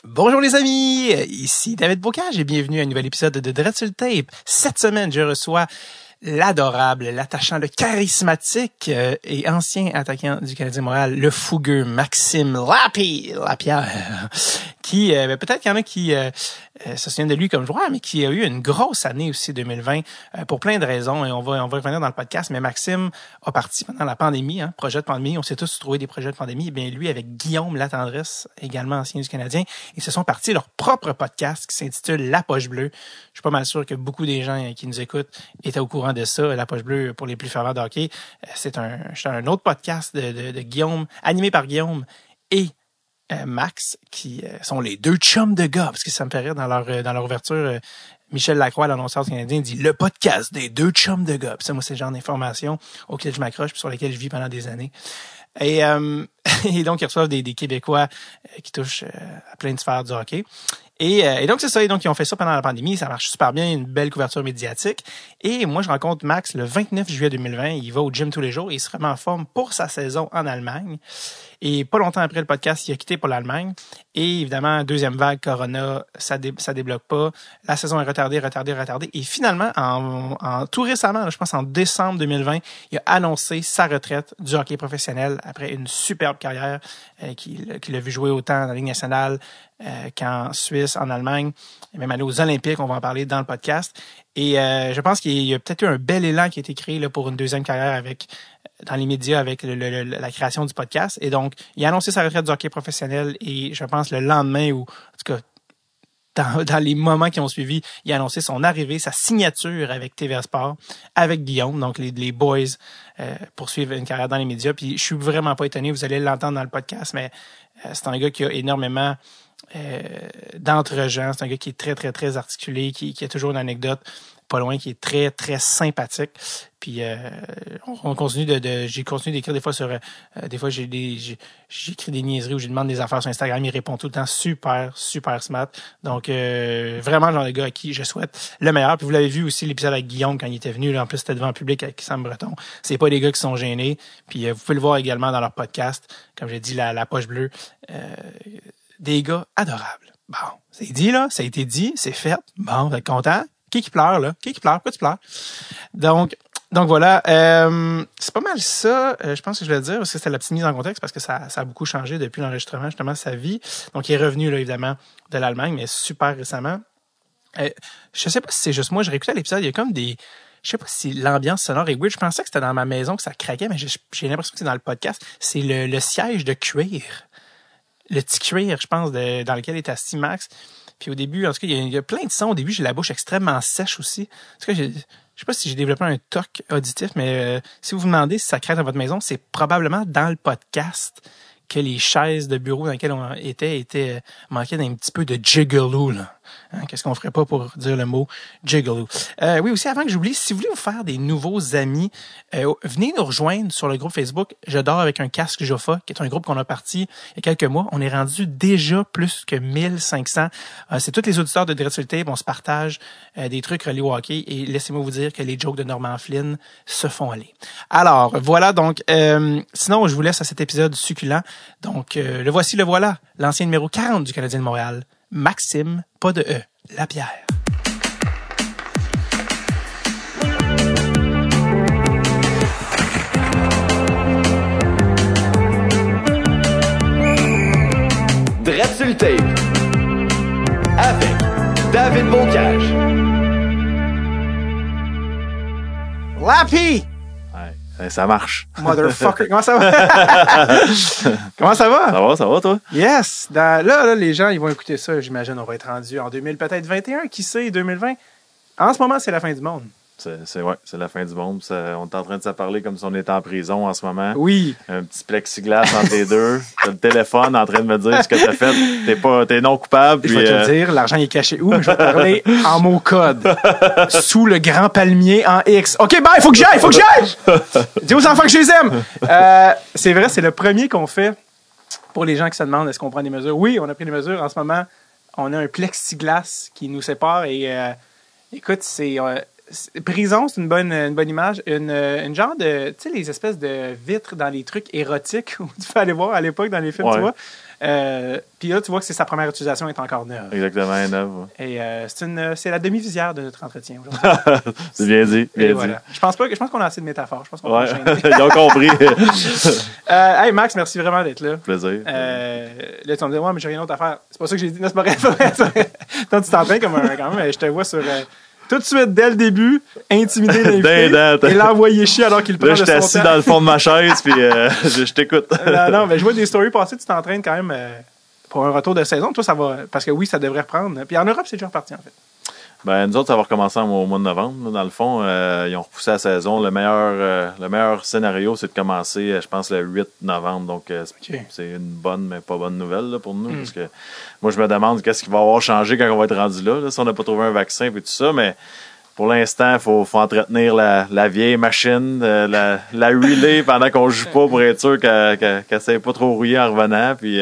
Bonjour les amis, ici David Bocage et bienvenue à un nouvel épisode de Dread sur le Tape. Cette semaine, je reçois l'adorable, l'attachant, le charismatique et ancien attaquant du Canadien Montréal, le fougueux Maxime Lapierre, qui, peut-être qu'il y en a qui se souviennent de lui comme joueur, mais qui a eu une grosse année aussi 2020 pour plein de raisons, et on va revenir dans le podcast, mais Maxime a parti pendant la pandémie, projet de pandémie, on s'est tous trouvé des projets de pandémie, et bien lui avec Guillaume Latendresse, également ancien du Canadien, ils se sont partis leur propre podcast qui s'intitule La Poche Bleue. Je suis pas mal sûr que beaucoup des gens qui nous écoutent étaient au courant de ça. La Poche Bleue, pour les plus fervents de hockey, c'est un autre podcast de Guillaume, animé par Guillaume et Max, qui sont les deux chums de gars, parce que ça me fait rire dans leur ouverture. Michel Lacroix, l'annonceur du Canadien, dit le podcast des deux chums de gars. Puis ça, moi, c'est le genre d'information auquel je m'accroche puis sur lesquelles je vis pendant des années. Et donc, ils reçoivent des Québécois qui touchent à plein de sphères du hockey. Et donc, c'est ça. Et donc, ils ont fait ça pendant la pandémie. Ça marche super bien. Une belle couverture médiatique. Et moi, je rencontre Max le 29 juillet 2020. Il va au gym tous les jours et il se remet en forme pour sa saison en Allemagne. Et pas longtemps après le podcast, il a quitté pour l'Allemagne. Et évidemment, deuxième vague, Corona, ça débloque pas. La saison est retardée. Et finalement, en tout récemment, je pense en décembre 2020, il a annoncé sa retraite du hockey professionnel après une superbe carrière qu'il a vu jouer autant dans la Ligue nationale qu'en Suisse, en Allemagne, et même aller aux Olympiques. On va en parler dans le podcast. Et je pense qu'il y a peut-être eu un bel élan qui a été créé là, pour une deuxième carrière dans les médias avec la création du podcast. Et donc, il a annoncé sa retraite du hockey professionnel et je pense le lendemain ou, en tout cas, dans les moments qui ont suivi, il a annoncé son arrivée, sa signature avec TVA Sport, avec Guillaume, donc les boys poursuivent une carrière dans les médias. Puis je suis vraiment pas étonné, vous allez l'entendre dans le podcast, mais c'est un gars qui a énormément d'entre-gens. C'est un gars qui est très, très, très articulé, qui a toujours une anecdote pas loin, qui est très, très sympathique. Puis on continue j'ai continué d'écrire des fois sur des fois j'écris des niaiseries où je demande des affaires sur Instagram, il répond tout le temps super, super smart. Donc vraiment le genre de gars à qui je souhaite le meilleur. Puis vous l'avez vu aussi l'épisode avec Guillaume quand il était venu, là, en plus c'était devant le public avec Sam Breton. C'est pas des gars qui sont gênés. Puis vous pouvez le voir également dans leur podcast, comme j'ai dit, la Poche Bleue. Des gars adorables. Bon, c'est dit, là. Ça a été dit. C'est fait. Bon, vous êtes content? Qui pleure, là? Qui pleure? Pourquoi tu pleures? Donc voilà. C'est pas mal ça. Je pense que je vais dire, parce que c'était la petite mise en contexte, parce que ça a beaucoup changé depuis l'enregistrement, justement, de sa vie. Donc, il est revenu, là, évidemment, de l'Allemagne, mais super récemment. Je sais pas si c'est juste moi. Je réécoutais l'épisode. Il y a comme des... Je sais pas si l'ambiance sonore est weird. Je pensais que c'était dans ma maison que ça craquait, mais j'ai l'impression que c'est dans le podcast. C'est le siège de cuir. Le petit cuir, je pense, dans lequel est assis Max. Puis au début, en tout cas, il y a plein de sons. Au début, j'ai la bouche extrêmement sèche aussi. En tout cas, je sais pas si j'ai développé un toc auditif, mais si vous vous demandez si ça craque dans votre maison, c'est probablement dans le podcast que les chaises de bureau dans lesquelles on était manquaient d'un petit peu de jiggaloo, là. Qu'est-ce qu'on ferait pas pour dire le mot jiggaloo? Oui, aussi, avant que j'oublie, si vous voulez vous faire des nouveaux amis, venez nous rejoindre sur le groupe Facebook Je dors avec un casque Joffa, qui est un groupe qu'on a parti il y a quelques mois. On est rendu déjà plus que 1500. C'est tous les auditeurs de Dread sur le Tape. On se partage des trucs reliés au hockey et laissez-moi vous dire que les jokes de Norman Flynn se font aller. Alors, voilà donc. Sinon, je vous laisse à cet épisode succulent. Donc, le voilà, l'ancien numéro 40 du Canadien de Montréal, Maxime, pas de E, Lapierre. Dread sur le Tape avec David Bocage. Lappy! Ouais, ça marche. Motherfucker, comment ça va? Comment ça va? Ça va, toi? Yes! Là, les gens, ils vont écouter ça, j'imagine, on va être rendu en 2000, peut-être 21, qui sait, 2020. En ce moment, c'est la fin du monde. C'est la fin du monde. On est en train de se parler comme si on était en prison en ce moment. Oui. Un petit plexiglas entre les deux. T'as le téléphone en train de me dire ce que t'as fait. T'es non coupable. Je vais te le dire, l'argent est caché où? Je vais parler en mots code. Sous le grand palmier en X. OK, bye, faut que j'aille! Dis aux enfants que je les aime! C'est vrai, c'est le premier qu'on fait pour les gens qui se demandent est-ce qu'on prend des mesures. Oui, on a pris des mesures. En ce moment, on a un plexiglas qui nous sépare et écoute, prison, c'est une bonne image. Une genre de... Tu sais, les espèces de vitres dans les trucs érotiques où tu peux aller voir à l'époque dans les films, ouais. tu vois. Puis là, tu vois que c'est sa première utilisation est encore neuve. Exactement, neuve. Et c'est la demi-visière de notre entretien aujourd'hui. C'est bien dit. Bien Et dit. voilà. Je pense qu'on a assez de métaphores. Je pense qu'on peut Ouais, enchaîner. ils ont compris. Hey Max, merci vraiment d'être là. Plaisir. Là, tu vas me dire, ouais, mais j'ai rien d'autre à faire. C'est pas ça que j'ai dit. Non, c'est pas vrai. Toi, tu t'entraînes comme un quand même. Je te vois sur. Tout de suite, dès le début, intimider l'invité et l'envoyer chier alors qu'il prend Là, de je son suis assis temps. dans le fond de ma chaise, puis je t'écoute. Non, mais je vois des stories passer, tu t'entraînes quand même pour un retour de saison. Toi, ça va. Parce que oui, ça devrait reprendre. Puis en Europe, c'est déjà reparti, en fait. Ben, nous autres, ça va recommencer au mois de novembre. Là, dans le fond, ils ont repoussé la saison. Le meilleur scénario, c'est de commencer, je pense, le 8 novembre. Donc, c'est une bonne, mais pas bonne nouvelle là, pour nous. Parce que moi, je me demande qu'est-ce qui va avoir changé quand on va être rendu là, si on n'a pas trouvé un vaccin et tout ça. Mais pour l'instant, il faut entretenir la vieille machine, la relay pendant qu'on joue pas pour être sûr qu'elle ne s'est pas trop rouillée en revenant. Puis,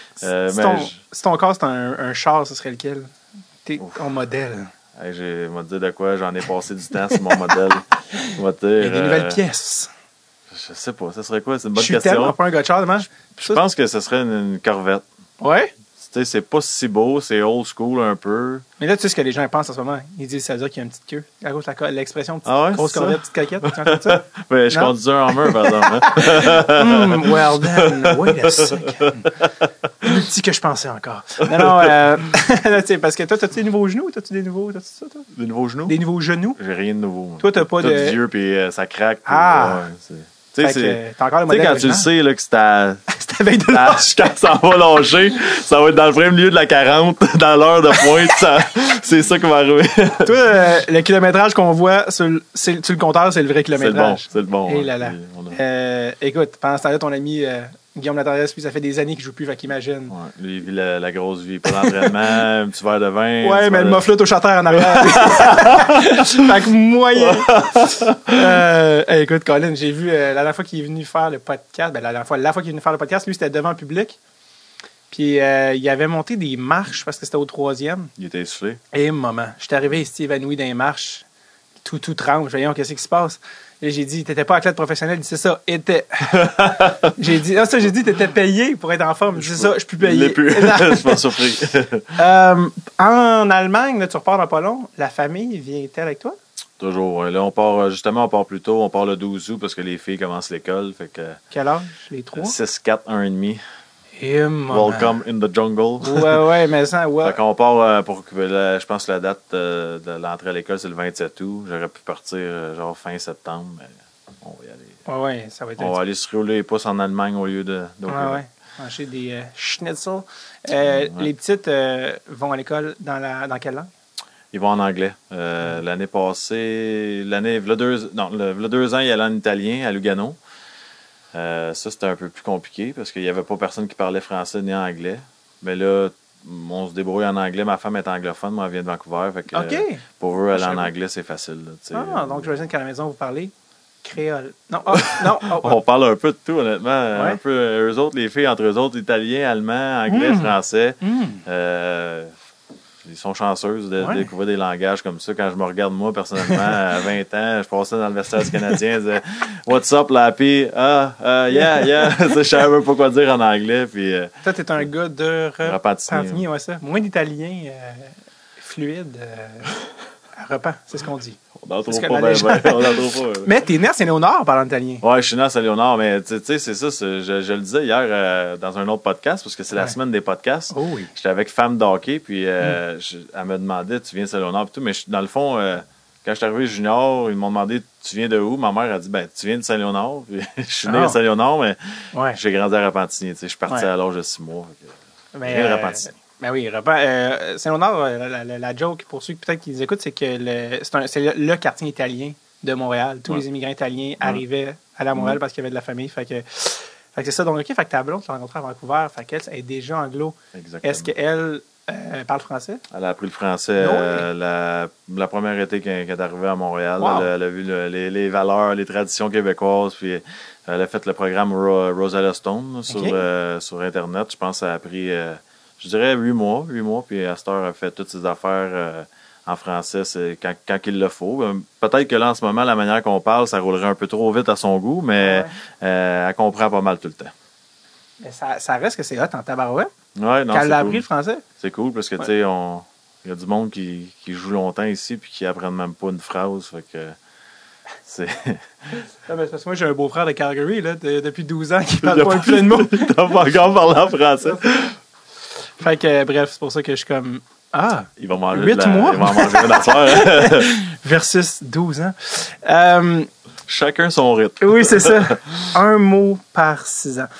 si ton corps, c'est un char, ce serait lequel? T'es ton modèle. Hey, m'a dit de quoi, j'en ai passé du temps sur mon modèle. Il y a des nouvelles pièces. Je sais pas, ça serait quoi? C'est une bonne question. question. Je suis tellement pas un gars de char, je pense que ce serait une Corvette. Ouais? Tu sais, c'est pas si beau, c'est old school un peu. Mais là, tu sais ce que les gens pensent en ce moment. Ils disent, ça veut dire qu'il y a une petite queue. À cause de l'expression grosse c'est Corvette, petite caquette. Tu entends ça? Ouais, je conduis un Hummer, par exemple. Well then, wait a second. Plus petit que je pensais encore. Non, parce que toi, t'as-tu des nouveaux genoux? T'as-tu des nouveaux, t'as-tu ça, toi? Des nouveaux genoux? Des nouveaux genoux? J'ai rien de nouveau. Moi. Toi, t'as pas tout de... vieux, puis ça craque. Ah! Tu sais, t'as encore le modèle quand tu le sais là, que c'est c'est avec de l'âge. Quand ça va lâcher, ça va être dans le vrai milieu de la 40, dans l'heure de pointe. C'est ça qui va arriver. Toi, le kilométrage qu'on voit sur le compteur, c'est le vrai kilométrage. C'est le bon. Et là là. Écoute, pendant ce temps-là, ton ami Guillaume Latendresse, lui, ça fait des années qu'il joue plus, fait qu'imagine. Ouais, lui, il vit la grosse vie. Pas d'entraînement, un petit verre de vin. Ouais, mais le moflute au charter en arrière. Fait que moyen. Écoute, Colin, j'ai vu la dernière fois qu'il est venu faire le podcast, la fois qu'il est venu faire le podcast, lui, c'était devant le public. Puis il avait monté des marches parce que c'était au 3e. Il était essoufflé. Et moment, j'étais arrivé ici évanoui dans les marches, tout tremble. Voyons, qu'est-ce qui se passe? Et j'ai dit, t'étais pas athlète professionnel. Il dit, c'est ça, était. J'ai dit, t'étais payé pour être en forme. C'est ça, je suis plus payé. Je l'ai plus. Je suis pas surpris. En Allemagne, là, tu repars dans pas long. La famille vient-elle avec toi? Toujours. Là, on part plus tôt. On part le 12 août parce que les filles commencent l'école. Fait que, quel âge, les trois? 6, 4, 1 et demi. Welcome in the jungle. Ouais, mais ça, ouais. Fait qu'on part pour je pense que la date de l'entrée à l'école, c'est le 27 août. J'aurais pu partir genre fin septembre, mais on va y aller. Ouais, ça va être. On va aller se rouler les pouces en Allemagne au lieu de. Ouais. Manger des schnitzel. Les petites vont à l'école dans quelle langue? Ils vont en anglais. L'année passée, v'là 2 ans, il allait en italien à Lugano. Ça, c'était un peu plus compliqué parce qu'il n'y avait pas personne qui parlait français ni anglais. Mais là, on se débrouille en anglais. Ma femme est anglophone, moi, elle vient de Vancouver. Fait que, pour eux, aller en anglais, c'est facile. Là, donc, j'imagine qu'à la maison, vous parlez créole. Non, On parle un peu de tout, honnêtement. Ouais. Un peu, eux autres, les filles, entre eux autres, italien, allemand, anglais, français. Ils sont chanceuses de découvrir des langages comme ça. Quand je me regarde, moi, personnellement, à 20 ans, je passais dans le vestiaire du Canadien, je disais « What's up, Lappy? Yeah. » Je savais même pas quoi dire en anglais. Puis, toi, t'es un gars de Repentigny, ouais, ça. Moins d'italien fluide à Repent, c'est ce qu'on dit. On n'en trouve pas. Mais t'es né à Saint-Léonard parlant italien. Ouais, je suis né à Saint-Léonard, mais tu sais, c'est ça. Je le disais hier dans un autre podcast, parce que c'est la semaine des podcasts. Oh oui. J'étais avec Femme d'hockey, puis elle me demandait, tu viens de Saint-Léonard, puis tout. Mais dans le fond, quand je suis arrivé junior, ils m'ont demandé, tu viens de où? Ma mère a dit, tu viens de Saint-Léonard. Puis je suis né à Saint-Léonard, mais j'ai grandi à Repentigny. Je suis parti à l'âge de 6 mois. Je viens de Repentigny. Ben oui, Saint-Léonard, la joke, pour ceux qui peut-être qui les écoutent, c'est que c'est le quartier italien de Montréal. Tous les immigrants italiens arrivaient à Montréal parce qu'il y avait de la famille. Fait que c'est ça. Donc, OK, fait que ta blonde, tu l'as rencontrée à Vancouver. Fait qu'elle est déjà anglo. Exactement. Est-ce qu'elle parle français? Elle a appris le français la première été qu'elle est arrivée à Montréal. Wow. Elle a vu les valeurs, les traditions québécoises. Puis elle a fait le programme Rosetta Stone sur Internet. Je pense que ça a pris... je dirais 8 mois, puis à cette heure, elle fait toutes ses affaires en français, c'est quand il le faut. Peut-être que là, en ce moment, la manière qu'on parle, ça roulerait un peu trop vite à son goût, mais elle comprend pas mal tout le temps. Mais ça reste que c'est hot en tabarouette. Ouais, non, Quand elle a c'est appris cool. le français. C'est cool parce que, tu sais, il y a du monde qui joue longtemps ici puis qui apprennent même pas une phrase. Fait que c'est. Non, mais parce que moi, j'ai un beau-frère de Calgary, là, depuis 12 ans, qui parle pas un plein de mots. T'as pas encore parlé en français. Fait que, bref, c'est pour ça que je suis comme... Ah! Il va manger 8 mois? Il va en manger une affaire. Versus 12 ans. Chacun son rythme. Oui, c'est ça. Un mot par 6 ans.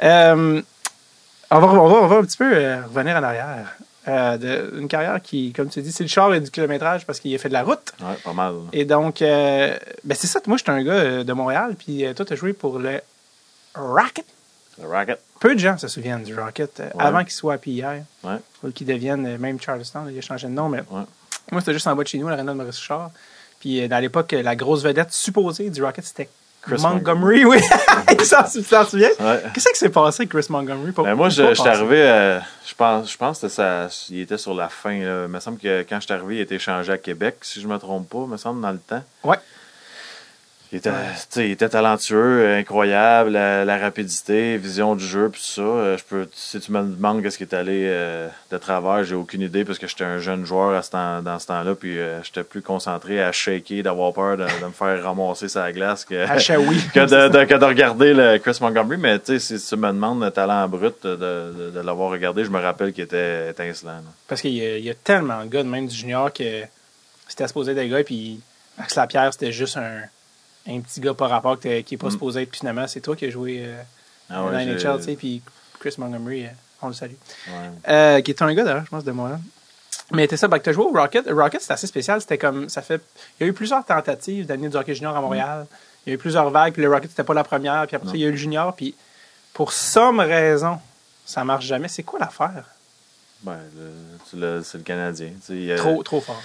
On va un petit peu revenir en arrière. Une carrière qui, comme tu dis, c'est le char et du kilométrage parce qu'il a fait de la route. Ouais, pas mal. Et donc, ben c'est ça. Moi, j'étais un gars de Montréal, puis toi, tu as joué pour le Rocket. Le Rocket. Peu de gens se souviennent du Rocket avant qu'il soit à PIR. Ouais. Ou qu'il devienne même Charleston. Il a changé de nom, mais Ouais. moi, c'était juste en bas de chez nous, l'aréna de Maurice Richard. Puis, dans l'époque, la grosse vedette supposée du Rocket, c'était Chris Montgomery. Oui, tu t'en souviens? Ouais. Qu'est-ce qui s'est passé avec Chris Montgomery? Ben moi, j'étais arrivé, je pense que c'était il était sur la fin. Là. Il me semble que quand j'étais arrivé, il était échangé à Québec, si je me trompe pas, il me semble, dans le temps. Ouais. Il était talentueux, incroyable, la rapidité, vision du jeu, puis tout ça. Si tu me demandes qu'est-ce qui est allé de travers, j'ai aucune idée parce que j'étais un jeune joueur dans ce temps-là, puis j'étais plus concentré à shaker, d'avoir peur de me faire ramasser sa glace que de regarder le Chris Montgomery. Mais tu sais, si tu me demandes le talent brut de l'avoir regardé, je me rappelle qu'il était étincelant. Là. Parce qu'il y a tellement de gars, même du junior, que c'était supposé être des gars, puis Max Lapierre, c'était juste un petit gars par rapport qui n'est pas supposé être. Puis finalement, c'est toi qui as joué dans NHL, tu sais, puis Chris Montgomery, on le salue. Ouais. Qui est un gars, d'ailleurs, je pense, de Montréal. Mais t'es ça, tu as joué au Rocket. Le Rocket, c'est assez spécial. C'était comme, il y a eu plusieurs tentatives d'amener du hockey junior à Montréal. Il y a eu plusieurs vagues, puis le Rocket, c'était pas la première. Puis après ça, il y a eu le junior, puis pour somme raison, ça marche jamais. C'est quoi l'affaire? Ben, c'est le Canadien. Trop fort.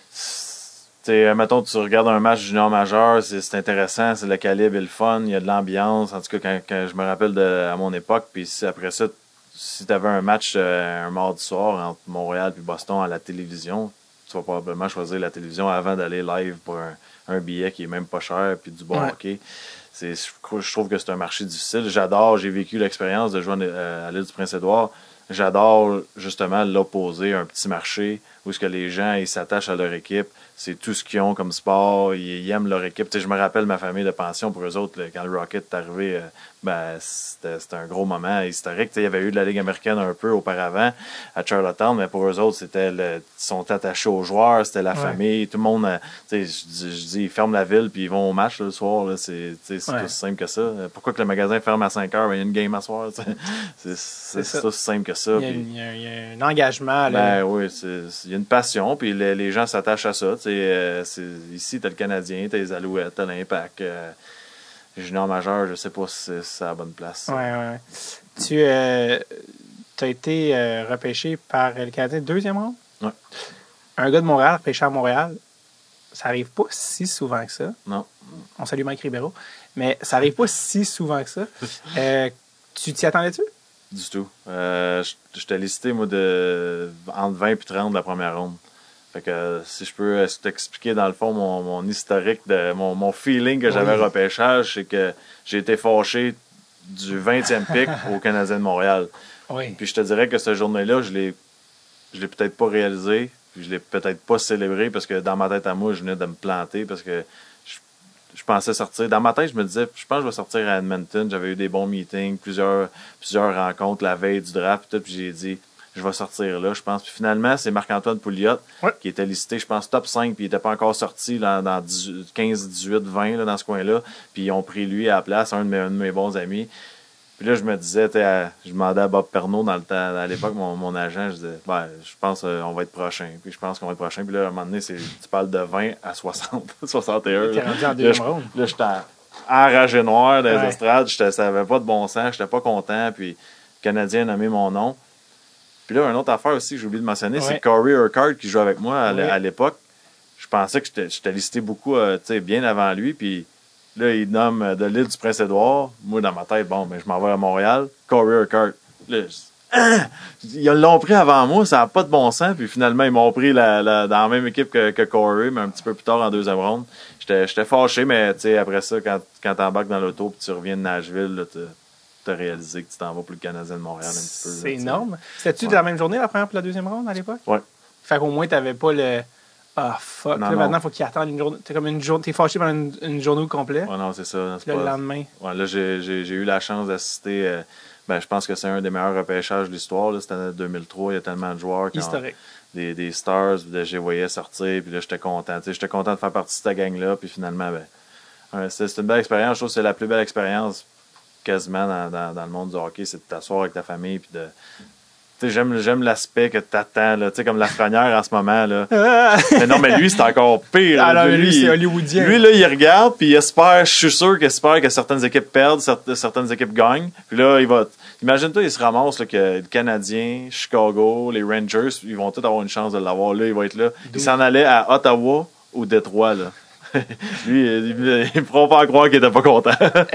Mettons, tu regardes un match junior majeur, c'est intéressant, c'est le calibre et le fun, il y a de l'ambiance. En tout cas, quand je me rappelle à mon époque, puis après ça, si tu avais un match un mardi soir entre Montréal et Boston à la télévision, tu vas probablement choisir la télévision avant d'aller live pour un billet qui est même pas cher puis du bon hockey. Je trouve que c'est un marché difficile. J'ai vécu l'expérience de jouer à l'île du Prince-Édouard. J'adore justement l'opposé, un petit marché où ce que les gens ils s'attachent à leur équipe. C'est tout ce qu'ils ont comme sport. Ils aiment leur équipe. Je me rappelle ma famille de pension pour eux autres. Quand le Rocket est arrivé, c'était un gros moment historique. Il y avait eu de la Ligue américaine un peu auparavant à Charlottetown, mais pour eux autres, ils sont attachés aux joueurs. C'était la famille. Tout le monde, je dis, ils ferment la ville puis ils vont au match le soir. Là, c'est tout simple que ça. Pourquoi que le magasin ferme à 5 heures? Il y a une game à soir. C'est aussi simple que ça. Il y a un engagement. Ben oui, il y a une passion, puis les gens s'attachent à ça. Ici, t'as le Canadien, t'as les Alouettes, t'as l'Impact. Junior majeur, je sais pas si c'est à la bonne place. Ouais. Tu as été repêché par le Canadien deuxième rang? Ouais. Un gars de Montréal repêché à Montréal, ça arrive pas si souvent que ça. Non. On salue Mike Ribeiro. Mais ça arrive pas si souvent que ça. Tu t'y attendais-tu? Du tout. J'étais listé, moi, entre 20 et 30 de la première ronde. Fait que si je peux t'expliquer dans le fond mon historique, mon feeling que j'avais repêchage, c'est que j'ai été fâché du 20e pick au Canadien de Montréal. Oui. Puis je te dirais que cette journée-là, je l'ai peut-être pas réalisé, puis je l'ai peut-être pas célébré parce que dans ma tête à moi, je venais de me planter parce que je pensais sortir. Dans ma tête, je me disais, je pense que je vais sortir à Edmonton. J'avais eu des bons meetings, plusieurs rencontres la veille du draft, puis j'ai dit, je vais sortir là, je pense. Puis finalement, c'est Marc-Antoine Pouliot qui était listé, je pense, top 5, puis il n'était pas encore sorti là, dans 15, 18, 20, là, dans ce coin-là. Puis ils ont pris lui à la place, un de mes bons amis. Puis là, je me disais, je demandais à Bob Pernaud dans le temps, à l'époque, mon agent, je disais, je pense qu'on va être prochain. Puis je pense qu'on va être prochain. Puis là, à un moment donné, tu parles de 20 à 60, 61. T'es rendu en deuxième ronde. Là, j'étais enragé noir dans les estrades. Ça n'avait pas de bon sens. J'étais pas content. Puis le Canadien a nommé mon nom. Puis là, une autre affaire aussi que j'ai oublié de mentionner, c'est Corey Urquhart qui jouait avec moi à l'époque. Je pensais que j'étais listé beaucoup bien avant lui. Puis là, il nomme de l'île du Prince-Édouard. Moi, dans ma tête, je m'en vais à Montréal. Corey Urquhart. Là, ils l'ont pris avant moi, ça n'a pas de bon sens. Puis finalement, ils m'ont pris dans la même équipe que Corey, mais un petit peu plus tard en deuxième ronde. J'étais fâché, mais après ça, quand tu embarques dans l'auto et tu reviens de Nashville, là, tu as réalisé que tu t'en vas pour le Canadien de Montréal un petit peu. C'est énorme. C'était-tu de la même journée, la première et la deuxième ronde à l'époque? Oui. Fait qu'au moins, tu n'avais pas le. Ah, fuck. Non, là, non. maintenant, il faut qu'il attende une journée. T'es fâché pendant une journée au complet. Ouais, non, c'est ça. C'est Le pas... lendemain. Ouais, là, j'ai eu la chance d'assister. Je pense que c'est un des meilleurs repêchages de l'histoire. Là. C'était en 2003. Il y a tellement de joueurs qui Historique. des stars. Là, je les voyais sortir. Puis là, j'étais content. J'étais content de faire partie de cette gang-là. Puis finalement, c'est une belle expérience. Je trouve que c'est la plus belle expérience quasiment dans le monde du hockey. C'est de t'asseoir avec ta famille. Puis de. J'aime l'aspect que t'attends, là, comme Lafrenière en ce moment. Là. Mais non, mais lui, c'est encore pire. Alors, lui, c'est hollywoodien. Lui, là, il regarde, puis il espère, je suis sûr qu'il espère que certaines équipes perdent, certaines équipes gagnent. Puis là, imagine-toi, il se ramasse là, que le Canadien, Chicago, les Rangers, ils vont tous avoir une chance de l'avoir. Là, il va être là. Il s'en allait à Ottawa ou Détroit, là. Lui, ils ne pourront pas croire qu'il était pas content.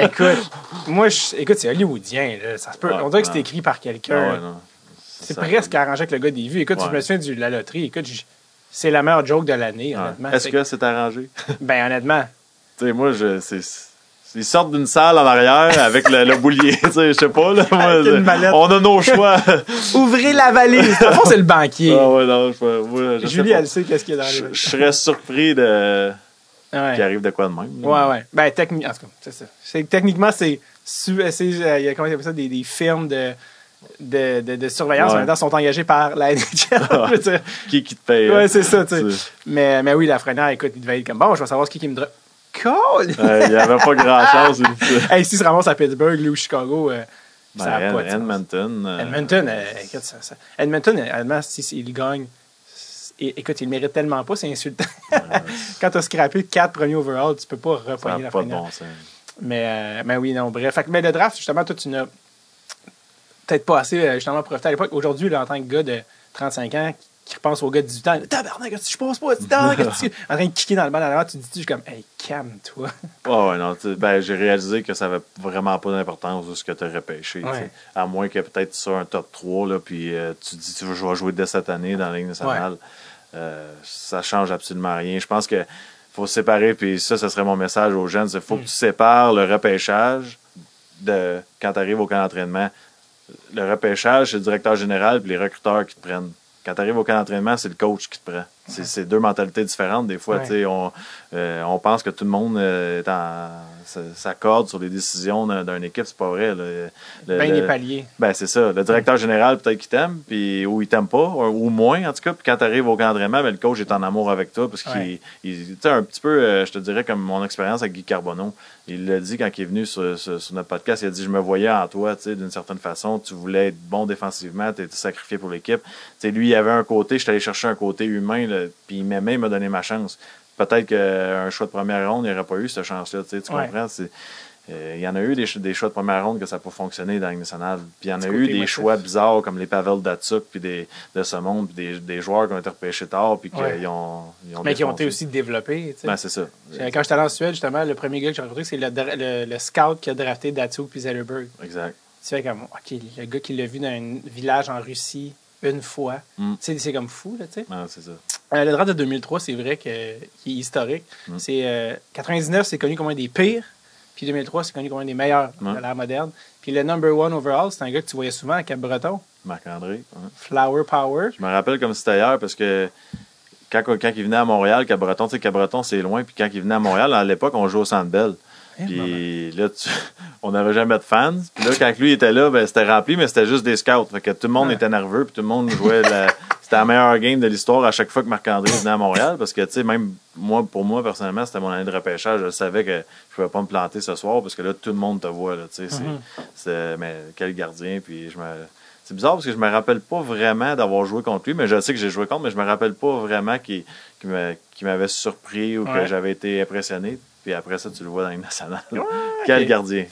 Écoute, c'est hollywoodien. Là. Ça se peut. On dirait que c'est écrit par quelqu'un. Non. C'est presque arrangé avec le gars des vues. Écoute, je me souviens de la loterie. Écoute, c'est la meilleure joke de l'année, honnêtement. Est-ce que c'est arrangé? Ben, honnêtement. Tu sais, moi, ils sortent d'une salle en arrière avec le boulier. Tu sais, je sais pas, là. Moi, on a nos choix. Ouvrez la valise. Au fond, c'est le banquier. Ah ouais, non, Julie, elle sait qu'est-ce qu'il y a dans les valises. Je serais surpris qu'il arrive de quoi de même. Là. Ouais. Ben, techniquement, en tout cas, c'est ça. Techniquement, il y a comment il appelle ça, des firmes de surveillance en même temps sont engagés par la NHL. Qui te paye? Ouais, c'est ça, tu sais. Mais oui, Lafrenière, écoute, il devait être comme bon, je vais savoir qui me drop. Cool! Il n'y avait pas grand-chose. Hey, si se ramasse à Pittsburgh, lui, ou Chicago, ça n'a pas de Edmonton. Écoute, ça. Edmonton, honnêtement, s'il gagne, écoute, il le mérite tellement pas, c'est insultant. Quand tu as scrappé 4 premiers overall, tu peux pas repogner Lafrenière. Pas de bon sens. Mais oui, non, bref. Mais le draft, justement, toi, tu n'as peut-être pas assez justement profité à l'époque. Aujourd'hui, là, en tant que gars de 35 ans qui repense au gars de 18 ans, tabarnak, je pense pas, en train de kicker dans le banc derrière, tu te dis, je suis comme, hey, calme-toi. Ouais, non, j'ai réalisé que ça n'avait vraiment pas d'importance de ce que tu as repêché. Ouais. À moins que peut-être sur un top 3, là, puis tu te dis, je vais jouer dès cette année dans la Ligue nationale. Ouais. Ça change absolument rien. Je pense que faut se séparer, puis ça serait mon message aux jeunes, il faut que tu sépares le repêchage de quand tu arrives au camp d'entraînement. Le repêchage, c'est le directeur général et les recruteurs qui te prennent. Quand tu arrives au camp d'entraînement, c'est le coach qui te prend. C'est deux mentalités différentes. Des fois, on pense que tout le monde s'accorde sur les décisions d'une équipe. C'est pas vrai. Des paliers. Ben, c'est ça. Le directeur général, peut-être qu'il t'aime, ou il t'aime pas, ou moins, en tout cas. Puis quand tu arrives au camp d'entraînement, le coach est en amour avec toi. Parce qu'il un petit peu, je te dirais, comme mon expérience avec Guy Carbonneau. Il l'a dit quand il est venu sur notre podcast. Il a dit, je me voyais en toi, d'une certaine façon. Tu voulais être bon défensivement. Tu étais sacrifié pour l'équipe. Lui, il avait un côté, je suis allé chercher un côté humain, là, puis il m'aimait, il m'a donné ma chance. Peut-être qu'un choix de première ronde, il n'aurait pas eu cette chance-là. Tu comprends? Il y en a eu des choix de première ronde que ça n'a pas fonctionné dans la Ligue nationale. Puis il y en a eu des choix bizarres comme les Pavel Datsyuk puis de ce monde, puis des joueurs qui ont été repêchés tard puis qui ont mais qui ont été aussi développés. Ben, c'est ça. Quand j'étais allé en Suède, justement, le premier gars que j'ai rencontré, c'est le scout qui a drafté Datsyuk puis Zetterberg. Exact. Tu fais comme, OK, le gars qui l'a vu dans un village en Russie une fois. C'est comme fou, là, tu sais. Ah, c'est ça. Le draft de 2003, c'est vrai qu'il est historique. C'est 99, c'est connu comme un des pires. Puis 2003, c'est connu comme un des meilleurs de l'ère moderne. Puis le number one overall, c'est un gars que tu voyais souvent à Cap-Breton. Marc-André. Flower Power. Je me rappelle comme c'était hier parce que quand il venait à Montréal, Cap-Breton, tu sais, Cap-Breton, c'est loin. Puis quand il venait à Montréal, à l'époque, on jouait au Centre Bell. Puis là, on n'avait jamais de fans. Puis là, quand lui était là, c'était rempli, mais c'était juste des scouts. Fait que tout le monde était nerveux, puis tout le monde jouait. C'était la meilleure game de l'histoire à chaque fois que Marc-André venait à Montréal. Parce que, tu sais, même pour moi, personnellement, c'était mon année de repêchage. Je savais que je pouvais pas me planter ce soir parce que là, tout le monde te voit. Là, tu sais, mais quel gardien. Puis c'est bizarre parce que je me rappelle pas vraiment d'avoir joué contre lui, mais je sais que j'ai joué contre, mais je me rappelle pas vraiment qu'il m'avait surpris ou que j'avais été impressionné. Puis après ça, tu le vois dans une nationale. Quel gardien.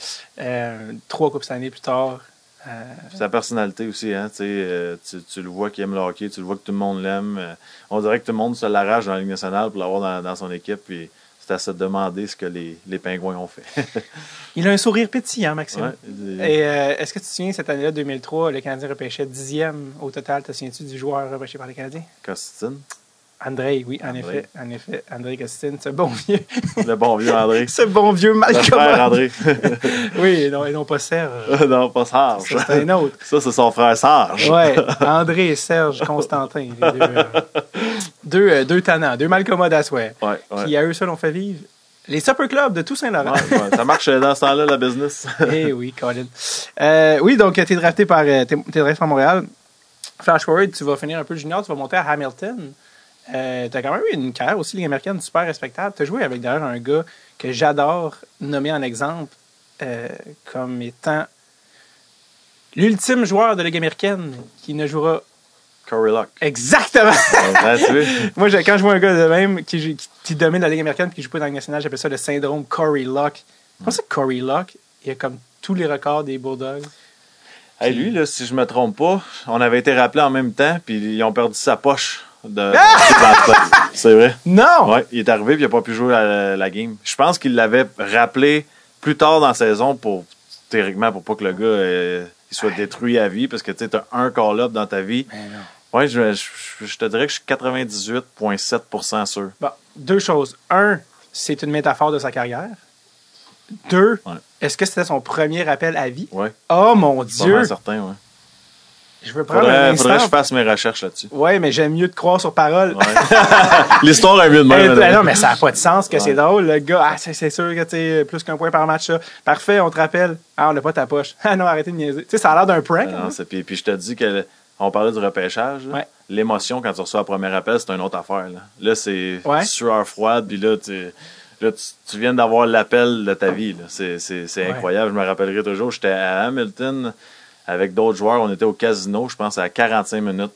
3 Coupes Stanley plus tard. Sa personnalité aussi, hein, tu le vois qu'il aime le hockey, tu le vois que tout le monde l'aime. On dirait que tout le monde se l'arrache dans la Ligue nationale pour l'avoir dans son équipe. Puis c'est à se demander ce que les Pingouins ont fait. Il a un sourire pétillant, Maxime. Ouais, et est-ce que tu te souviens, cette année-là, 2003, le Canadien repêchait 10e au total. Te souviens-tu du joueur repêché par les Canadiens? Costin. André, oui, en effet. André Costin, ce bon vieux. Le bon vieux André. Ce bon vieux Le Malcolm. frère André. Oui, et non pas Serge. Non, pas Serge. Ça, c'est un autre. Ça, c'est son frère Serge. Ouais, André et Serge Constantin. Les deux tannants, deux Malcommodes à souhait. Ouais. Qui, à eux seuls, ont fait vivre les Supper Club de Toussaint-Laurent. Ouais, ça marche dans ce temps-là, la business. Eh oui, Colin. Oui, donc, t'es drafté par Montréal. Flash forward, tu vas finir un peu junior, tu vas monter à Hamilton. T'as quand même eu une carrière aussi Ligue américaine super respectable. T'as joué avec d'ailleurs un gars que j'adore nommer en exemple comme étant l'ultime joueur de Ligue américaine qui ne jouera... Corey Luck. Exactement! Ouais, Moi, quand je vois un gars de même qui domine la Ligue américaine et qui joue pas dans la Ligue nationale, j'appelle ça le syndrome Corey Luck. Comment ça, Corey Luck, il a comme tous les records des Bulldogs? Hey, lui, là, si je me trompe pas, on avait été rappelés en même temps, puis ils ont perdu sa poche. C'est vrai. Non! Ouais, il est arrivé puis il n'a pas pu jouer la game. Je pense qu'il l'avait rappelé plus tard dans la saison théoriquement pour pas que le gars il soit détruit à vie, parce que tu as un call-up dans ta vie. Ben non. Ouais, je te dirais que je suis 98,7% sûr. Bon, deux choses. Un, c'est une métaphore de sa carrière. Deux, ouais. Est-ce que c'était son premier appel à vie? Ouais. Oh mon Dieu! Pas certain, ouais. Je veux prendre un instant. Faudrait que je fasse mes recherches là-dessus. Ouais, mais j'aime mieux te croire sur parole. Ouais. L'histoire est mieux de même. Non, mais ça n'a pas de sens que c'est drôle. Le gars, c'est sûr que tu plus qu'un point par match. Ça. Parfait, on te rappelle. Ah, on n'a pas ta poche. Ah non, arrêtez de niaiser. Tu sais, ça a l'air d'un prank. Non, puis je te dis que on parlait du repêchage. Là. Ouais. L'émotion quand tu reçois le premier appel, c'est une autre affaire. Là c'est ouais. sueur froide, puis là, tu viens d'avoir l'appel de ta vie. Là. C'est incroyable. Je me rappellerai toujours. J'étais à Hamilton avec d'autres joueurs. On était au casino, je pense, à 45 minutes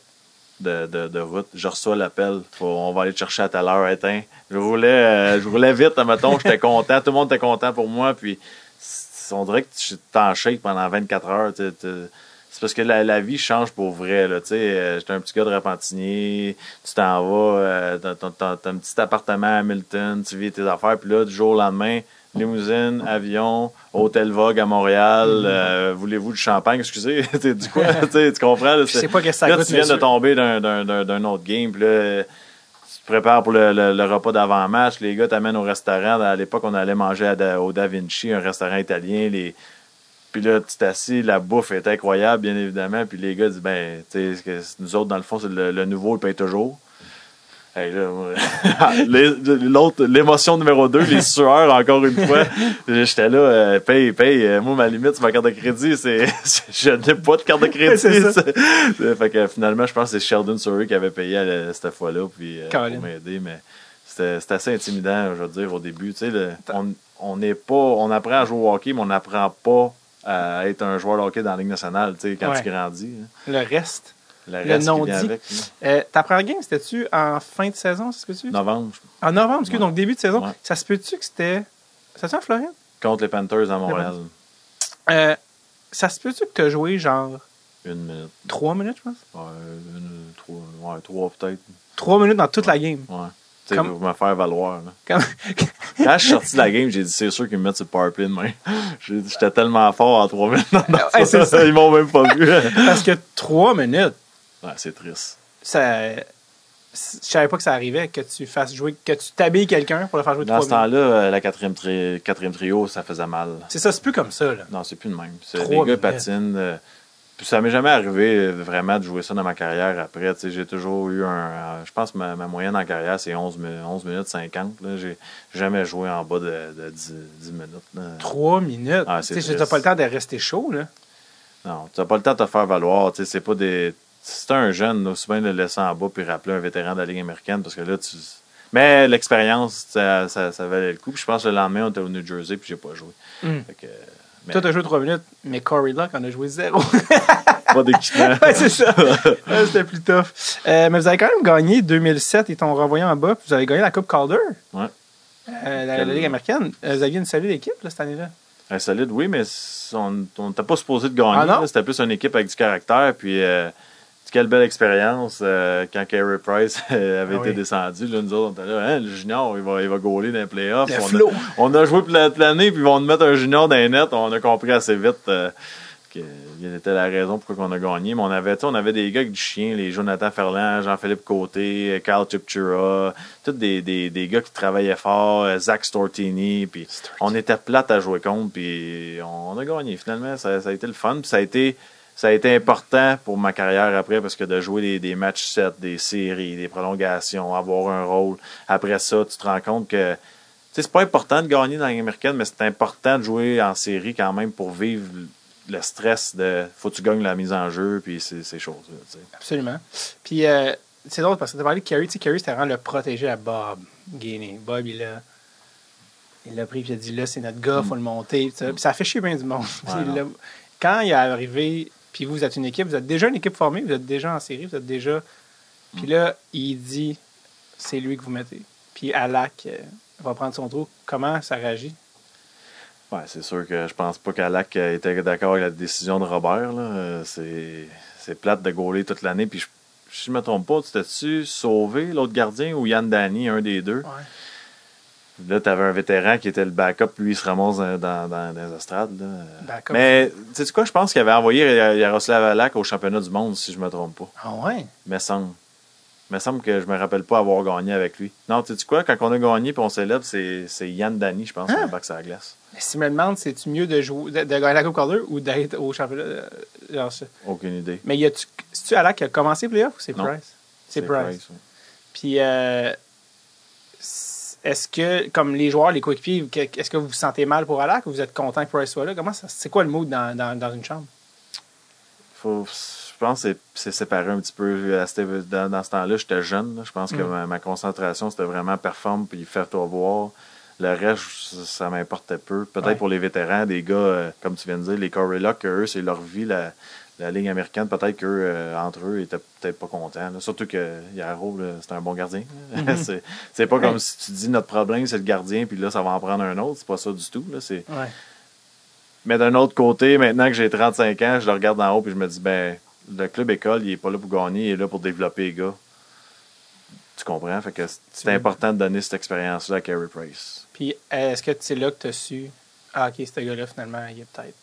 de route. Je reçois l'appel. On va aller te chercher à telle heure éteint. Je roulais vite, mettons. J'étais content. Tout le monde était content pour moi. Puis, on dirait que tu t'en shakes pendant 24 heures. C'est parce que la vie change pour vrai. J'étais un petit gars de Repentigny. Tu t'en vas. T'as un petit appartement à Hamilton. Tu vis tes affaires. Puis là, du jour au lendemain, limousine, avion, hôtel Vogue à Montréal, voulez-vous du champagne, excusez, du quoi, tu comprends? Là, je sais pas que ça là, coûte, tu viens de tomber d'un autre game, puis là, tu te prépares pour le repas d'avant-match, les gars t'amènent au restaurant, à l'époque, on allait manger au Da Vinci, un restaurant italien, puis là, tu t'assis, la bouffe est incroyable, bien évidemment, puis les gars disent, ben, tu sais, nous autres, dans le fond, c'est le nouveau, il paye toujours. Hey, là, l'émotion numéro 2, les sueurs, encore une fois. J'étais là, paye. Moi, ma limite sur ma carte de crédit, je n'ai pas de carte de crédit. Fait que finalement, je pense que c'est Sheldon Surrey qui avait payé cette fois-là puis, pour m'aider. Mais c'était assez intimidant, je veux dire, au début. Tu sais, on apprend à jouer au hockey, mais on n'apprend pas à être un joueur de hockey dans la Ligue nationale, tu sais, quand tu grandis. Hein. Le reste. Le non-dit. Ta première game, c'était-tu en fin de saison, ça se peut-tu? Novembre. En novembre, parce que donc début de saison. Ouais. Ça se peut-tu que c'était... C'était en Floride? Contre les Panthers à Montréal. Ça se peut-tu que tu as joué genre... 1 minute. 3 minutes, je pense? Ouais, 3 peut-être. 3 minutes dans toute la game? Ouais. Tu sais, vous me faire valoir. Là. Quand je suis sorti de la game, j'ai dit, c'est sûr qu'ils me mettent sur le powerplay demain. J'étais tellement fort en 3 minutes. Ouais, c'est ça. Ils m'ont même pas vu. Parce que 3 minutes... Ouais, c'est triste. Je savais pas que ça arrivait, que tu fasses jouer, que tu t'habilles quelqu'un pour le faire jouer 3 minutes. Dans ce temps-là, la quatrième trio, ça faisait mal. C'est ça, c'est plus comme ça. Là. Non, c'est plus de même. Les gars patinent. Puis ça m'est jamais arrivé vraiment de jouer ça dans ma carrière après. J'ai toujours eu je pense que ma moyenne en carrière, c'est 11 minutes 50. Là. J'ai jamais joué en bas de 10 minutes. Là. 3 minutes? Ah, tu n'as pas le temps de rester chaud. Là. Non, tu n'as pas le temps de te faire valoir. C'est pas des... Si t'es un jeune, aussi bien le laisser en bas puis rappeler un vétéran de la Ligue américaine parce que là, Mais l'expérience, ça valait le coup. Puis je pense que le lendemain, on était au New Jersey puis j'ai pas joué. Fait que, Toi, t'as joué 3 minutes, mais Corey Luck en a joué 0. Pas d'équipement. Ouais, c'est ça. C'était plus tough. Mais vous avez quand même gagné 2007, ils t'ont renvoyé en bas, puis vous avez gagné la Coupe Calder. Ouais. La Ligue américaine. Vous aviez une solide équipe là, cette année-là. Solide, oui, mais on n'était pas supposé de gagner. Ah, c'était plus une équipe avec du caractère. Puis, quelle belle expérience quand Carey Price avait été descendu. Là, nous autres, on était là, hein, le junior, il va gauler dans les playoffs. On a joué toute l'année, puis ils vont nous mettre un junior dans les nets. On a compris assez vite il était la raison pourquoi on a gagné. Mais on avait des gars avec du chien, les Jonathan Ferland, Jean-Philippe Côté, Kyle Chipchura, tous des gars qui travaillaient fort, Zach Stortini. Puis on était plate à jouer contre, puis on a gagné. Finalement, ça a été le fun. Puis ça a été important pour ma carrière après, parce que de jouer des matchs 7, des séries, des prolongations, avoir un rôle. Après ça, tu te rends compte que c'est pas important de gagner dans la Ligue américaine, mais c'est important de jouer en série quand même pour vivre le stress de faut que tu gagnes la mise en jeu, puis ces choses-là. T'sais. Absolument. Puis c'est drôle parce que tu as parlé de Carey. Tu sais, Carey, c'était vraiment le protégé à Bob Gainey. Bob, il l'a pris, puis il a dit là, c'est notre gars, il faut le monter. Puis ça a fait chier bien du monde. Ouais, quand il est arrivé, puis vous êtes une équipe, vous êtes déjà une équipe formée, vous êtes déjà en série, vous êtes déjà. Puis là, il dit c'est lui que vous mettez. Puis Alak va prendre son trou. Comment ça réagit? Ouais, c'est sûr que je pense pas qu'Alak était d'accord avec la décision de Robert. Là. C'est plate de gauler toute l'année. Puis si je me trompe pas, tu t'es-tu sauvé l'autre gardien ou Yann Dany, un des deux? Ouais. Là, tu avais un vétéran qui était le backup, lui, il se ramasse dans les estrades. Là. Mais, tu sais quoi, je pense qu'il avait envoyé Yaroslav Alak au championnat du monde, si je me trompe pas. Ah ouais? Il me semble que je me rappelle pas avoir gagné avec lui. Non, tu sais quoi, quand on a gagné et on célèbre, c'est Yann Dany, je pense, qui embarque sur la glace. Mais si je me demande, c'est-tu mieux de gagner la Coupe Calder ou d'être au championnat? Aucune idée. Mais c'est-tu Alak qui a commencé les playoffs ou c'est Price? C'est Price. Ouais. Puis, est-ce que, comme les joueurs, les coéquipiers, est-ce que vous vous sentez mal pour Alak ou vous êtes content que Price soit là? C'est quoi le mood dans une chambre? Je pense que c'est séparé un petit peu. Dans ce temps-là, j'étais jeune. Là. Je pense que ma concentration, c'était vraiment performe puis faire-toi voir. Le reste, ça m'importait peu. Peut-être pour les vétérans, des gars, comme tu viens de dire, les Corey Luck, eux, c'est leur vie, la Ligue américaine. Peut-être qu'eux, entre eux, ils étaient peut-être pas contents. Là. Surtout que Yaro, c'est un bon gardien. C'est pas comme si tu dis notre problème, c'est le gardien, puis là, ça va en prendre un autre. C'est pas ça du tout. Là. Mais d'un autre côté, maintenant que j'ai 35 ans, je le regarde d'en haut puis je me dis, le club école, il est pas là pour gagner, il est là pour développer les gars. Tu comprends? Fait que c'est important de donner cette expérience-là à Carey Price. Puis, est-ce que c'est là que tu as su, OK, ce gars-là, finalement, il est peut-être.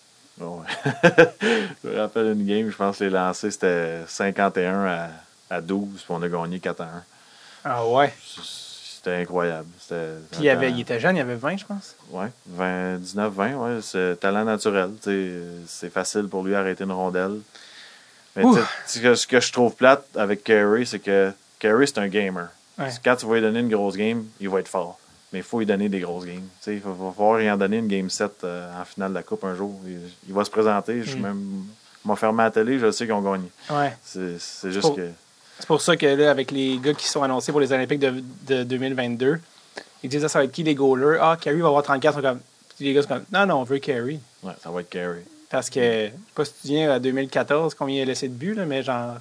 Ouais. Je me rappelle une game, je pense que les lancers, c'était 51 à 12, puis on a gagné 4-1. Ah ouais? C'était incroyable. Puis il était jeune, il avait 20, je pense. Oui, 19-20, ouais. C'est talent naturel. C'est facile pour lui d'arrêter une rondelle. Mais ce que je trouve plate avec Carey, c'est que Carey, c'est un gamer. Ouais. Quand tu vas lui donner une grosse game, il va être fort. Mais il faut lui donner des grosses games. Il va falloir lui en donner une game 7 en finale de la Coupe un jour. Il va se présenter. Je m'a fermé à la télé, je sais qu'ils ont gagné. Ouais. C'est juste que... C'est pour ça que là, avec les gars qui sont annoncés pour les Olympiques de 2022, ils disent ça va être qui les goalers? Ah, Carey va avoir 34. Comme... Puis les gars sont comme non, on veut Carey. Ouais, ça va être Carey. Parce que, je sais pas si tu te souviens, à 2014, combien il a laissé de buts, là, mais genre,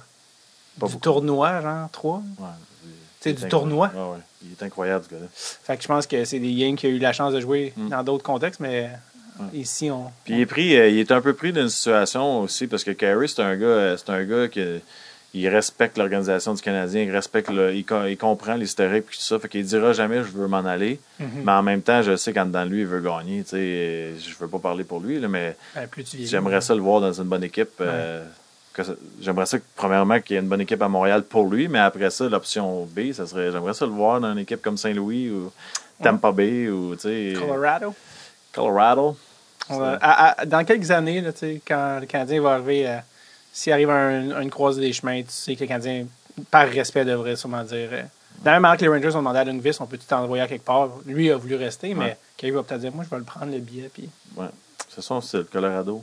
tournoi, genre, 3. Ouais. C'est du tournoi. Ouais. Il est incroyable, ce gars-là. Fait que je pense que c'est des games qu'il a eu la chance de jouer dans d'autres contextes, mais ici, on... Puis il est un peu pris d'une situation aussi, parce que Carey, c'est un gars qui... Il respecte l'organisation du Canadien, il comprend l'historique et tout ça, fait qu'il dira jamais je veux m'en aller, mais en même temps, je sais qu'en dedans de lui, il veut gagner, tu sais, je veux pas parler pour lui, là, mais j'aimerais ça le voir dans une bonne équipe. J'aimerais ça, premièrement, qu'il y ait une bonne équipe à Montréal pour lui, mais après ça, l'option B, ça serait, j'aimerais ça le voir dans une équipe comme Saint-Louis ou Tampa Bay ou, tu sais... Colorado. Dans quelques années, là, tu sais, quand le Canadien va arriver... S'il arrive à une croisée des chemins, tu sais que le Canadien, par respect, devrait sûrement dire... Dans la même manière que les Rangers ont demandé à Lundqvist, on peut tout envoyer à quelque part. Lui, il a voulu rester, mais Carey va peut-être dire, moi, je vais le prendre, le billet. Puis... Ouais, c'est son style, Colorado.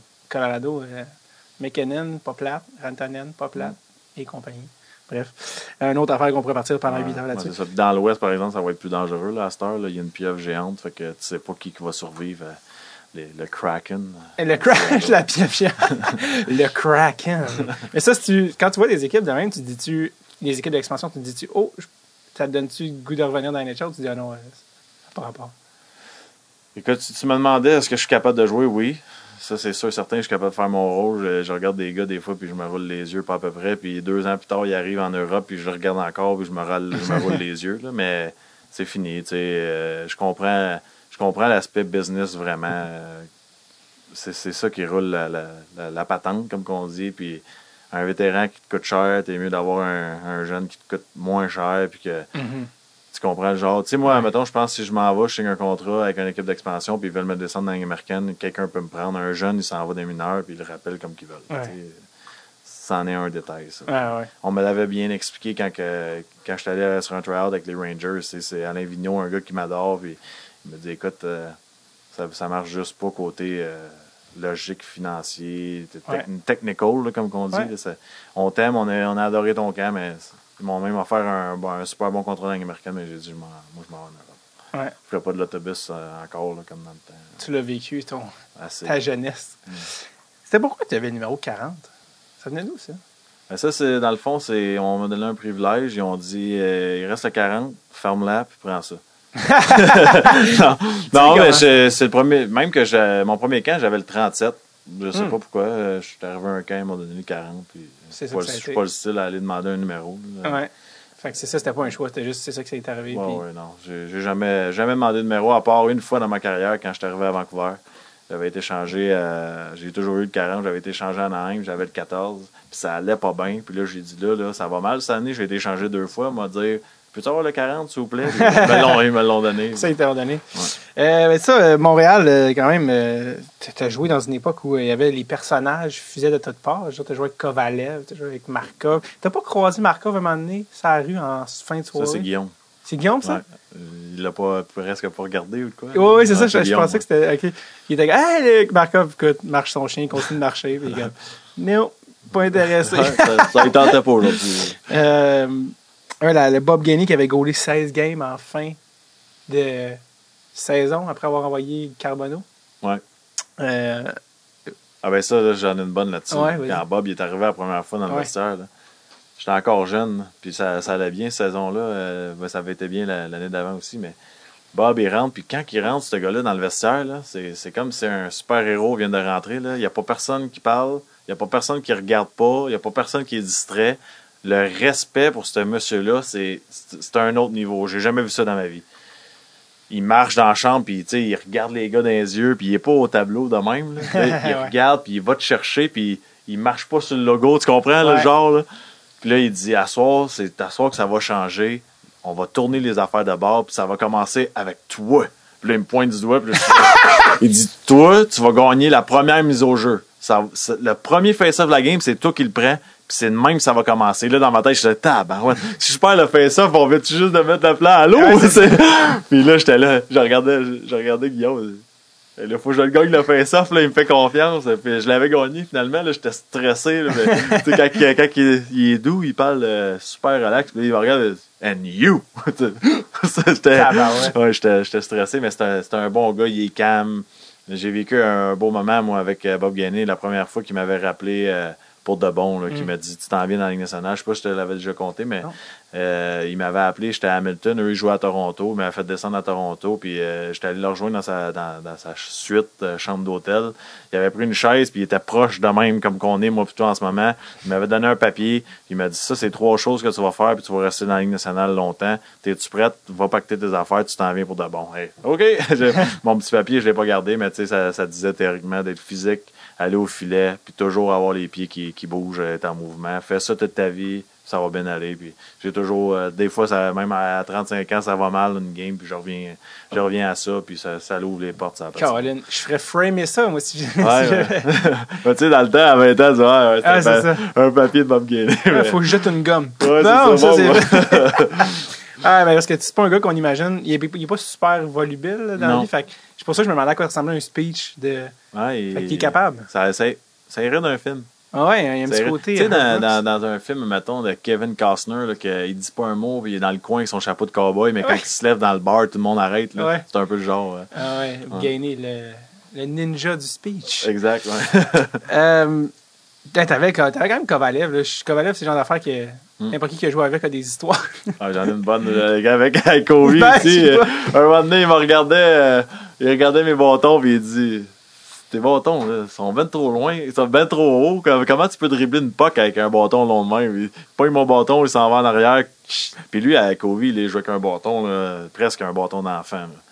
McKinnon, pas plate. Rantanen, pas plate. Et compagnie. Bref, une autre affaire qu'on pourrait partir pendant 8 heures là-dessus. Dans l'Ouest, par exemple, ça va être plus dangereux, là, à cette heure. Il y a une pieuvre géante, fait que tu sais pas qui va survivre... Le Kraken. La pieuvre géante. Le Kraken. Mais ça, quand tu vois des équipes de même, tu dis-tu, les équipes d'expansion, tu te dis-tu, oh, ça te donne-tu le goût de revenir dans les NHL? Tu dis, ah non, ça n'a pas rapport. Écoute, tu me demandais, est-ce que je suis capable de jouer? Oui. Ça, c'est sûr, certain, je suis capable de faire mon rôle. Je regarde des gars des fois, puis je me roule les yeux, pas à peu près. Puis 2 ans plus tard, ils arrivent en Europe, puis je le regarde encore, puis je me roule les yeux. Là. Mais c'est fini. Tu sais, je comprends l'aspect business vraiment. c'est ça qui roule la patente, comme qu'on dit. Puis un vétéran qui te coûte cher, t'es mieux d'avoir un jeune qui te coûte moins cher. Puis que tu comprends le genre. Tu sais, moi, mettons, je pense que si je m'en vais, je signe un contrat avec une équipe d'expansion, puis ils veulent me descendre dans la Ligue américaine, quelqu'un peut me prendre. Un jeune, il s'en va des mineurs, puis il le rappelle comme qu'ils veulent. Ouais. C'en est un détail, ça. Ah, ouais. On me l'avait bien expliqué quand j'étais allé sur un tryout avec les Rangers. C'est Alain Vigneault, un gars qui m'adore. Puis il me dit écoute, ça marche juste pas côté logique, financier, technical, là, comme on dit. Ouais. Là, on t'aime, on a adoré ton camp, mais ils m'ont même offert un super bon contrat dans la Ligue américaine, mais j'ai dit moi, je m'en vais en Europe. Ouais. Je ferai pas de l'autobus encore, là, comme dans le temps. Tu l'as vécu, Assez. ta jeunesse. C'était pourquoi tu avais le numéro 40? Ça venait d'où, ça? Ben ça, c'est dans le fond, on m'a donné un privilège. Ils ont dit il reste à 40, ferme-la, puis prends ça. non mais c'est le premier. Même que mon premier camp, j'avais le 37. Je sais pas pourquoi. Je suis arrivé à un camp, ils m'ont donné le 40. Puis C'est ça je que ça a suis été. pas le style à aller demander un numéro. Là. Ouais. Fait que c'est ça, c'était pas un choix, c'était juste c'est ça qui s'est arrivé. Ouais, puis... ouais, non. J'ai jamais demandé de numéro, à part une fois dans ma carrière quand j'étais arrivé à Vancouver. J'avais été changé, j'ai toujours eu le 40, j'avais été changé à Anaheim, j'avais le 14, puis ça allait pas bien. Puis là, j'ai dit là, ça va mal cette année, j'ai été changé 2 fois. M'a dit peux-tu avoir le 40, s'il vous plaît? Puis, ils me l'ont donné. Ça, ils t'ont donné. Ouais. Mais ça, Montréal, quand même, tu as joué dans une époque où il y avait les personnages fusaient de toutes parts. Tu as joué avec Kovalev, tu as joué avec Markov. Tu pas croisé Markov à un moment donné, sur la rue, en fin de soirée? Ça, c'est Guillaume. C'est Guillaume, ça? Ouais. Il l'a presque pas regardé ou quoi? Oui, c'est ça, je Guillaume, pensais que c'était. OK. Il était comme, hey, Markov, écoute, marche son chien, continue de marcher. Puis il est comme, non, pas intéressé. ça il tentait pas aujourd'hui. Le Bob Gainey qui avait gaulé 16 games en fin de saison après avoir envoyé Carbonneau. Ouais. Euh, Ah ben ça, là, j'en ai une bonne là-dessus. Ouais, vas-y. Quand Bob il est arrivé la première fois dans le Ouais. vestiaire, là, j'étais encore jeune, puis ça allait bien cette saison-là. Ça avait été bien l'année d'avant aussi, mais Bob, il rentre, puis quand il rentre, ce gars-là, dans le vestiaire, là, c'est comme si un super-héros vient de rentrer. Là. Il n'y a pas personne qui parle, il n'y a pas personne qui regarde pas, il n'y a pas personne qui est distrait. Le respect pour ce monsieur-là, c'est un autre niveau. J'ai jamais vu ça dans ma vie. Il marche dans la chambre, puis il regarde les gars dans les yeux, puis il est pas au tableau de même. Là. Il regarde, puis il va te chercher, puis il marche pas sur le logo, tu comprends, le genre? Là? Puis là, il dit, à soir, c'est à soir que ça va changer. On va tourner les affaires de bord, puis ça va commencer avec toi. Puis là, il me pointe du doigt, puis là, il dit, toi, tu vas gagner la première mise au jeu. Le premier face-off de la game, c'est toi qui le prends. Puis c'est de même que ça va commencer. Là, dans ma tête, je disais, tabarouette, si je perds le face-off, on va-tu juste de mettre le plan à l'eau? Puis là, j'étais là, je regardais Guillaume. Et là, faut que je le gagne le face-off, là, il me fait confiance. Puis je l'avais gagné finalement, là, j'étais stressé. Là, mais, quand il est doux, il parle super relax. Puis il me regarde, and you! J'étais stressé, mais c'était un bon gars, il est calme. J'ai vécu un beau moment, moi, avec Bob Gainey, la première fois qu'il m'avait rappelé pour de bon, là, qui m'a dit tu t'en viens dans la Ligue nationale. Je sais pas si je te l'avais déjà compté, mais il m'avait appelé, j'étais à Hamilton, eux ils jouaient à Toronto, il m'avait fait descendre à Toronto, puis j'étais allé le rejoindre dans sa suite chambre d'hôtel. Il avait pris une chaise, puis il était proche de même comme qu'on est moi plutôt en ce moment. Il m'avait donné un papier, puis il m'a dit ça c'est 3 choses que tu vas faire, puis tu vas rester dans la Ligue nationale longtemps. T'es-tu prête? Va pacter tes affaires, tu t'en viens pour de bon. Hey, OK! Mon petit papier, je l'ai pas gardé, mais tu sais, ça disait théoriquement d'être physique, aller au filet, puis toujours avoir les pieds qui bougent, être en mouvement. Fais ça toute ta vie, ça va bien aller. Puis j'ai toujours, des fois, même à 35 ans, ça va mal une game, puis je reviens à ça, puis ça l'ouvre les portes. Ça Caroline, je ferais framer ça, moi, si je... Ouais. Tu sais, dans le temps, à 20 ans, tu sais, un papier de Bob Gainey. Il faut que je jette une gomme. Ouais, non, ça, c'est vrai. Ah, mais parce que c'est pas un gars qu'on imagine. Il est pas super volubile là, dans la vie. Fait que c'est pour ça que je me demandais à quoi ressemblait un speech de. Ouais, fait qu'il est capable. Ça irait d'un film. Ah ouais, il y a un petit côté. Tu sais, dans un film, mettons, de Kevin Costner, là, qu'il dit pas un mot, puis il est dans le coin avec son chapeau de cowboy, mais quand il se lève dans le bar, tout le monde arrête. Là. Ouais. C'est un peu le genre. Ah ouais, Gainey, le ninja du speech. Exact, ouais. T'avais quand même Kovalev. Là. Kovalev, c'est le genre d'affaire que n'importe qui a joué avec a des histoires. J'en ai une bonne avec Kobe Ben, aussi. Un moment donné, il regardait mes bâtons et il dit tes bâtons, là, sont bien trop loin, ils sont bien trop hauts. Comment tu peux dribbler une puck avec un bâton long de même? Il pogne mon bâton, il s'en va en arrière. Puis lui, à Kobe, il jouait avec un bâton, là, presque un bâton d'enfant. Là.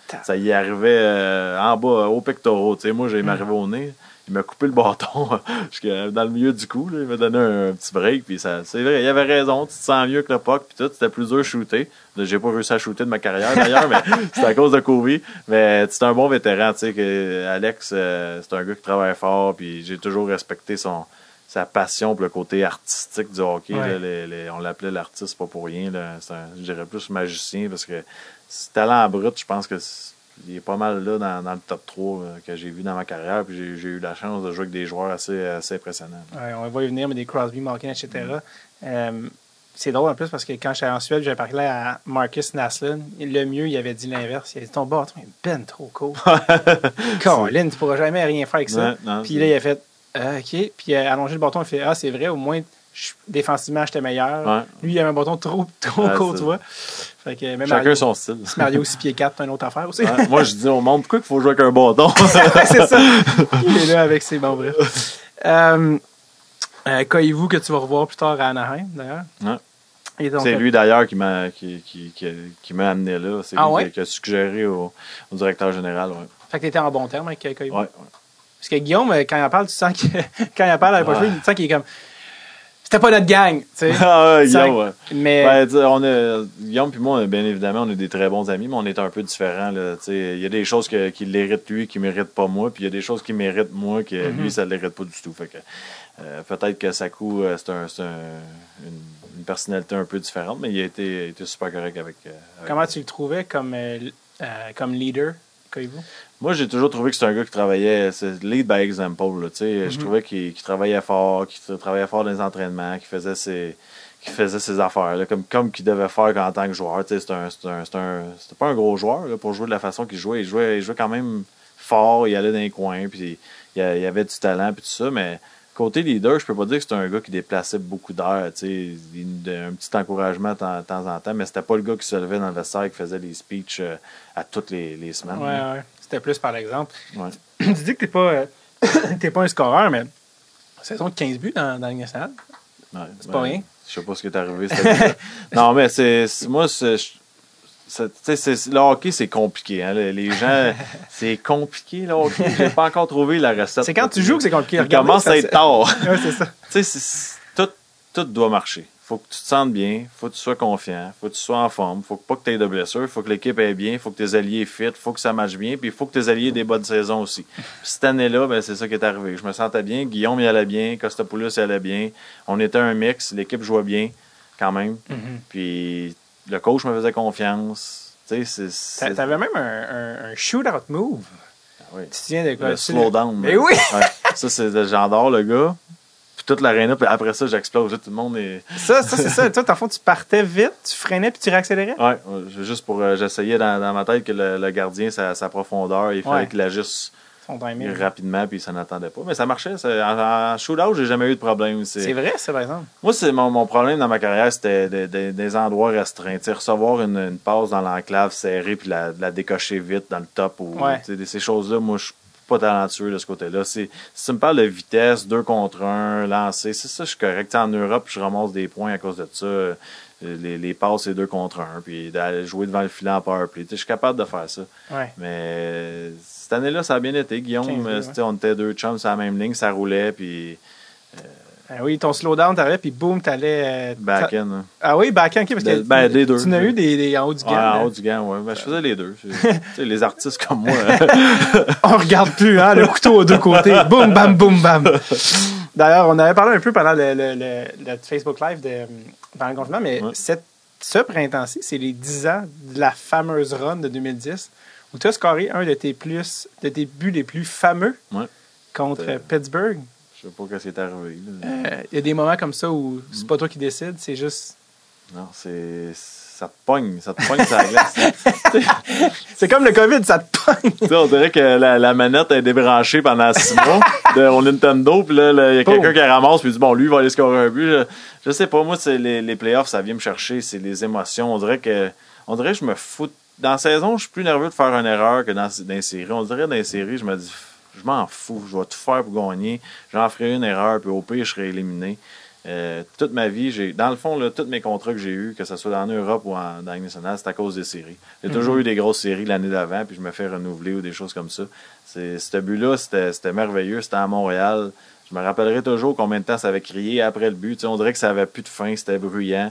ça y arrivait en bas, au pectoral. Moi, il m'arrivait au nez. Il m'a coupé le bâton dans le milieu du cou. Là, il m'a donné un petit break. Puis c'est vrai, il avait raison. Tu te sens mieux que le puck. Puis tout, c'était plus dur de shooter. J'ai pas réussi à shooter de ma carrière d'ailleurs, mais c'est à cause de Kobe. Mais c'est un bon vétéran. Alex, c'est un gars qui travaille fort. Puis j'ai toujours respecté sa passion pour le côté artistique du hockey. Ouais. Là, on l'appelait l'artiste pas pour rien. Là. Je dirais plus magicien parce que ce talent brut, je pense que il est pas mal là dans le top 3 que j'ai vu dans ma carrière. Puis j'ai eu la chance de jouer avec des joueurs assez impressionnants. Ouais, on va y venir, mais des Crosby, Malkin, etc. C'est drôle en plus parce que quand j'étais en Suède, j'avais parlé à Marcus Naslund. Le mieux, il avait dit l'inverse. Il a dit ton bâton est ben trop court. Colin, tu pourras jamais rien faire avec ça. Non, puis là, il a fait OK. Puis il a allongé le bâton. Il a fait c'est vrai, au moins défensivement, j'étais meilleur. Ouais. Lui, il avait un bâton trop court, tu vois. Fait que même Chacun Mario, son style. Mario 6 pieds 4, c'est une autre affaire aussi. Ouais, moi, je dis au monde, pourquoi il faut jouer avec un bâton? C'est ça. Il est là avec ses bons bref. Koivu que tu vas revoir plus tard à Anaheim, d'ailleurs. Ouais. Et donc, C'est lui d'ailleurs qui m'a amené là. C'est lui qui a suggéré au directeur général. Ouais. Fait que tu étais en bon terme avec Koivu. Ouais. Parce que Guillaume, quand il en parle, tu sens que quand il en parle à la prochaine, tu sens qu'il est comme c'était pas notre gang, tu sais. Ah ouais, Guillaume, ouais. Mais Guillaume et moi, bien évidemment, on est des très bons amis, mais on est un peu différents. Il y a des choses qu'il mérite lui, qui ne méritent pas moi, puis il y a des choses qu'il mérite moi, que lui, ça ne le mérite pas du tout. Fait que peut-être que Sakou, c'est une personnalité un peu différente, mais il a été super correct avec comment tu le trouvais comme leader, Koivu? Moi, j'ai toujours trouvé que c'est un gars qui travaillait, c'est lead by example. Là, Je trouvais qu'il travaillait fort, qu'il travaillait fort dans les entraînements, qu'il faisait ses affaires, là, comme qu'il devait faire en tant que joueur. C'était pas un gros joueur là, pour jouer de la façon qu'il jouait. Il jouait quand même fort, il allait dans les coins, puis il avait du talent, puis tout ça, mais côté leader, je peux pas dire que c'était un gars qui déplaçait beaucoup d'air, un petit encouragement de temps en temps, mais c'était pas le gars qui se levait dans le vestiaire et qui faisait des speeches à toutes les semaines. Ouais. C'était plus par l'exemple. Ouais. Tu dis que t'es pas un scoreur, mais saison de 15 buts dans la Ligue nationale. Ouais, c'est pas rien. Je sais pas ce qui est arrivé. Non, mais le hockey, c'est compliqué. Hein? Les gens, c'est compliqué, le hockey. J'ai pas encore trouvé la recette. C'est quand tu joues que c'est compliqué. Il commence à être tard. Ouais, c'est ça. Tout doit marcher. Faut que tu te sentes bien, faut que tu sois confiant, faut que tu sois en forme, faut pas que tu aies de blessures, faut que l'équipe aille bien, faut que tes alliés fit, faut que ça marche bien, puis il faut que tes alliés aient des bonnes saisons aussi. Puis cette année-là, c'est ça qui est arrivé. Je me sentais bien, Guillaume il allait bien, Kostopoulos il allait bien, on était un mix, l'équipe jouait bien quand même, puis le coach me faisait confiance. T'avais même un shootout move. Oui. Tu te souviens de quoi? Le slow down. Mais oui! Ouais. Ça, j'adore le gars. Toute l'aréna, puis après ça, j'explose. Tout le monde est. Ça, c'est ça. Toi, dans le fond, tu partais vite, tu freinais puis tu réaccélérais? Ouais, juste pour. J'essayais dans ma tête que le gardien, sa profondeur, il fallait qu'il agisse rapidement, puis ça n'attendait pas. Mais ça marchait. En shootout, j'ai jamais eu de problème. C'est vrai, ça, par exemple? Moi, c'est mon problème dans ma carrière, c'était des endroits restreints. T'sais, recevoir une passe dans l'enclave serrée, puis la décocher vite dans le top. Ou, ces choses-là, moi, je suis pas talentueux de ce côté-là. Si tu me parles de vitesse, 2 contre 1, lancer, c'est ça, je suis correct. En Europe, je ramasse des points à cause de ça. Les passes, c'est 2 contre 1. Puis d'aller jouer devant le filet en powerplay. Je suis capable de faire ça. Ouais. Mais cette année-là, ça a bien été. Guillaume, on était 2 chums sur la même ligne, ça roulait. Puis. Oui, ton slowdown, t'arrivais, puis boum, t'allais. Back-end. Hein. Ah oui, back-end, ok. Parce que des deux. Tu n'as eu des en haut du gant. En haut du gant, oui. Je faisais les deux. Les artistes comme moi. On regarde plus, hein, le couteau aux deux côtés. Boum, bam, boum, bam. D'ailleurs, on avait parlé un peu pendant le Facebook Live pendant le confinement, mais ce printemps-ci, c'est les 10 ans de la fameuse run de 2010, où tu as scoré un de tes buts les plus fameux contre Pittsburgh. Je sais pas ce qui est arrivé. Il y a des moments comme ça où c'est pas toi qui décides, c'est juste. Non, ça te pogne ça glace. C'est comme le COVID, ça te pogne. On dirait que la manette est débranchée pendant 6 mois au Nintendo, puis là, il y a quelqu'un qui ramasse, puis il dit bon, lui, il va aller scorer un but. Je sais pas, moi, c'est les playoffs, ça vient me chercher, c'est les émotions. On dirait que je me fous. Dans la saison, je suis plus nerveux de faire une erreur que dans les séries. On dirait dans les séries, je me dis. Je m'en fous, je vais tout faire pour gagner. J'en ferai une erreur, puis au pire, je serai éliminé. Toute ma vie, dans le fond, là, tous mes contrats que j'ai eus, que ce soit en Europe ou dans la Ligue nationale, c'est à cause des séries. J'ai toujours eu des grosses séries l'année d'avant, puis je me fais renouveler ou des choses comme ça. Ce but-là, c'était merveilleux. C'était à Montréal. Je me rappellerai toujours combien de temps ça avait crié après le but. T'sais, on dirait que ça avait plus de fin, c'était bruyant.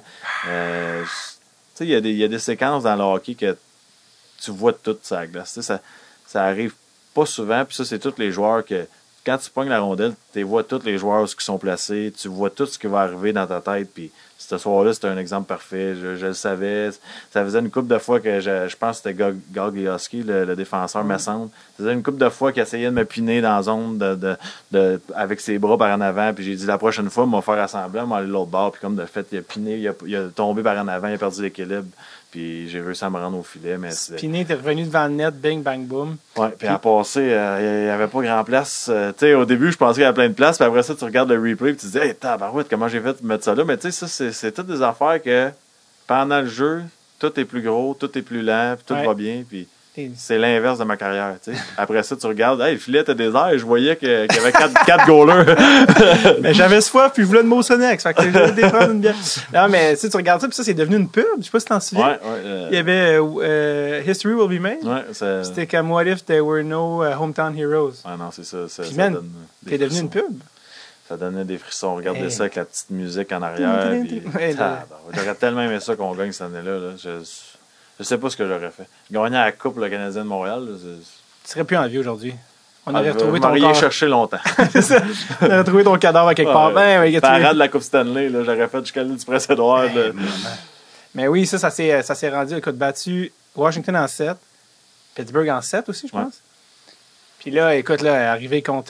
Il y a des séquences dans le hockey que tu vois toute sa glace. Ça arrive pas souvent, puis ça, c'est tous les joueurs que, quand tu pognes la rondelle, tu vois tous les joueurs qui sont placés, tu vois tout ce qui va arriver dans ta tête, puis ce soir-là, c'était un exemple parfait. Je le savais. Ça faisait une couple de fois que je pense que c'était Gaglioski, le défenseur, me semble. Ça faisait une couple de fois qu'il essayait de me piner dans la zone avec ses bras par en avant. Puis j'ai dit la prochaine fois, il m'a faire assembler, il m'a aller de l'autre bord. Puis comme de fait, il a piné, il a tombé par en avant, il a perdu l'équilibre. Puis j'ai réussi à me rendre au filet. Mais Piné, t'es revenu devant le net, bing, bang, boom. Ouais, puis à passer, il n'y avait pas grand place. Tu sais, au début, je pensais qu'il y avait plein de place, puis après ça, tu regardes le replay, puis tu te dis, hey, tabarouette, comment j'ai fait de mettre ça là? Mais tu sais, ça, c'est toutes des affaires que pendant le jeu, tout est plus gros, tout est plus lent, puis tout va bien, puis c'est l'inverse de ma carrière. Tu sais. Après ça, tu regardes, hey, le filet était désert, et je voyais qu'il y avait 4 goalers. Mais j'avais soif, puis je voulais de Mosonex, fait que je voulais défendre une bière. Non, mais tu regardes ça, puis ça, c'est devenu une pub. Je sais pas si t'en souviens. Ouais, il y avait History Will Be Made. Ouais, c'était comme What If There Were No Hometown Heroes. Ah non, c'est ça. Puis man, t'es devenu une pub. Ça donnait des frissons. Regardez ça avec la petite musique en arrière. J'aurais tellement aimé ça qu'on gagne cette année-là. Là. Je sais pas ce que j'aurais fait. Gagner la Coupe, le Canadien de Montréal. Tu serais plus en vie aujourd'hui. On aurait retrouvé ton corps. Cherché longtemps. On aurait retrouvé ton cadavre à quelque part. Parade de la Coupe Stanley, là, j'aurais fait jusqu'à l'île du Prince-Édouard. Mais oui, ça s'est rendu. Écoute, battu Washington en 7. Pittsburgh en 7 aussi, je pense. Puis là, écoute, arrivé contre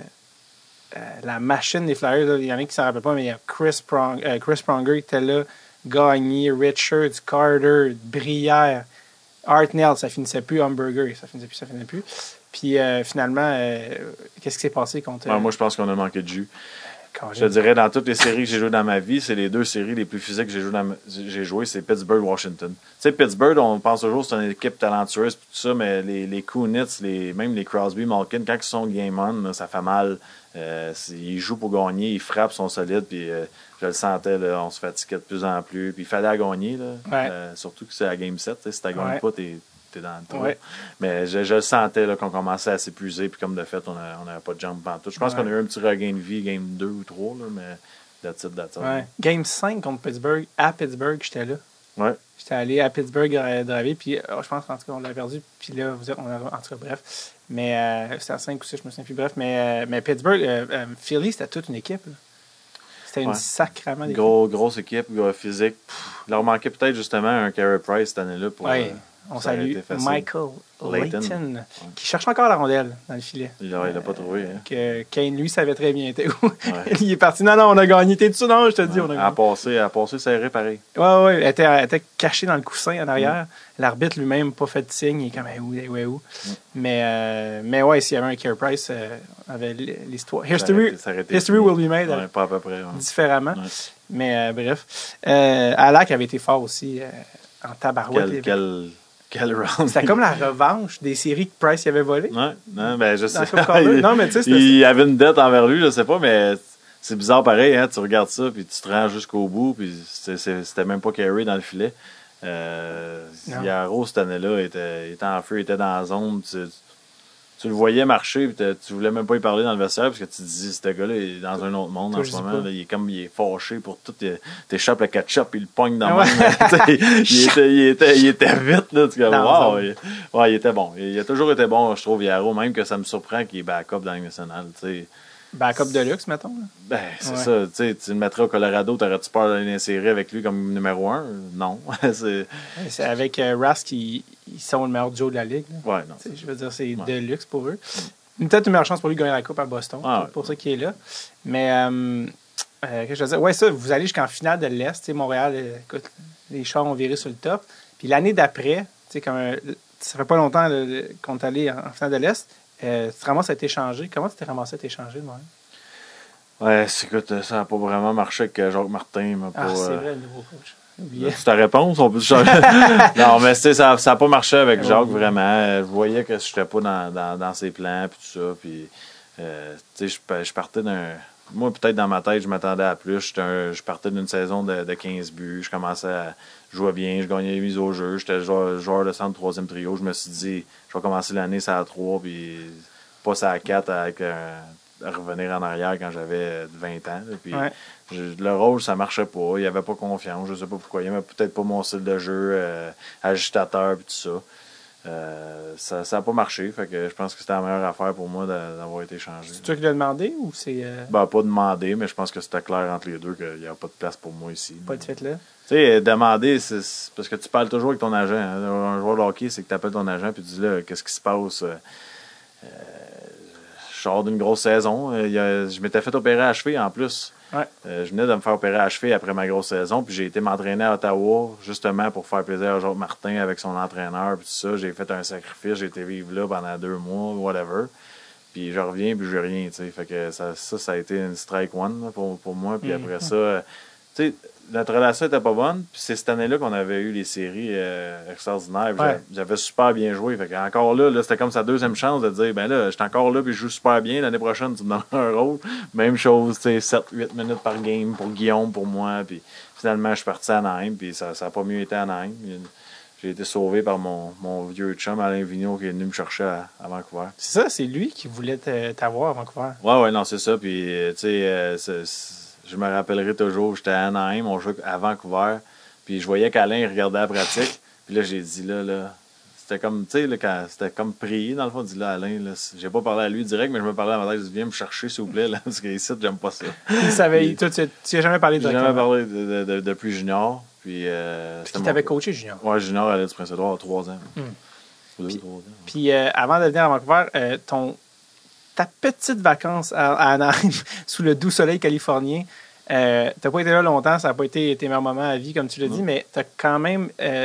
la machine des Flyers, là, il y en a qui ne s'en rappellent pas, mais il y a Chris Pronger qui était là. Gagné, Richards, Carter, Brière, Hartnell, ça finissait plus, Hamburger, ça finissait plus. Puis finalement, qu'est-ce qui s'est passé contre... Moi, je pense qu'on a manqué de jus. Je te dirais, dans toutes les séries que j'ai jouées dans ma vie, c'est les 2 séries les plus physiques que j'ai jouées, c'est Pittsburgh-Washington. Tu sais, Pittsburgh, on pense toujours que c'est une équipe talentueuse, tout ça, mais les Kunitz, même les Crosby-Malkin, quand ils sont game on, là, ça fait mal. Ils jouent pour gagner, ils frappent, sont solides, puis je le sentais, là, on se fatiguait de plus en plus. Puis il fallait gagner, là. Surtout que c'est à Game 7. Si tu ne gagnes pas, t'es dans le trou. Mais je le sentais là, qu'on commençait à s'épuiser. Puis comme de fait, on n'avait pas de jambes pantoute. Je pense qu'on a eu un petit regain de vie, Game 2 ou 3, là, mais that's it. Game 5 contre Pittsburgh, à Pittsburgh, j'étais là. Ouais. J'étais allé à Pittsburgh driver, puis je pense qu'en tout cas, on l'a perdu. Puis là, en tout cas, bref. Mais c'était à 5 ou 6, je me souviens plus. Bref, mais Pittsburgh, Philly, c'était toute une équipe. Là. C'était une sacrament d'équipe. Grosse équipe, physique. Il leur manquait peut-être justement un Carey Price cette année-là. On salue Michael Layton, qui cherche encore la rondelle dans le filet. Il l'a pas trouvé. Hein. Que Kane, lui, savait très bien était où. Il est parti. Non, on a gagné. T'es dessus? Non, je te dis, on a gagné. À passer serré pareil. Oui. Elle était cachée dans le coussin en arrière. L'arbitre lui-même pas fait de signe. Il est comme, où? Mais ouais, s'il y avait un Carey Price, avait l'histoire. History will be made. Pas à peu près. Différemment. Mais bref. Alak avait été fort aussi en tabarouette. Quel round. C'était comme la revanche des séries que Price y avait volées. Non, ben je sais. Non, mais tu sais, il avait une dette envers lui, je sais pas, mais c'est bizarre pareil, hein. Tu regardes ça, puis tu te rends jusqu'au bout, puis c'était même pas Carey dans le filet. Yaro, cette année-là, était en feu, il était dans la zone. Tu le voyais marcher, puis tu voulais même pas y parler dans le vestiaire, parce que tu te dis, ce gars-là est dans un autre monde en ce moment. Là, il est fâché pour tout. T'échappes le ketchup, il le pogne dans le même. Il était vite, là. Il était bon. Il a toujours été bon, je trouve, Yaro, même que ça me surprend qu'il est backup dans la nationale. Backup de luxe, mettons. Là. Ben, c'est ça. Tu le mettrais au Colorado, t'aurais-tu peur d'aller l'insérer avec lui comme numéro 1? Non. C'est avec Rask, ils sont le meilleur duo de la Ligue. Là. Ouais, non. Je veux dire, c'est de luxe pour eux. Peut-être une meilleure chance pour lui de gagner la Coupe à Boston. Pour ça qu'il est là. Mais, qu'est-ce que je veux dire? Ouais, ça, vous allez jusqu'en finale de l'Est. Montréal, écoute, les chars ont viré sur le top. Puis l'année d'après, ça fait pas longtemps qu'on est allé en finale de l'Est. Tu te ramasses à être échangé. Comment tu t'es ramassé à être échangé de moi? Ouais, écoute, ça n'a pas vraiment marché avec Jacques Martin. C'est vrai, le nouveau coach. C'est ta réponse? On peut changer. Non, mais ça n'a pas marché avec Jacques, vraiment. Je voyais que je n'étais pas dans ses plans, puis tout ça. Puis, je partais moi, peut-être dans ma tête, je m'attendais à plus. Je partais d'une saison de 15 buts. Je commençais à jouer bien. Je gagnais les mises au jeu. J'étais joueur de centre, troisième trio. Je me suis dit, je vais commencer l'année, ça à 3, puis pas ça à 4 avec à revenir en arrière quand j'avais 20 ans. Là. Puis le rôle, ça marchait pas. Il n'y avait pas confiance. Je sais pas pourquoi. Il n'y avait peut-être pas mon style de jeu, agitateur, puis tout ça. Ça n'a pas marché. Fait que je pense que c'était la meilleure affaire pour moi d'avoir été changé. C'est toi qui l'as demandé ou c'est. Ben, pas demandé, mais je pense que c'était clair entre les deux qu'il n'y a pas de place pour moi ici. Pas de fait là. Tu sais, demander, c'est parce que tu parles toujours avec ton agent. Hein. Un joueur de hockey, c'est que tu appelles ton agent et tu dis là, qu'est-ce qui se passe? Je sors d'une grosse saison. Je m'étais fait opérer à cheville en plus. Ouais. Je venais de me faire opérer à cheville après ma grosse saison, puis j'ai été m'entraîner à Ottawa, justement pour faire plaisir à Jacques Martin avec son entraîneur, puis tout ça. J'ai fait un sacrifice, j'ai été vivre là pendant 2 mois, whatever. Puis je reviens, puis j'ai rien, tu sais. Fait que ça a été une strike one là, pour moi. Puis après ça, tu sais, notre relation était pas bonne. Puis c'est cette année-là qu'on avait eu les séries extraordinaires. J'avais super bien joué. Fait que encore là, c'était comme sa deuxième chance de dire, ben là, j'étais encore là, puis je joue super bien. L'année prochaine, tu me donnes un rôle. Même chose, tu sais, 7-8 minutes par game pour Guillaume, pour moi. Puis finalement, je suis parti à Anaheim, puis ça n'a pas mieux été à Anaheim. J'ai été sauvé par mon vieux chum, Alain Vigneault, qui est venu me chercher à Vancouver. C'est ça, c'est lui qui voulait t'avoir à Vancouver. Ouais, non, c'est ça. Puis, tu sais, je me rappellerai toujours, j'étais à Anaheim, on jouait à Vancouver, puis je voyais qu'Alain il regardait la pratique. Puis là, j'ai dit, là, c'était comme, tu sais, quand c'était comme prié, dans le fond, dit là, Alain, là, j'ai pas parlé à lui direct, mais je me parlais à ma tête, je dis, viens me chercher, s'il vous plaît, là, parce qu'ici, j'aime pas ça. Il savait, toi, tu n'as jamais parlé de J'ai jamais parlé depuis junior. Puis, qui t'avait coaché, Junior? Ouais, Junior allait du Prince-Édouard à 3 ans. 3 ans. Puis, avant de venir à Vancouver, ta petite vacance à Anaheim, sous le doux soleil californien, t'as pas été là longtemps, ça n'a pas été tes meilleurs moments à vie, comme tu l'as dit, mais t'as quand même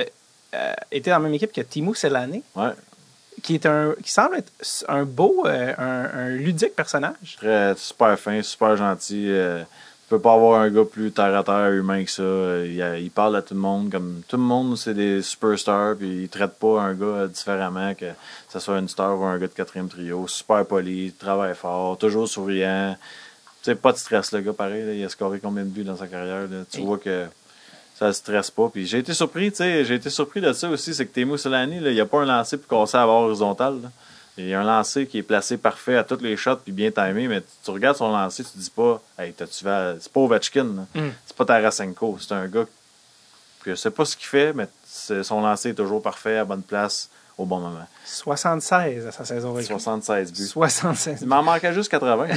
été dans la même équipe que Teemu Selanne. Ouais. Qui semble être un beau, un ludique personnage. Super fin, super gentil. Tu peux pas avoir un gars plus terre-à-terre, humain que ça. Il parle à tout le monde. Comme tout le monde, c'est des superstars. Puis il traite pas un gars différemment, que ce soit une star ou un gars de 4e trio. Super poli, travaille fort, toujours souriant. Tu sais, pas de stress, le gars, pareil. Là, il a scoré combien de buts dans sa carrière. Là. Tu vois que ça ne stresse pas. Puis j'ai été surpris, tu sais. J'ai été surpris de ça aussi. C'est que Teemu Selanne, il n'y a pas un lancer pour casser à la barre horizontale. Là. Il y a un lancer qui est placé parfait à tous les shots puis bien timé, mais tu regardes son lancer, tu te dis pas, hey, c'est pas Ovechkin, c'est pas Tarasenko, c'est un gars que je sais pas ce qu'il fait, mais son lancer est toujours parfait, à bonne place, au bon moment. 76 à sa saison régulière. 76 buts. 76. Il m'en manquait juste 80.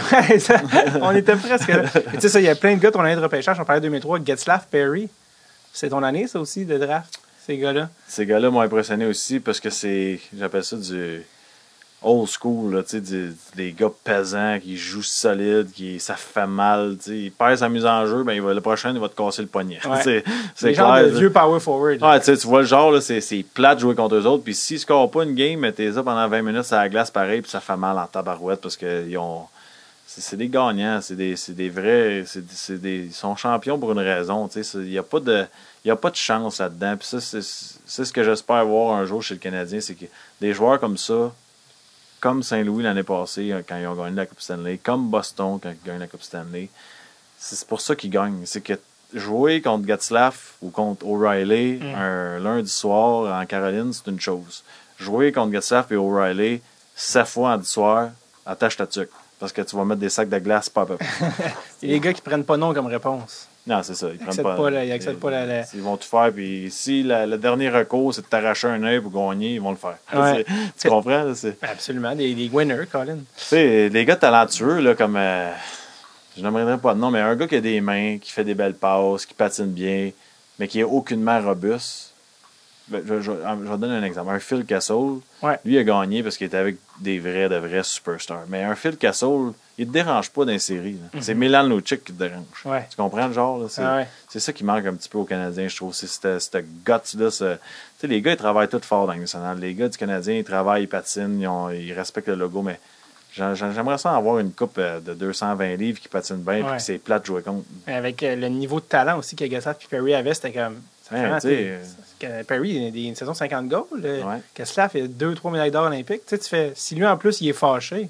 On était presque là. Tu sais, ça, il y a plein de gars, ton année de repêchage, on parlait de 2003, Getzlaf, Perry. C'est ton année, ça aussi, de draft, ces gars-là? Ces gars-là m'ont impressionné aussi parce que j'appelle ça du old school, là, des gars pesants qui jouent solide, ça fait mal. Il perd sa mise en jeu, ben, le prochain, il va te casser le poignet. Ouais. C'est clair. De vieux power forward. Ouais, tu vois le genre, là, c'est plate de jouer contre eux autres. Puis s'ils ne scorent pas une game, mais t'es là pendant 20 minutes sur la glace pareil, puis ça fait mal en tabarouette parce que c'est des gagnants, c'est des vrais, ils sont champions pour une raison. Il n'y a pas de chance là-dedans. Puis ça, c'est ce que j'espère voir un jour chez le Canadien, c'est que des joueurs comme ça, comme Saint-Louis l'année passée quand ils ont gagné la Coupe Stanley, comme Boston quand ils gagnent la Coupe Stanley, c'est pour ça qu'ils gagnent. C'est que jouer contre Getzlaf ou contre O'Reilly un lundi soir en Caroline, c'est une chose. Jouer contre Getzlaf et O'Reilly 7 fois en 10 soirs, attache ta tuque. Parce que tu vas mettre des sacs de glace pas à peu près. Il y a des gars qui prennent pas non comme réponse. Non, c'est ça. Ils prennent pas. Ils acceptent pas la. Ils vont tout faire. Puis si le dernier recours, c'est de t'arracher un œil pour gagner, ils vont le faire. Ouais. Tu comprends? Là, Absolument. Des winners, Colin. Tu sais, les gars talentueux, là, comme. Je n'aimerais pas de nom, mais un gars qui a des mains, qui fait des belles passes, qui patine bien, mais qui est aucunement robuste. Ben, je vais donner un exemple. Un Phil Kessel, lui, il a gagné parce qu'il était avec de vrais superstars. Mais un Phil Kessel, il ne te dérange pas dans les séries. C'est Milan Lucic qui te dérange. Ouais. Tu comprends le genre? Là? C'est ça qui manque un petit peu aux Canadiens, je trouve. C'est ce guts-là. Tu sais, les gars, ils travaillent tout fort dans le national. Les gars du Canadien, ils travaillent, ils patinent, ils respectent le logo, mais j'aimerais ça avoir une coupe de 220 livres qui patine bien et que c'est plate de jouer contre. Avec le niveau de talent aussi que Getzlaf et Perry avaient, c'était comme... Perry, il a une saison 50 goals. Getzlaf, il a 2-3 médailles d'or olympiques. Tu fais, si lui, en plus, il est fâché,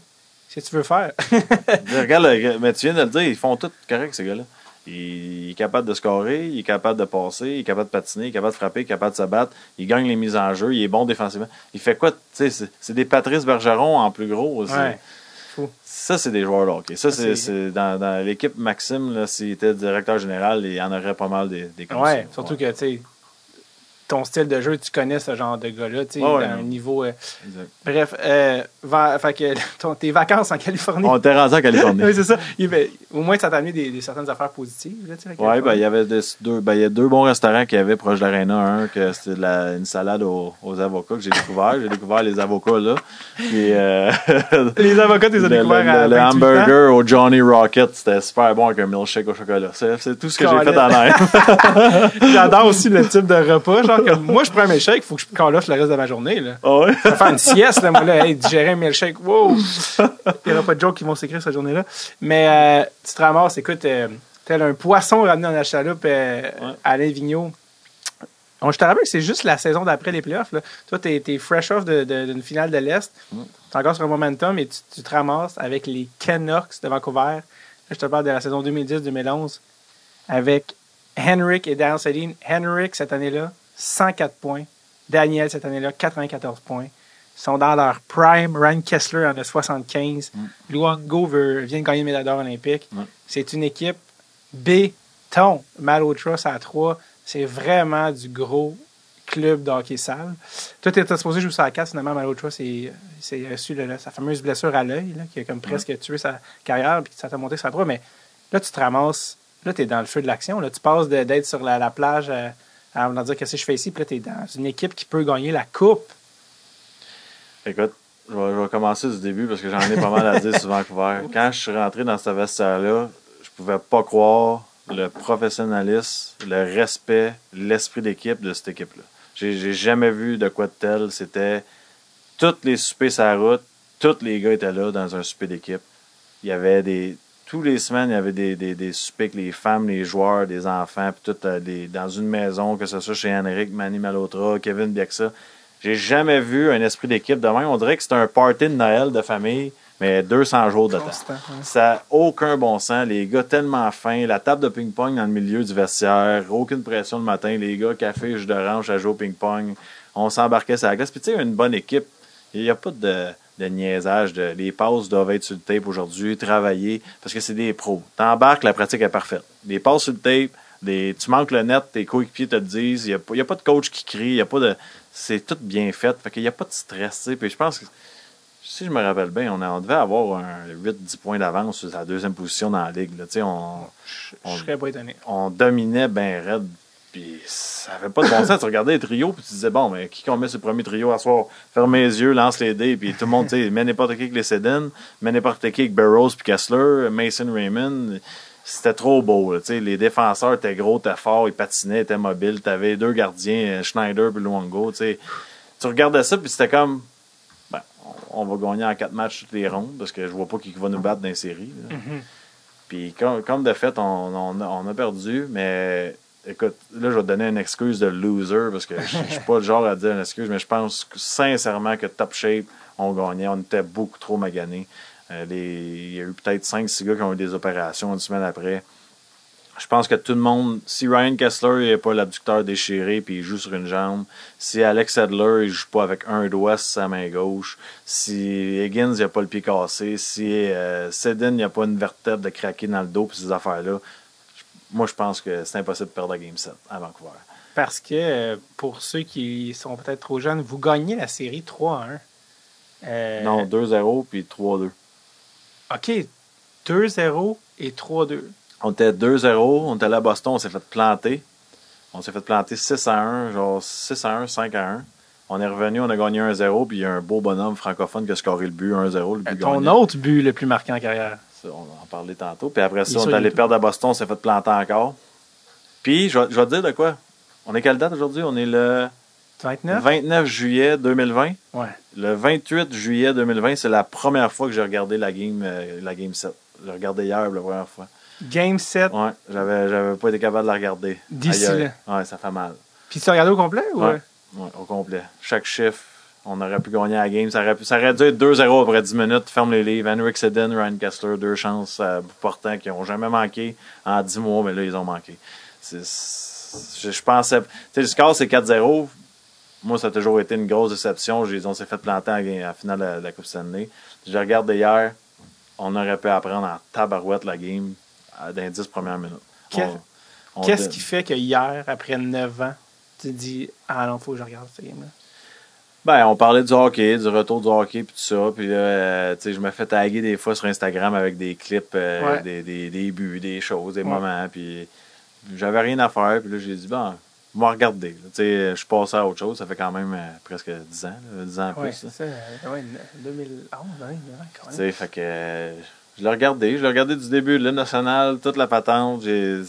Qu'est-ce que tu veux faire? Regarde, mais tu viens de le dire, ils font tout correct, ces gars-là. Il est capable de scorer, il est capable de passer, il est capable de patiner, il est capable de frapper, il est capable de se battre, il gagne les mises en jeu, il est bon défensivement. Il fait quoi? C'est des Patrice Bergeron en plus gros. Ouais. Fou. Ça, c'est des joueurs de hockey. Ça, c'est dans l'équipe Maxime, là, s'il était directeur général, il en aurait pas mal des comme ouais, ça. surtout que, tu sais, ton style de jeu, tu connais ce genre de gars-là, tu sais, Ouais, à un niveau... Exact. Bref, fait que tes vacances en Californie... On était rendu en Californie. Oui, c'est ça. Au moins, ça t'a amené des certaines affaires positives, là, tu sais. Oui, il y avait il y a deux bons restaurants qu'il y avait proche de l'Arena. Un, que c'était une salade aux avocats que j'ai découvert. J'ai découvert les avocats, là. Puis, les avocats, tu les as découverts à 28 le ans. hamburger au Johnny Rocket, c'était super bon avec un milkshake au chocolat. C'est tout ce que j'ai fait en l'air. J'adore aussi le type de repas. Genre, que moi, je prends un milkshake, il faut que je caloche le reste de ma journée, là. Ah ouais? Je vais faire une sieste, là, moi, là. Hey, digérer un milkshake, wow! Il n'y aura pas de jokes qui vont s'écrire cette journée-là. Mais tu te ramasses, écoute, tel un poisson ramené dans la chaloupe à Alain Vigneault. Je te rappelle que c'est juste la saison d'après les playoffs. Là. Toi, t'es fresh off d'une finale de l'Est. T'es encore sur un momentum et tu te ramasses avec les Canucks de Vancouver. Là, je te parle de la saison 2010-2011 avec Henrik et Daniel Sedin. Henrik, cette année-là, 104 points. Daniel, cette année-là, 94 points. Ils sont dans leur prime. Ryan Kessler en a 75. Luongo vient de gagner une médaille d'or olympique. C'est une équipe béton. Malhotra, à 3. C'est vraiment du gros club de hockey sale. Toi, tu étais supposé jouer sur la 4. Finalement, Malhotra s'est reçu sa fameuse blessure à l'œil là, qui a comme presque tué sa carrière puis ça t'a monté sur la 3. Mais là, tu te ramasses. Là, tu es dans le feu de l'action. Là. Tu passes d'être sur la plage à me dire qu'est-ce que je fais ici. Puis là, tu es dans une équipe qui peut gagner la coupe. Écoute, je vais commencer du début parce que j'en ai pas mal à dire sur Vancouver. Quand je suis rentré dans ce vestiaire-là, je pouvais pas croire le professionnalisme, le respect, l'esprit d'équipe de cette équipe-là. J'ai jamais vu de quoi de tel. C'était tous les soupers sur la route, tous les gars étaient là dans un souper d'équipe. Il y avait tous les semaines, il y avait des soupers avec les femmes, les joueurs, des enfants, puis tout dans une maison, que ce soit chez Henrik, Manny Malhotra, Kevin Bieksa. J'ai jamais vu un esprit d'équipe de même. On dirait que c'était un party de Noël de famille, mais 200 jours de temps. Ça n'a aucun bon sens. Les gars tellement fins. La table de ping-pong dans le milieu du vestiaire. Aucune pression le matin. Les gars, café, jus d'orange, à jouer au ping-pong. On s'embarquait sur la glace. Puis tu sais, une bonne équipe. Il n'y a pas de niaisage. Les passes doivent être sur le tape aujourd'hui, travailler, parce que c'est des pros. T'embarques, la pratique est parfaite. Les passes sur le tape, tu manques le net, tes coéquipiers te le disent. Il n'y a pas de coach qui crie. Il y a pas de... C'est tout bien fait. Fait qu'il n'y a pas de stress. T'sais. Puis je pense que, si je me rappelle bien, on devait avoir un 8-10 points d'avance sur la deuxième position dans la ligue. Là. Je serais pas étonné. On dominait bien raide. Puis ça n'avait pas de bon sens. Tu regardais les trios puis tu disais, bon, mais qui qu'on met sur le premier trio à soir? Ferme les yeux, lance les dés. Puis tout le monde, tu sais, met n'importe qui avec les Sedin, met n'importe qui avec Burroughs puis Kessler, Mason Raymond. C'était trop beau. Là, les défenseurs étaient gros, étaient forts, ils patinaient, étaient mobiles. Tu avais deux gardiens, Schneider et Luongo. Tu regardais ça, puis c'était comme, ben, on va gagner en 4 matchs toutes les rondes, parce que je vois pas qui va nous battre dans les séries. Puis comme de fait, on a perdu, mais écoute, là, je vais te donner une excuse de loser, parce que je suis pas le genre à dire une excuse, mais je pense sincèrement que Top Shape, on gagnait. On était beaucoup trop maganés. Il y a eu peut-être 5-6 gars qui ont eu des opérations une semaine après. Je pense que tout le monde, si Ryan Kessler n'est pas l'abducteur déchiré puis il joue sur une jambe, si Alex Edler il joue pas avec un doigt sur sa main gauche, si Higgins n'a pas le pied cassé, si Sedin n'a pas une vertèbre de craquer dans le dos puis ces affaires-là, moi je pense que c'est impossible de perdre la Game 7 à Vancouver. Parce que pour ceux qui sont peut-être trop jeunes, vous gagnez la série 3-1. Non, 2-0 puis 3-2. OK, 2-0 et 3-2. On était 2-0, on était allé à Boston, on s'est fait planter. On s'est fait planter 6-1, genre 6-1, 5-1. On est revenu, on a gagné 1-0, puis il y a un beau bonhomme francophone qui a scoré le but 1-0. Le but ton gagnant. Autre but le plus marquant en carrière. Ça, on en parlait tantôt. Puis après ça, on est allé perdre à Boston, on s'est fait planter encore. Puis, je vais te dire de quoi. On est quelle date aujourd'hui? On est le 29 juillet 2020. Ouais. Le 28 juillet 2020, c'est la première fois que j'ai regardé la game 7. J'ai regardé hier la première fois. Game 7? Ouais, j'avais pas été capable de la regarder. D'ici là? Ouais, ça fait mal. Puis tu l'as regardé au complet? Ou... Ouais, au complet. Chaque chiffre, On aurait pu gagner la game. Ça aurait dû être 2-0 après 10 minutes. Ferme les livres. Henrik Sedin, Ryan Kessler, 2 chances portants qui n'ont jamais manqué en 10 mois, mais là, ils ont manqué. Je pensais... Tu sais, le score, c'est 4-0. Moi, ça a toujours été une grosse déception. On s'est fait planter à la finale de la Coupe Stanley. Je regarde hier, on aurait pu apprendre en tabarouette la game dans les 10 premières minutes. Qu'est-ce qui fait que hier, après 9 ans, tu te dis « Ah non, il faut que je regarde cette game-là ». Ben, on parlait du hockey, du retour du hockey, puis tout ça. Puis là, tu sais, je me fais taguer des fois sur Instagram avec des clips, des buts, des choses, des moments. Puis j'avais rien à faire. Puis là, j'ai dit, bon, on va regarder. Tu sais, je suis passé à autre chose. Ça fait quand même presque 10 ans, 10 ans plus. C'est ça. 2011, quand même. Tu sais, fait que je l'ai regardé du début de l'hymne national, toute la patente.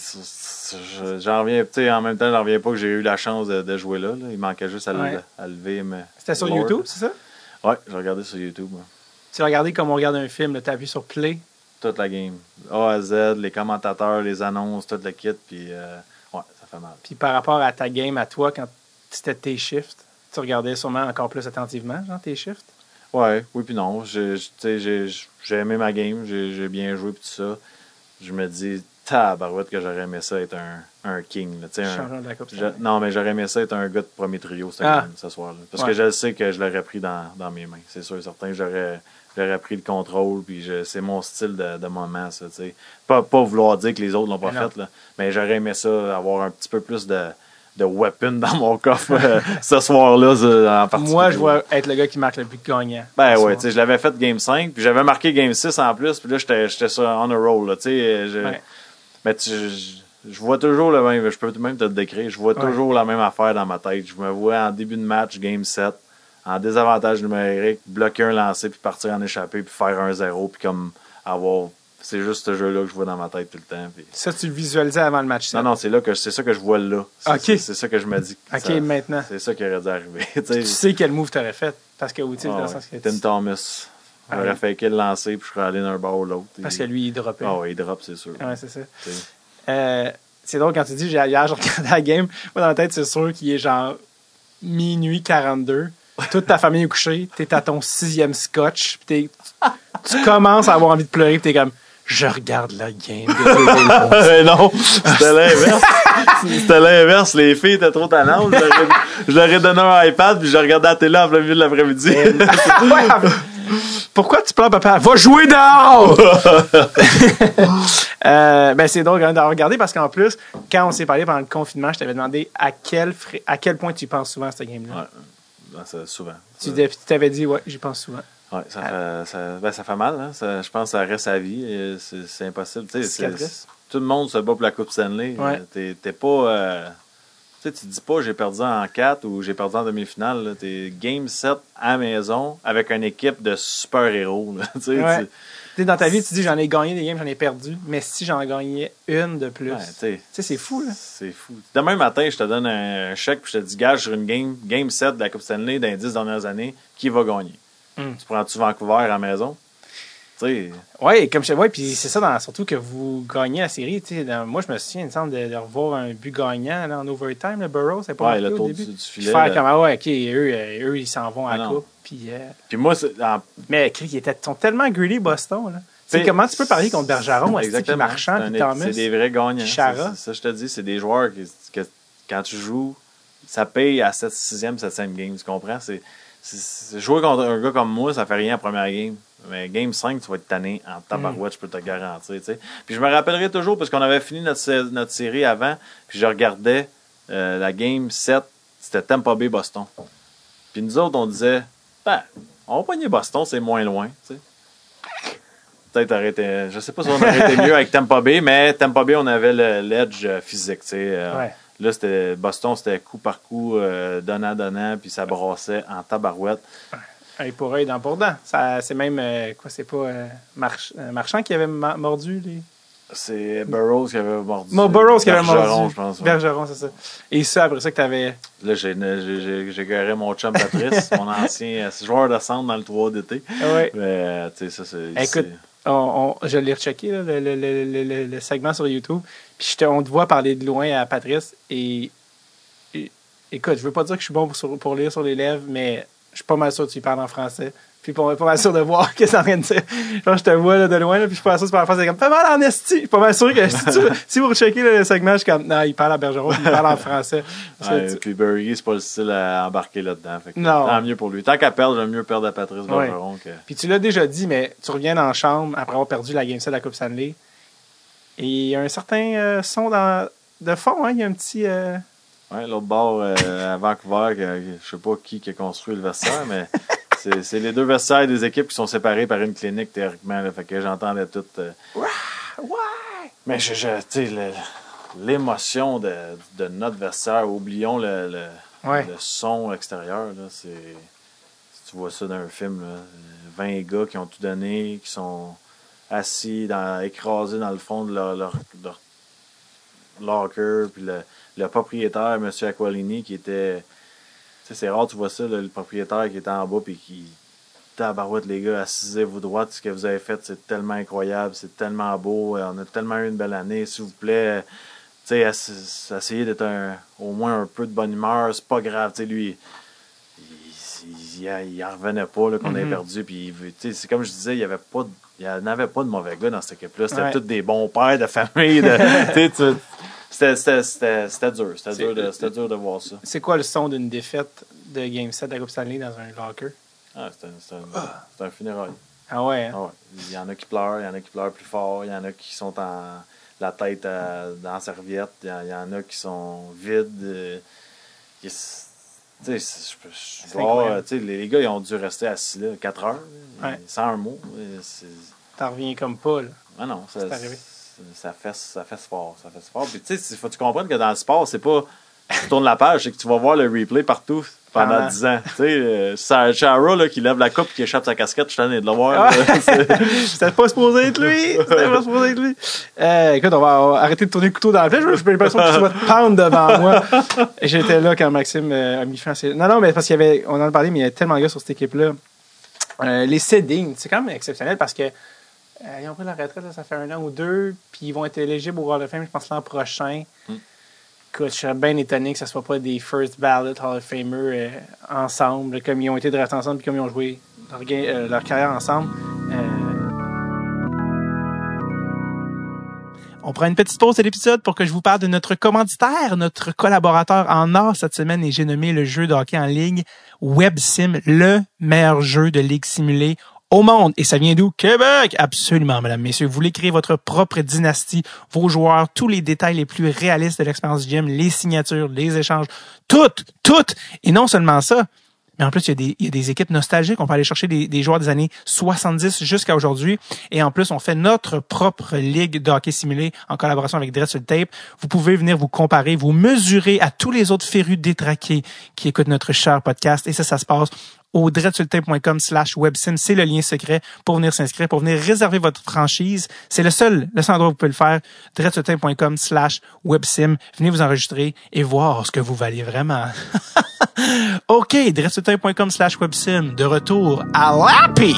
J'en reviens, tu sais, en même temps, j'en reviens pas que j'ai eu la chance de jouer là. Il manquait juste à lever. C'était sur YouTube, c'est ça? Oui, j'ai regardé sur YouTube. Moi. Tu l'as regardé comme on regarde un film, tu as appuyé sur Play? Toute la game. A à Z, les commentateurs, les annonces, toute le kit, puis ouais, ça fait mal. Puis par rapport à ta game, à toi, quand c'était tes shifts, tu regardais sûrement encore plus attentivement, genre, tes shifts? Oui, puis non. J'ai aimé ma game, j'ai bien joué, puis tout ça. Je me dis, tabarouette que j'aurais aimé ça être un king. Là, Champion de la Coupe. Non, mais j'aurais aimé ça être un gars de premier trio ce soir-là. Parce que je sais que je l'aurais pris dans mes mains. C'est sûr et certain. J'aurais pris le contrôle. Puis c'est mon style de moment, ça. T'sais. Pas vouloir dire que les autres l'ont pas fait. Là, mais j'aurais aimé ça, avoir un petit peu plus de weapon dans mon coffre ce soir-là en particulier. Moi, je vois être le gars qui marque le but gagnant. Ben ouais, tu sais, je l'avais fait Game 5, puis j'avais marqué Game 6 en plus, puis là, j'étais sur on a roll, là, tu sais. Mais je vois toujours le même, je peux même te le décrire, je vois toujours la même affaire dans ma tête. Je me vois en début de match, Game 7, en désavantage numérique, bloquer un lancer, puis partir en échappée, puis faire 1-0, puis comme avoir... C'est juste ce jeu-là que je vois dans ma tête tout le temps. Puis... Ça, tu le visualisais avant le match. Non, c'est ça que je vois là. C'est ça que je me dis. Maintenant. C'est ça qui aurait dû arriver. Tu sais quel move tu aurais fait. Parce que, dans le sens que Tim Thomas. J'aurais fait qu'il lancer, puis je serais allé d'un bord ou l'autre. Parce que lui, il droppait. Ah oui, il drop, c'est sûr. Ouais, c'est ça. C'est drôle quand tu dis, hier, je regardais la game. Moi, dans la tête, c'est sûr qu'il est genre minuit 42. Toute ta famille est couchée. T'es à ton 6e scotch. Puis tu commences à avoir envie de pleurer. Puis t'es comme... Je regarde la game de non, c'était l'inverse. C'était l'inverse. Les filles étaient trop tannantes. Je leur ai donné un iPad puis je regardais la télé en plein milieu de l'après-midi. Pourquoi tu pleures, papa? Va jouer dehors! Ben, c'est drôle de regarder parce qu'en plus, quand on s'est parlé pendant le confinement, je t'avais demandé à quel point tu y penses souvent à cette game-là. Ouais, souvent. Tu t'avais dit, ouais, j'y pense souvent. Oui, ça fait mal. Hein? Je pense que ça reste à vie. C'est impossible. Tout le monde se bat pour la Coupe Stanley. Ouais. T'es pas... tu te dis pas j'ai perdu en 4 ou j'ai perdu en demi-finale. T'es Game 7 à la maison avec une équipe de super-héros. Dans ta vie, tu dis j'en ai gagné des games, j'en ai perdu. Mais si j'en gagnais une de plus, c'est fou. Là. C'est fou. Demain matin, je te donne un chèque et je te dis gage sur une game 7 de la Coupe Stanley dans les 10 dernières années, qui va gagner? Tu prends-tu Vancouver à la maison? Oui, comme je puis c'est ça, surtout que vous gagnez la série. Moi, je me souviens, il me semble, de revoir un but gagnant là, en overtime. Le Burrows, c'est pas le tour au début. Du filet. Faire comme, OK, eux, ils s'en vont à la coupe. Puis moi, mais ils sont tellement greedy, Boston. Là. Comment tu peux parler contre Bergeron, puis Marchand, puis Thomas? C'est des vrais gagnants. Chara. Ça, je te dis, c'est des joueurs que quand tu joues, ça paye à 6e, 7e game. Tu comprends? Jouer contre un gars comme moi, ça fait rien en première game. Mais game 5, tu vas être tanné en tabarouette, je peux te le garantir. T'sais. Puis je me rappellerai toujours, parce qu'on avait fini notre série avant, puis je regardais la game 7, c'était Tampa Bay Boston. Puis nous autres, on disait, on va pogner Boston, c'est moins loin. T'sais. Peut-être arrêter. Je sais pas si on aurait été mieux avec Tampa Bay, mais Tampa Bay, on avait l'edge physique. Là, Boston, c'était coup par coup, donnant, puis ça brassait en tabarouette. Œil pour œil, dent pour dent. C'est même, c'est pas Marchand qui avait mordu les... C'est Burroughs qui avait mordu. Burroughs qui avait mordu. Bergeron, je pense. Ouais. Bergeron, c'est ça. Et ça, après ça que t'avais... Là, j'ai garé mon chum Patrice, mon ancien joueur de centre dans le 3 d'été. Ouais. Mais, tu sais, ça, c'est... Écoute, je l'ai rechecké, là, le segment sur YouTube. Puis on te voit parler de loin à Patrice. Et écoute, je veux pas dire que je suis bon pour lire sur les lèvres, mais je suis pas mal sûr que tu parles en français. Puis pas mal sûr de voir qu'est-ce que c'est en train de dire. Genre, je te vois là, de loin, là, puis je suis pas mal sûr que tu parles en français. C'est comme, fais mal en esti. Je suis pas mal sûr que si vous recheckez le segment, je suis comme, non, il parle à Bergeron, il parle en français. Puis Berry, c'est pas le style à embarquer là-dedans. Fait que non. Tant mieux pour lui. Tant qu'à perdre, j'aime mieux perdre à Patrice Bergeron que... Puis tu l'as déjà dit, mais tu reviens dans la chambre après avoir perdu la Game 7 de la Coupe Stanley. Et il y a un certain son de fond, hein. Il y a un petit... Ouais, l'autre bord à Vancouver, je sais pas qui a construit le vestiaire, mais c'est les deux vestiaires des équipes qui sont séparés par une clinique, théoriquement. Là, fait que j'entendais tout. Ouais! Mais tu sais, l'émotion de notre vestiaire, oublions le son extérieur. Là, si tu vois ça dans un film, là, 20 gars qui ont tout donné, qui sont assis, écrasés dans le fond de leur locker, puis le propriétaire, M. Aquilini, qui était... Tu sais, c'est rare, tu vois ça, le propriétaire qui était en bas, puis qui... Tabarouette, les gars, assisez-vous droit, ce que vous avez fait, c'est tellement incroyable, c'est tellement beau, on a tellement eu une belle année, s'il vous plaît, tu sais, essayez d'être au moins un peu de bonne humeur, c'est pas grave, tu sais, lui, il en revenait pas, là, qu'on ait perdu, puis, tu sais, c'est comme je disais, il n'y en avait pas de mauvais gars dans cette équipe-là, c'était tous des bons pères de famille, c'était dur. C'était dur de voir ça. C'est quoi le son d'une défaite de Game 7 de la Coupe Stanley dans un locker? C'est un funérail. Ah ouais? Hein? Ah ouais. Il y en a qui pleurent, il y en a qui pleurent plus fort, il y en a qui sont la tête dans la serviette, il y en a qui sont vides. Les gars, ils ont dû rester assis là 4 heures, sans un mot. T'en reviens comme pas, là. Ah non, c'est arrivé. Ça fesse fort. Puis tu sais, il faut que tu comprennes que dans le sport, c'est pas tu tournes la page, c'est que tu vas voir le replay partout pendant 10 ans. Tu sais, c'est Chara là, qui lève la coupe et qui échappe sa casquette, je suis tanné de le voir. C'était pas supposé être lui. Écoute, on va arrêter de tourner le couteau dans la flèche. Je n'ai l'impression que tu vas te pendre devant moi. Et j'étais là quand Maxime a mis fin à... Non, mais parce qu'il y avait, on en a parlé, mais il y avait tellement de gars sur cette équipe-là. Les Seding, c'est quand même exceptionnel parce que ils ont pris la retraite, là, ça fait 1 an ou 2, puis ils vont être éligibles au Hall of Fame, je pense, l'an prochain. Écoute, je serais bien étonné que ce ne soit pas des First Ballot Hall of Famers ensemble, comme ils ont été draftés ensemble, puis comme ils ont joué leur carrière ensemble. On prend une petite pause de l'épisode pour que je vous parle de notre commanditaire, notre collaborateur en or cette semaine, et j'ai nommé le jeu de hockey en ligne WebSim, le meilleur jeu de ligue simulée au monde. Et ça vient d'où? Québec! Absolument, mesdames, messieurs. Vous voulez créer votre propre dynastie, vos joueurs, tous les détails les plus réalistes de l'expérience du gym, les signatures, les échanges, tout! Et non seulement ça, mais en plus, il y a des équipes nostalgiques. On peut aller chercher des joueurs des années 70 jusqu'à aujourd'hui. Et en plus, on fait notre propre ligue de hockey simulé en collaboration avec Dress sur le Tape. Vous pouvez venir vous comparer, vous mesurer à tous les autres férus détraqués qui écoutent notre cher podcast. Et ça se passe au dreadsultape.com/websim. C'est le lien secret pour venir s'inscrire, pour venir réserver votre franchise. C'est le seul endroit où vous pouvez le faire. dreadsultape.com/websim. Venez vous enregistrer et voir ce que vous valez vraiment. OK, dreadsultape.com/websim. De retour à Lappy.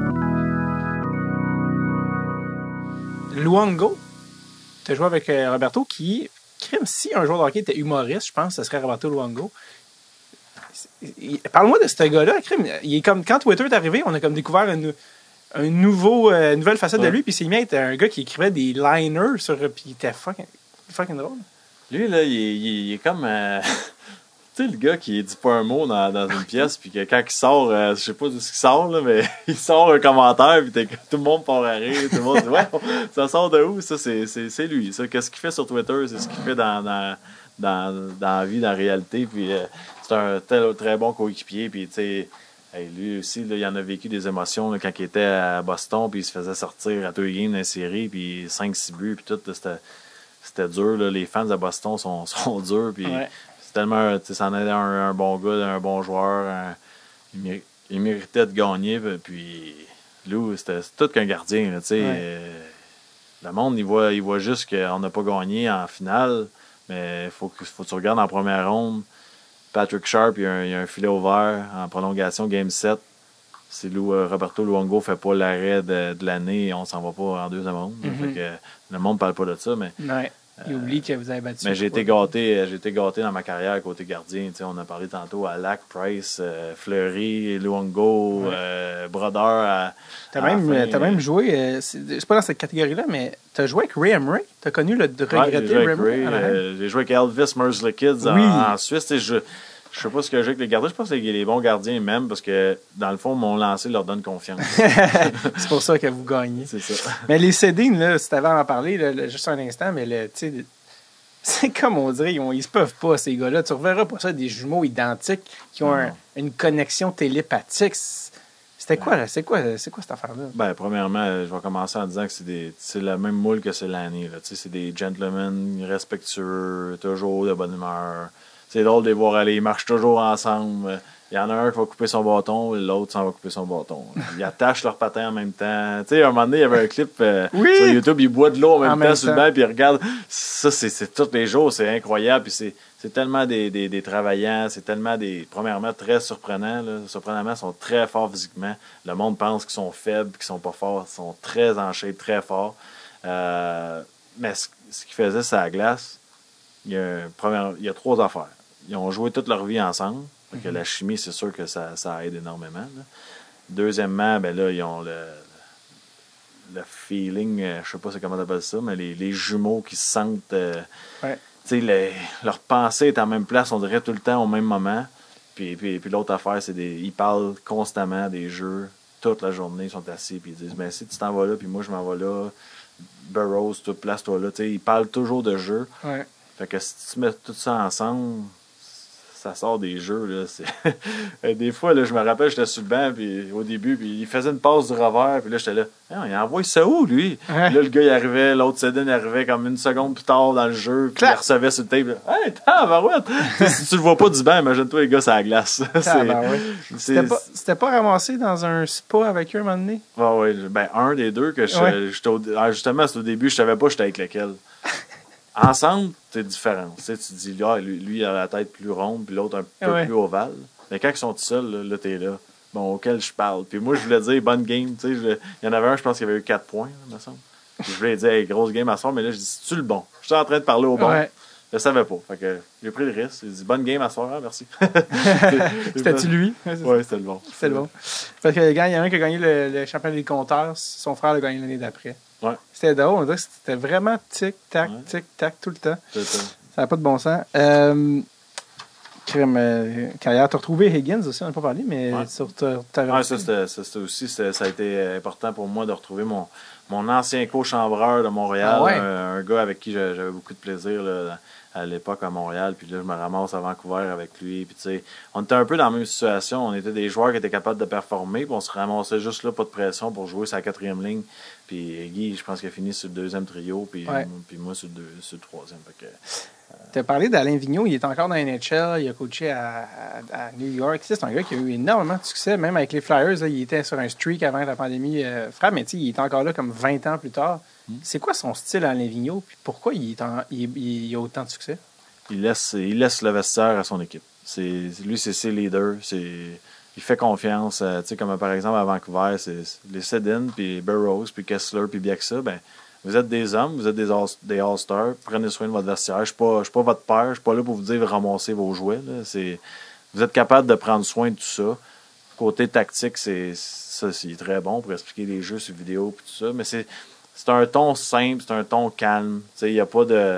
Luongo. Tu as joué avec Roberto qui, si un joueur de hockey était humoriste, je pense que ce serait Roberto Luongo. Parle-moi de ce gars-là, Crime. Il est comme, quand Twitter est arrivé, on a comme découvert une nouvelle facette de lui, puis c'est bien, un gars qui écrivait des liners puis il était fucking drôle. Lui, là, il est comme... tu sais, le gars qui dit pas un mot dans une pièce, puis que quand il sort, je sais pas d'où il sort, là, mais il sort un commentaire, puis tout le monde part à rire, tout le monde dit « Ouais, ça sort de où? » Ça, c'est lui. Ça, qu'est-ce qu'il fait sur Twitter, c'est ce qu'il fait dans la vie, dans la réalité, puis... c'est un très bon coéquipier. Puis, tu sais, lui aussi, là, il en a vécu des émotions là, quand il était à Boston. Puis, il se faisait sortir à 2 games dans la série. Puis, 5-6 buts. Puis, tout, c'était dur. Là. Les fans à Boston sont durs. Puis, c'est tellement. Tu sais, c'en est un bon gars, un bon joueur. Il méritait de gagner. Puis, Lou, c'était tout qu'un gardien. Là, tu sais. Le monde, il voit juste qu'on n'a pas gagné en finale. Mais il faut que tu regardes en première ronde. Patrick Sharp, il y a un filet ouvert en prolongation, Game 7. Si Roberto Luongo ne fait pas l'arrêt de l'année, on s'en va pas en 2 secondes. Fait que le monde ne parle pas de ça, mais Il oublie que vous avez battu. Mais j'ai été gâté dans ma carrière côté gardien. Tu sais, on a parlé tantôt à Lac, Price, Fleury, Luongo, Brodeur. T'as même joué, c'est pas dans cette catégorie-là, mais t'as joué avec Ray Emery. T'as connu le regretté Ray Emery. J'ai joué avec Elvis Merzlikins en Suisse. Je sais pas ce que j'ai avec les gardiens. Je pense que les bons gardiens même parce que, dans le fond, mon lancer leur donne confiance. C'est pour ça que vous gagnez. C'est ça. Mais les Cédines, là, si t'avais à en parler, là, juste un instant, mais tu sais, c'est comme on dirait, ils se peuvent pas, ces gars-là. Tu reverras pas ça, des jumeaux identiques qui ont une connexion télépathique. C'est quoi cette affaire-là? Ben, premièrement, je vais commencer en disant que c'est la même moule que c'est l'année. C'est des gentlemen respectueux, toujours de bonne humeur. C'est drôle de les voir aller. Ils marchent toujours ensemble. Il y en a un qui va couper son bâton, l'autre s'en va couper son bâton. Ils attachent leurs patins en même temps. Tu sais, à un moment donné, il y avait un clip sur YouTube, ils boivent de l'eau en même temps sur le banc, puis ils regardent. Ça, c'est tous les jours, c'est incroyable. Puis c'est tellement des travaillants, c'est tellement premièrement, très surprenants. Là. Surprenamment, ils sont très forts physiquement. Le monde pense qu'ils sont faibles, qu'ils sont pas forts. Ils sont très en shape, très forts. Mais ce qu'ils faisaient sur la glace, il y a 3 affaires. Ils ont joué toute leur vie ensemble. Donc, la chimie, c'est sûr que ça aide énormément. Là. Deuxièmement, ben là, ils ont le feeling, je sais pas comment t'appelles ça, mais les jumeaux qui se sentent... leur pensée est en même place, on dirait tout le temps au même moment. Puis l'autre affaire, c'est ils parlent constamment des jeux. Toute la journée, ils sont assis puis ils disent ben si tu t'en vas là, puis moi je m'en vais là. Burroughs, place-toi là. Ils parlent toujours de jeux. Ouais. Fait que si tu mets tout ça ensemble, ça sort des jeux. Là. Des fois, là, je me rappelle, j'étais sur le banc puis, au début, puis il faisait une passe du revers, puis là, j'étais là. Il envoie ça où, lui? Ouais. Là, le gars, il arrivait, l'autre Cédine arrivait comme une seconde plus tard dans le jeu, puis il recevait sur le tape. Hey, tabarouette! Si tu le vois pas du banc, imagine-toi, les gars, c'est la glace. C'était pas ramassé dans un spa avec eux un moment donné? Oui, ben, un des deux que justement, c'est au début, je savais pas j'étais avec lequel. Ensemble, c'est différent. Tu sais, tu dis, lui, il a la tête plus ronde, puis l'autre un peu plus ovale. Mais quand ils sont tout seuls, là t'es là. Bon, auquel je parle. Puis moi, je voulais dire, bonne game. Tu sais, il y en avait un, je pense qu'il y avait eu 4 points, là, me semble. Puis je voulais dire, hey, grosse game à soir, mais là, je dis, c'est-tu le bon? Je suis en train de parler au bon. Ouais. Je savais pas. Fait que j'ai pris le risque. J'ai dit, bonne game à soir, merci. C'était-tu lui? Oui, c'était le bon. C'était le bon. Parce que il y en a un qui a gagné le championnat des compteurs, son frère l'a gagné l'année d'après. Ouais. C'était drôle, on dirait que c'était vraiment tic-tac, tic-tac tout le temps. C'est ça. Ça n'a pas de bon sens. Carrière, t'as retrouvé Higgins aussi, on n'a pas parlé, mais sur ta ça aussi, ça a été important pour moi de retrouver mon ancien co-chambreur de Montréal, un gars avec qui j'avais beaucoup de plaisir là, à l'époque à Montréal, puis là je me ramasse à Vancouver avec lui, puis tu sais, on était un peu dans la même situation, on était des joueurs qui étaient capables de performer, puis on se ramassait juste là, pas de pression pour jouer sa 4e ligne, puis Guy, je pense qu'il a fini sur le 2e trio, puis moi sur le 3e, fait que... Tu as parlé d'Alain Vigneault, il est encore dans la NHL, il a coaché à New York. C'est un gars qui a eu énormément de succès, même avec les Flyers. Là, il était sur un streak avant que la pandémie frappe, mais il est encore là comme 20 ans plus tard. C'est quoi son style, Alain Vigneault, puis pourquoi il a autant de succès? Il laisse le vestiaire à son équipe. Lui, c'est ses leaders. Il fait confiance. Comme par exemple à Vancouver, c'est les Sedin, puis Burroughs, puis Kessler, puis Bieksa, ben vous êtes des hommes, vous êtes des All-Stars, prenez soin de votre vestiaire. Je ne suis pas votre père, je ne suis pas là pour vous dire ramasser vos jouets. Là. Vous êtes capable de prendre soin de tout ça. Côté tactique, c'est très bon pour expliquer les jeux sur vidéo et tout ça, mais c'est un ton simple, c'est un ton calme. Il n'y a pas de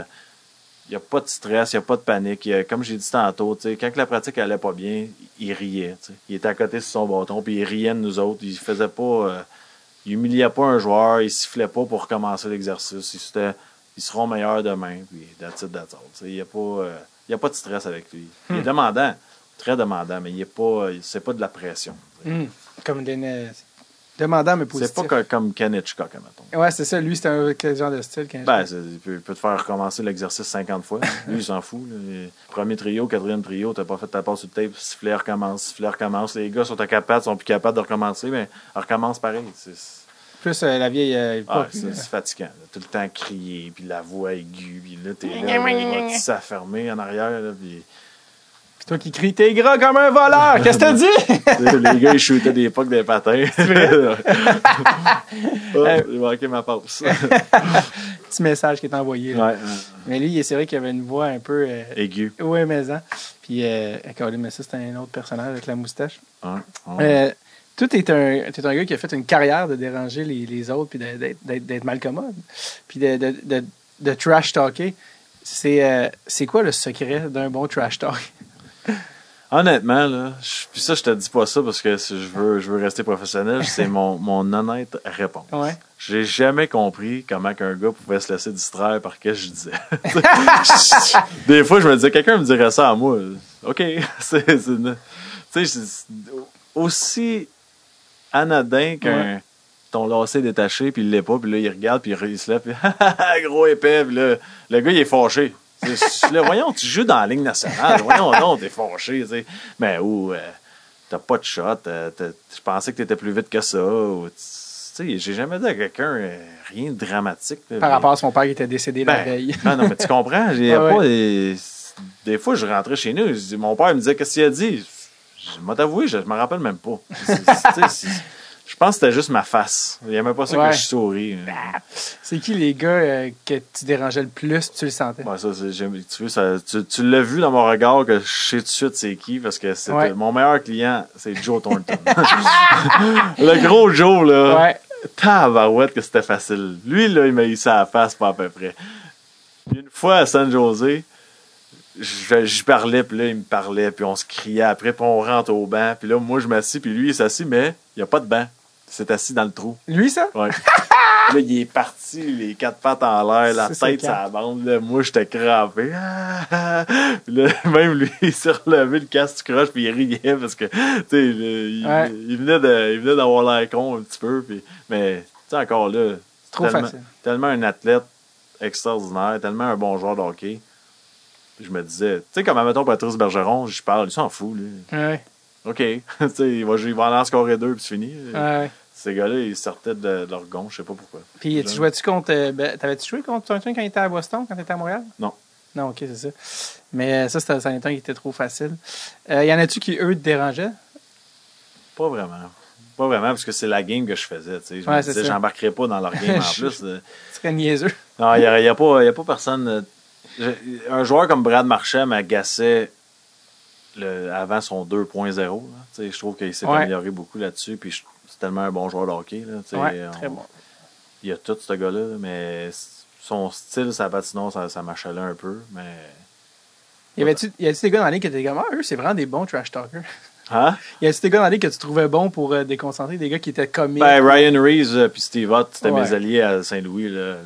stress, il n'y a pas de panique. Comme j'ai dit tantôt, quand la pratique allait pas bien, il riait. Il était à côté sur son bâton, puis il riait de nous autres. Il faisait pas... il humiliait pas un joueur, il sifflait pas pour recommencer l'exercice. Ils seront meilleurs demain, puis that's it. Il n'y a pas de stress avec lui. Il est demandant, très demandant, mais c'est pas de la pression. Comme demandant, mais positif. C'est pas comme Ken Hitchcock, mettons. Ouais, c'est ça. Lui, c'est quel genre de style? Il peut te faire recommencer l'exercice 50 fois. Lui, il s'en fout. Là. Premier trio, 4e trio, t'as pas fait ta passe sur le tape, siffler, recommence. Les gars sont sont plus capables de recommencer, mais on recommence pareil. Plus la vieille époque. C'est fatigant. Là. Tout le temps crier, puis la voix aiguë, puis là, t'es là, s'affermer en arrière, là, puis... Toi qui cries, t'es gras comme un voleur! Qu'est-ce que t'as dit? Les gars, ils shootaient des pucks des patins. C'est vrai? J'ai manqué ma passe. petit message qui est envoyé. Là. Ouais. Mais lui, c'est vrai qu'il avait une voix un peu... Aigu. Oui, mais ça. Puis, mais ça, c'est un autre personnage avec la moustache. Ouais. Toi, t'es un gars qui a fait une carrière de déranger les autres puis d'être malcommode. Puis de trash-talker. C'est quoi le secret d'un bon trash-talk? Honnêtement, là, puis ça, je te dis pas ça parce que je veux rester professionnel. C'est mon honnête réponse. Ouais. J'ai jamais compris comment qu'un gars pouvait se laisser distraire par ce que je disais. Des fois, je me disais, quelqu'un me dirait ça à moi. OK. C'est aussi anodin qu'un ton lacet détaché, puis il l'est pas, puis là, il regarde, puis il se lève, puis gros épais, puis là, le gars, il est fâché. Là, voyons, tu joues dans la Ligue nationale. Voyons, non, t'es fâché. T'sais. Mais t'as pas de shot. Je pensais que t'étais plus vite que ça. J'ai jamais dit à quelqu'un rien de dramatique. Là, par rapport à son père qui était décédé la veille. Non, mais tu comprends. Des fois, je rentrais chez nous. Mon père me disait, qu'est-ce qu'il a dit? Je m'en t'avoué, je me rappelle même pas. Je pense que c'était juste ma face. Il aimait pas ça que je souris. C'est qui les gars que tu dérangeais le plus, tu le sentais? Ouais, ça, tu l'as vu dans mon regard que je sais tout de suite c'est qui, parce que c'était mon meilleur client, c'est Joe Thornton. Le gros Joe, là. Ouais. Tabarouette que c'était facile. Lui, là, il m'a eu ça à la face, pas à peu près. Puis une fois à San José, je parlais, puis là, il me parlait, puis on se criait après, puis on rentre au banc, puis là, moi, je m'assis, puis lui, il s'assit, mais il n'y a pas de banc. Il s'est assis dans le trou. Lui, ça? Ouais. Là, il est parti, les quatre pattes en l'air, la tête sur la bande. Là, moi, j'étais crampé. Puis là, même lui, il s'est relevé le casque du croche, puis il riait parce que, tu sais, il venait d'avoir l'air con un petit peu. Puis, mais, tu sais, encore là, tellement un athlète extraordinaire, tellement un bon joueur de hockey. Puis je me disais, tu sais, comme, admettons, Patrice Bergeron, je parle, il s'en fout, lui. Ouais. OK. Tu sais, il va en scorer 2, puis c'est fini. Ouais. Ces gars-là, ils sortaient de leur gon, je sais pas pourquoi. Puis, tu jouais-tu contre. T'avais-tu joué contre Thornton quand il était à Boston, quand il était à Montréal? Non. Non, OK, c'est ça. Mais ça, c'était un temps qui était trop facile. Y en a-tu qui, eux, te dérangeaient? Pas vraiment. Pas vraiment, parce que c'est la game que je faisais. Je me disais, j'embarquerais pas dans leur game en plus. Tu serais niaiseux. Non, il n'y a pas personne. Un joueur comme Brad Marchand m'agaçait avant son 2.0. Je trouve qu'il s'est amélioré beaucoup là-dessus. Puis c'est tellement un bon joueur de hockey. Là, très bon. Il y a tout, ce gars-là. Mais son style, sa patinoire, ça m'achalait un peu. Mais... Y a-tu des gars dans la ligue que t'es comme, eux, c'est vraiment des bons trash talkers? Hein? Y a-tu des gars dans la ligue que tu trouvais bons pour déconcentrer? Des gars qui étaient comiques? Ben, Ryan Reeves puis Steve Ott, c'était mes alliés à Saint-Louis. Là.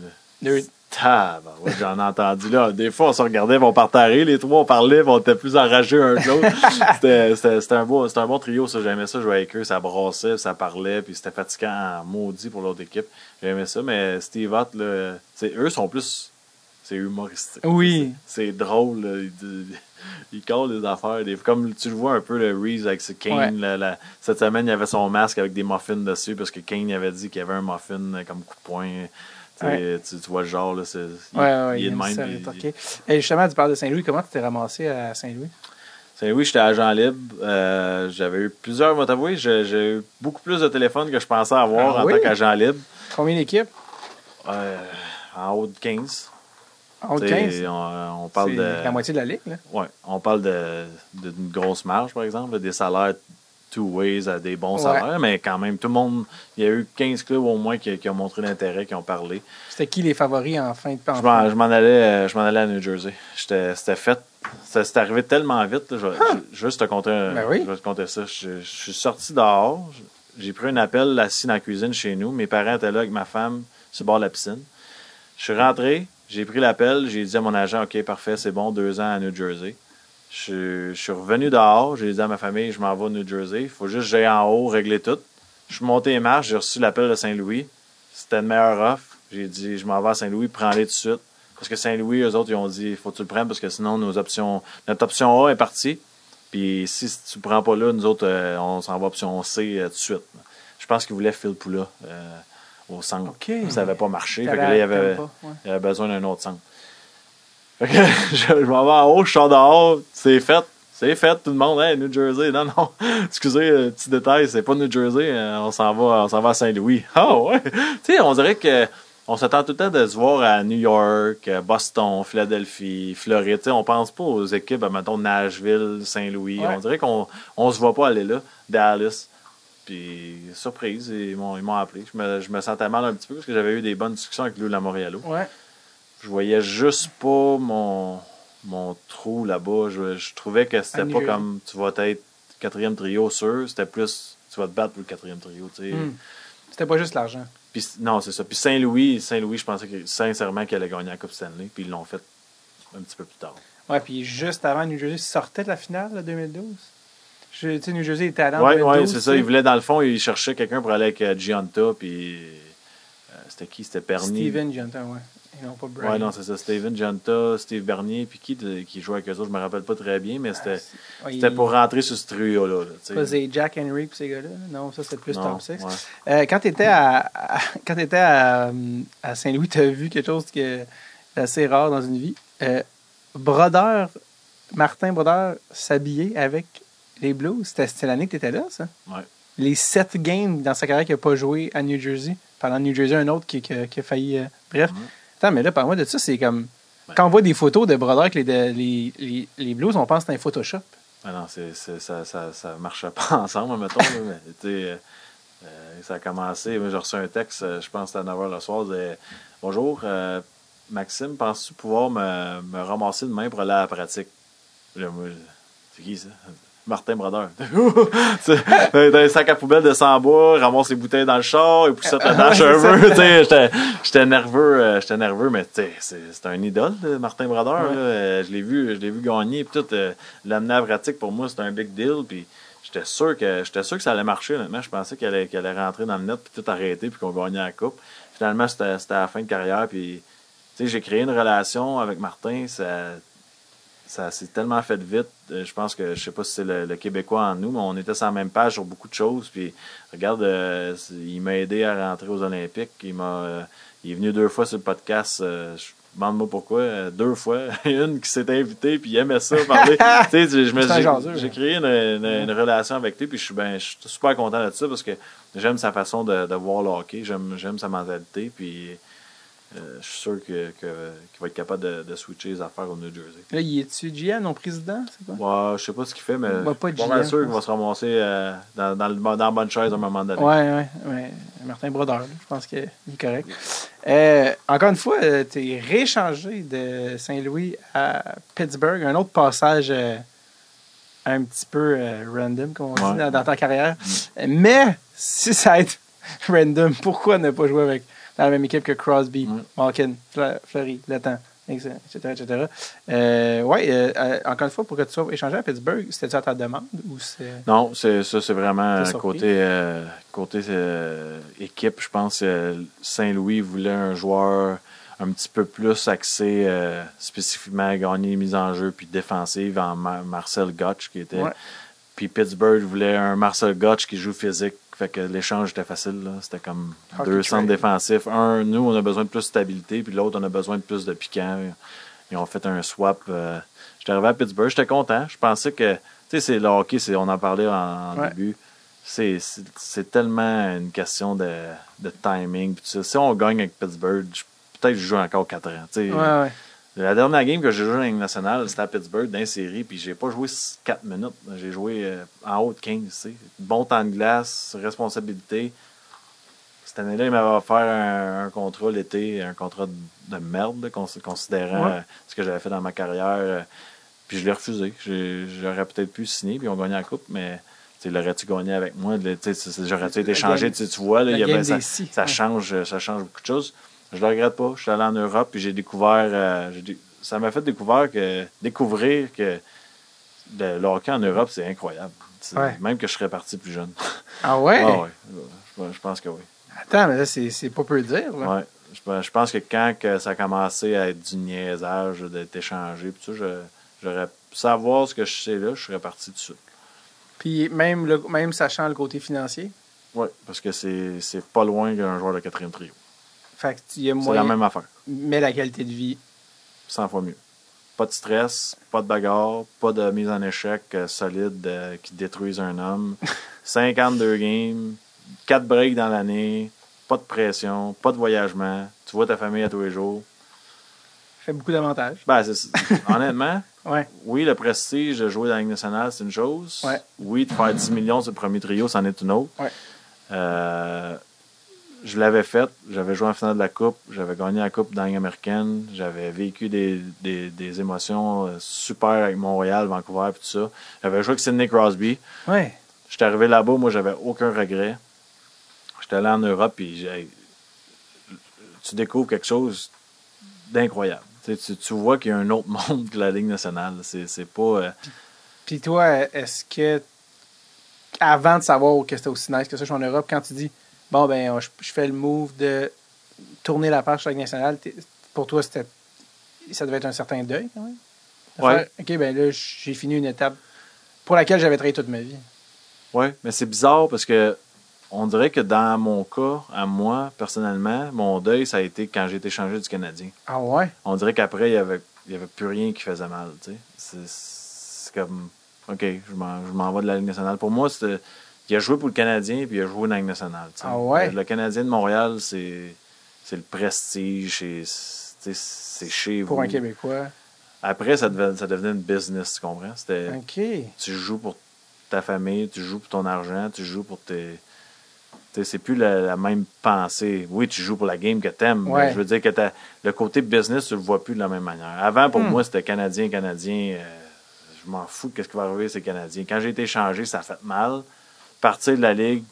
Ouais, j'en ai entendu là. Des fois, on se regardait, on partait les trois, on parlait, on était plus enragés un que l'autre. C'était un bon trio, ça. J'aimais ça, jouer avec eux. Ça brassait, ça parlait, puis c'était fatigant en maudit pour l'autre équipe. J'aimais ça, mais Steve Ott, là, eux sont plus... C'est humoristique. Oui. C'est drôle, là. Il colle les affaires. Comme tu le vois un peu, le Reeves avec ce Kane. Ouais. Cette semaine, il avait son masque avec des muffins dessus parce que Kane avait dit qu'il y avait un muffin comme coup de poing. Ouais. Tu vois le genre, là, il est de même. Okay. Et justement, tu parles de Saint-Louis. Comment tu t'es ramassé à Saint-Louis? Saint-Louis, j'étais agent libre. J'avais eu plusieurs, moi t'avouer, j'ai eu beaucoup plus de téléphones que je pensais avoir en tant qu'agent libre. Combien d'équipes? En haut de 15. En haut de 15? On parle de... la moitié de la ligue, là? Oui. On parle d'une grosse marge, par exemple, des salaires two ways à des bons salaires, mais quand même, tout le monde, il y a eu 15 clubs au moins qui ont montré l'intérêt, qui ont parlé. C'était qui les favoris en fin de Je m'en allais à New Jersey. C'était fait. C'est arrivé tellement vite. Là, je vais juste te compter, je vais te compter ça. Je suis sorti dehors. J'ai pris un appel assis dans la cuisine chez nous. Mes parents étaient là avec ma femme sur le bord de la piscine. Je suis rentré. J'ai pris l'appel. J'ai dit à mon agent, OK, parfait, c'est bon, 2 ans à New Jersey. Je suis revenu dehors, j'ai dit à ma famille, je m'en vais à New Jersey, il faut juste que j'aille en haut, régler tout. Je suis monté les marches, j'ai reçu l'appel de Saint-Louis. C'était une meilleure offre. J'ai dit, je m'en vais à Saint-Louis, prends-les tout de suite. Parce que Saint-Louis, eux autres, ils ont dit, il faut que tu le prennes parce que sinon, notre option A est partie. Puis si tu ne prends pas là, nous autres, on s'en va à option C tout de suite. Je pense qu'ils voulaient Phil Poula au centre. Okay. Ça n'avait pas marché. Fait que là, il y avait besoin d'un autre centre. Je m'en vais en haut, je sors dehors, c'est fait, tout le monde, hey, New Jersey, non, excusez, petit détail, c'est pas New Jersey, on s'en va à Saint-Louis. Ah ouais, tu sais, on dirait que on s'attend tout le temps de se voir à New York, Boston, Philadelphie, Floride. T'sais, on pense pas aux équipes, mettons, Nashville, Saint-Louis. Ouais. On dirait qu'on se voit pas aller là. Dallas. Puis, surprise, ils m'ont appelé. Je me sentais mal un petit peu parce que j'avais eu des bonnes discussions avec Lou Lamoriello. Ouais. Je voyais juste pas mon trou là-bas. Je trouvais que c'était pas comme tu vas être 4e trio sûr. C'était plus tu vas te battre pour le 4e trio. C'était pas juste l'argent. Puis, non, c'est ça. Puis Saint-Louis, je pensais sincèrement qu'elle allait gagner la Coupe Stanley. Puis ils l'ont fait un petit peu plus tard. Ouais, puis juste avant, New Jersey sortait de la finale, là, 2012. Tu sais, New Jersey était allé en 2012. Oui, c'est ça. Ils voulaient, dans le fond, ils cherchaient quelqu'un pour aller avec Gianta. Puis c'était qui? C'était Bernier. Steven Gianta, ouais. Et non pas Brian. Ouais, non, c'est ça. Steven Gianta, Steve Bernier. Puis qui jouait avec eux autres, je me rappelle pas très bien. Mais c'était pour rentrer sur ce trio-là. C'est Jack Henry et ces gars-là. Non, ça, c'était plus top 6. Ouais. Quand tu étais à Saint-Louis, tu as vu quelque chose qui est assez rare dans une vie. Martin Brodeur s'habillait avec les Blues. C'était l'année que tu étais là, ça? Ouais. Les 7 games dans sa carrière qu'il n'a pas joué à New Jersey. Pendant New Jersey, un autre qui a failli... bref. Attends, mais là, parle-moi de ça, c'est comme... Quand on voit des photos de Brodeur avec les Blues, on pense que c'est un Photoshop. Ah non, ça marchait pas ensemble, mettons. Mais, ça a commencé... Moi, j'ai reçu un texte, je pense que c'était à 9h le soir. Bonjour, Maxime, penses-tu pouvoir me ramasser demain pour aller à la pratique? Là, moi, c'est qui ça? Martin Brodeur. T'as un sac à poubelle de 100 bois, ramasse les bouteilles dans le char, et pousse ça dans cheveux. J'étais nerveux, mais c'est un idole, Martin Brodeur. Ouais. Je l'ai vu gagner, puis tout, l'amener à la pratique, pour moi, c'était un big deal, puis j'étais sûr que ça allait marcher, honnêtement. Je pensais qu'elle allait rentrer dans le net, puis tout arrêter, puis qu'on gagnait la coupe. Finalement, c'était à la fin de carrière, puis j'ai créé une relation avec Martin, ça s'est tellement fait vite. Je pense que, je sais pas si c'est le Québécois en nous, mais on était sur la même page sur beaucoup de choses. Puis, regarde, il m'a aidé à rentrer aux Olympiques. Il est venu 2 fois sur le podcast. Demande-moi pourquoi. 2 fois. Une qui s'est invitée, puis il aimait ça parler. J'ai créé une relation avec lui, puis je suis super content de ça parce que j'aime sa façon de voir le hockey. J'aime sa mentalité, puis... je suis sûr qu'il va être capable de switcher les affaires au New Jersey. Là, il est-tu GM, non président? C'est quoi? Ouais, je sais pas ce qu'il fait, mais pas je suis bien sûr qu'il va se ramasser dans la bonne chaise à un moment donné. Ouais. Martin Brodeur, je pense qu'il est correct. Encore une fois, tu es rééchangé de Saint-Louis à Pittsburgh. Un autre passage un petit peu random, comme on dit, dans ta carrière. Mais, si ça a été random, pourquoi ne pas jouer avec... dans la même équipe que Crosby, Malkin, Fleury, Letang, etc. Encore une fois, pour que tu sois échangé à Pittsburgh, c'était-tu à ta demande ou c'est... Non, c'est vraiment côté équipe. Je pense que Saint-Louis voulait un joueur un petit peu plus axé spécifiquement à gagner les mises en jeu puis défensive en Marcel Gottsch qui était... Ouais. Puis Pittsburgh voulait un Marcel Gottsch qui joue physique. Fait que l'échange était facile. Là. C'était comme deux centres défensifs. Nous, on a besoin de plus de stabilité, puis l'autre, on a besoin de plus de piquant. Ils ont fait un swap. J'étais arrivé à Pittsburgh, j'étais content. Je pensais que, tu sais, c'est le hockey, on en parlait en début. C'est tellement une question de timing. Puis, si on gagne avec Pittsburgh, peut-être que je joue encore 4 ans. La dernière game que j'ai joué dans la Ligue nationale, c'était à Pittsburgh, dans une série, puis j'ai pas joué 4 minutes. J'ai joué en haut de 15, tu sais. Bon temps de glace, responsabilité. Cette année-là, il m'avait offert un contrat l'été, un contrat de merde, considérant ce que j'avais fait dans ma carrière. Puis je l'ai refusé. J'aurais peut-être pu signer, puis on gagnait la coupe, mais l'aurais-tu gagné avec moi? J'aurais-tu été changé? Tu vois, là, ça change beaucoup de choses. Je le regrette pas. Je suis allé en Europe et j'ai découvert... ça m'a fait découvrir que le hockey en Europe, c'est incroyable. Même que je serais parti plus jeune. Ah ouais? Ah ouais. Je pense que oui. Attends, mais là, c'est pas peu dire. Là. Ouais. Je pense que quand ça a commencé à être du niaisage, d'être échangé, puis j'aurais savoir ce que je sais là, je serais parti dessus. Puis même sachant le côté financier? Oui, parce que c'est pas loin qu'un joueur de 4e trio. Fait que c'est la même affaire. Mais la qualité de vie. 100 fois mieux. Pas de stress, pas de bagarre, pas de mise en échec solide qui détruisent un homme. 52 games, 4 breaks dans l'année. pas de pression, pas de voyagement. Tu vois ta famille à tous les jours. Ça fait beaucoup d'avantages. Ben, honnêtement, Ouais. oui, le prestige de jouer dans la Ligue nationale, c'est une chose. Ouais. Oui, de faire 10 millions sur le premier trio, c'en est une autre. Ouais. Je l'avais fait. J'avais joué en finale de la Coupe. J'avais gagné la Coupe dans la Ligue américaine. J'avais vécu des émotions super avec Montréal, Vancouver et tout ça. J'avais joué avec Sidney Crosby. Ouais. J'étais arrivé là-bas, moi, j'avais aucun regret. J'étais allé en Europe, puis tu découvres quelque chose d'incroyable. Tu vois qu'il y a un autre monde que la Ligue nationale. C'est pas... Puis toi, est-ce que, avant de savoir que c'était aussi nice que ça, je suis en Europe, quand tu dis, bon, ben, je fais le move de tourner la page sur la Ligue nationale, pour toi, ça devait être un certain deuil, quand même? Ouais. OK, ben là, j'ai fini une étape pour laquelle j'avais travaillé toute ma vie. Oui, mais c'est bizarre parce que on dirait que dans mon cas, à moi, personnellement, mon deuil, ça a été quand j'ai été changé du Canadien. Ah ouais? On dirait qu'après, il y avait plus rien qui faisait mal. Tu sais. C'est comme, OK, je m'en vais de la Ligue nationale. Pour moi, il a joué pour le Canadien puis il a joué dans la Ligue nationale. Tu sais. Ah ouais? Le Canadien de Montréal, c'est le prestige, c'est chez vous. Pour un Québécois. Après, ça devenait une business, tu comprends? C'était, OK. tu joues pour ta famille, tu joues pour ton argent, tu joues pour tes... T'sais, c'est plus la même pensée. Oui, tu joues pour la game que t'aimes, Ouais. mais je veux dire que le côté business, tu le vois plus de la même manière. Avant, pour moi, c'était Canadien. Je m'en fous de ce qui va arriver, c'est Canadien. Quand j'ai été changé, ça a fait mal. Partir de la Ligue,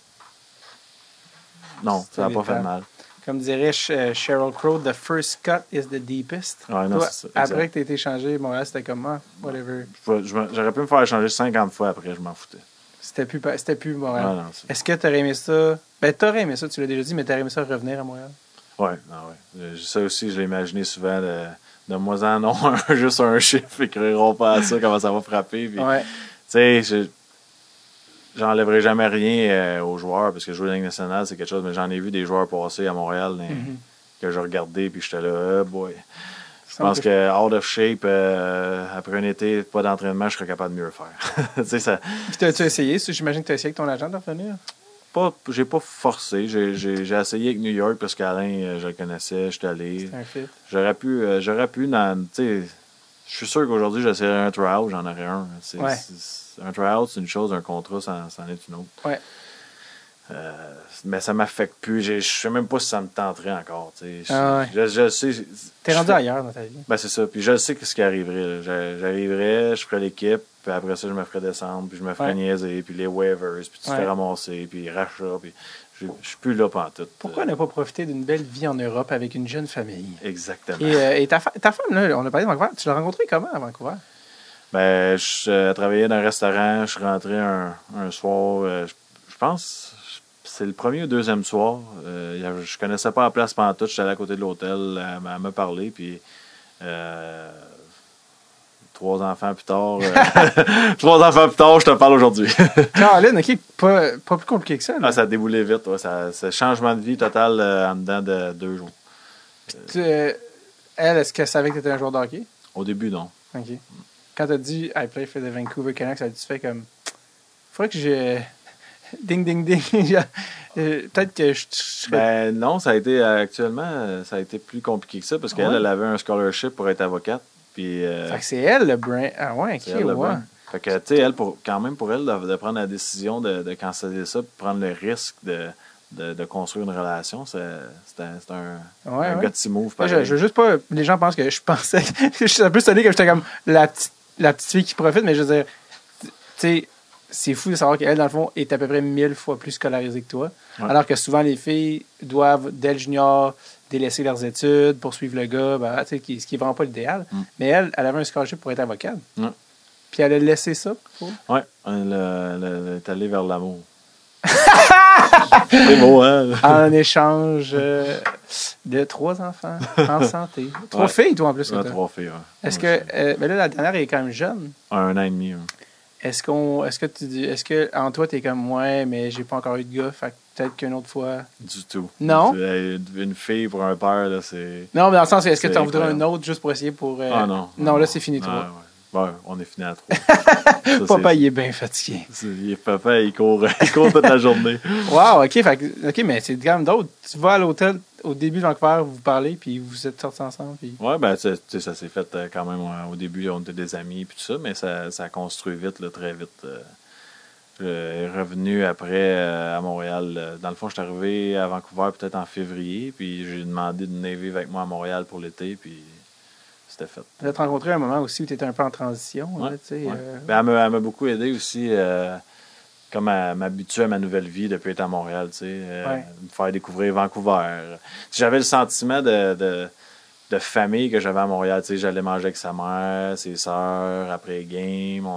non, ça n'a pas fait mal. Comme dirait Sheryl Crow, the first cut is the deepest. Ouais, non, toi, c'est ça, après que tu as été changé, Montréal, c'était comme, whatever. J'aurais pu me faire changer 50 fois après, je m'en foutais. C'était plus Montréal. Ouais, non, est-ce que tu aurais aimé ça? Ben, tu aurais aimé ça, tu l'as déjà dit, mais tu aurais aimé ça revenir à Montréal? Oui, ça aussi, je l'ai imaginé souvent. De moi en non, juste un chiffre, écriront pas à ça, comment ça va frapper. Puis, Ouais. tu sais, j'enlèverai jamais rien aux joueurs, parce que jouer dans la Ligue nationale, c'est quelque chose, mais j'en ai vu des joueurs passer à Montréal que je regardais, puis j'étais là, boy. Je pense que out of shape, après un été, pas d'entraînement, je serais capable de mieux le faire. Tu sais, ça. Puis t'as-tu essayé? J'imagine que tu as essayé avec ton agent de revenir? J'ai pas forcé. J'ai essayé avec New York parce qu'Alain, je le connaissais, j'étais allé. C'est un fit. J'aurais pu tu sais, je suis sûr qu'aujourd'hui, j'essaierais un try-out, j'en aurais un. Un try-out, c'est une chose, un contrat, c'en est une autre. Ouais. Mais ça m'affecte plus. Je sais même pas si ça me tenterait encore. Tu sais. Ouais. Je sais. T'es rendu ailleurs dans ta vie. Ben, c'est ça. Puis je sais ce qui arriverait. J'arriverais, je ferais l'équipe, puis après ça, je me ferais descendre, puis je me ferais niaiser, puis les waivers, puis tu te fais ramasser, puis rachat, puis je suis plus là pantoute. Pourquoi ne pas profiter d'une belle vie en Europe avec une jeune famille? Exactement. Et ta femme, là, on a parlé de Vancouver. Tu l'as rencontrée comment à Vancouver? Ben, je travaillais dans un restaurant, je suis rentré un soir, je pense, c'est le premier ou deuxième soir. Je connaissais pas la place pantoute, j'étais allé à côté de l'hôtel, elle m'a parlé, puis 3 enfants plus tard, 3 enfants plus tard, je te parle aujourd'hui. Caroline, OK, pas plus compliqué que ça. Ah, ça a déboulé vite, ouais, c'est changement de vie total en dedans de 2 jours. Elle, est-ce qu'elle savait que tu étais un joueur de hockey? Au début, non. OK. Quand tu as dit I play for the Vancouver Canucks, tu fais comme. Faudrait que je. Ding, ding, ding. Peut-être que je serais. Ben non, ça a été actuellement, ça a été plus compliqué que ça parce qu'elle, elle avait un scholarship pour être avocate. Puis, fait que c'est elle le brain. Ah ouais, OK, elle, ouais. Fait que, tu sais, elle, quand même pour elle, de prendre la décision de canceller ça, de prendre le risque de construire une relation, c'est un gutsy move. Je veux juste pas. Les gens pensent que je pensais. Je suis un peu sonné que j'étais comme la petite fille qui profite, mais je veux dire, tu sais, c'est fou de savoir qu'elle, dans le fond, est à peu près 1000 fois plus scolarisée que toi. Ouais. Alors que souvent, les filles doivent, dès le junior, délaisser leurs études pour suivre le gars, ben, ce qui est vraiment pas l'idéal. Mais elle avait un scholarship pour être avocate. Puis elle a laissé ça. Oui, elle est allée vers l'amour. C'est beau, hein? En échange de 3 enfants en santé. 3 filles, toi, en plus. 3 filles, oui. Est-ce que... ben là, la dernière est quand même jeune. 1 an et demi, oui. Est-ce que en toi, t'es comme ouais, mais j'ai pas encore eu de gars, fait que peut-être qu'une autre fois. Du tout. Non. Une fille pour un père, là, c'est. Non, mais dans le sens, est-ce que tu en voudrais un autre juste pour essayer pour. Ah non. Non, là, c'est fini, toi. Ouais, on est fini à 3. Papa, il est bien fatigué. Papa, il court toute la journée. Wow, OK, mais c'est quand même d'autres. Tu vas à l'hôtel au début de Vancouver, vous parlez, puis vous êtes sortis ensemble. Puis... Ouais, ben, tu sais, ça s'est fait quand même. Au début, on était des amis, puis tout ça, mais ça a construit vite, là, très vite. Je suis revenu après à Montréal. Dans le fond, je suis arrivé à Vancouver peut-être en février, puis j'ai demandé de venir vivre avec moi à Montréal pour l'été, puis c'était fait. Vous êtes rencontré à un moment aussi où tu étais un peu en transition. Ouais, Là, tu sais, ouais. Ben, elle m'a beaucoup aidé aussi, comme à m'habituer à ma nouvelle vie depuis être à Montréal, tu sais, me faire découvrir Vancouver. J'avais le sentiment de famille que j'avais à Montréal, tu sais, j'allais manger avec sa mère, ses sœurs, après game,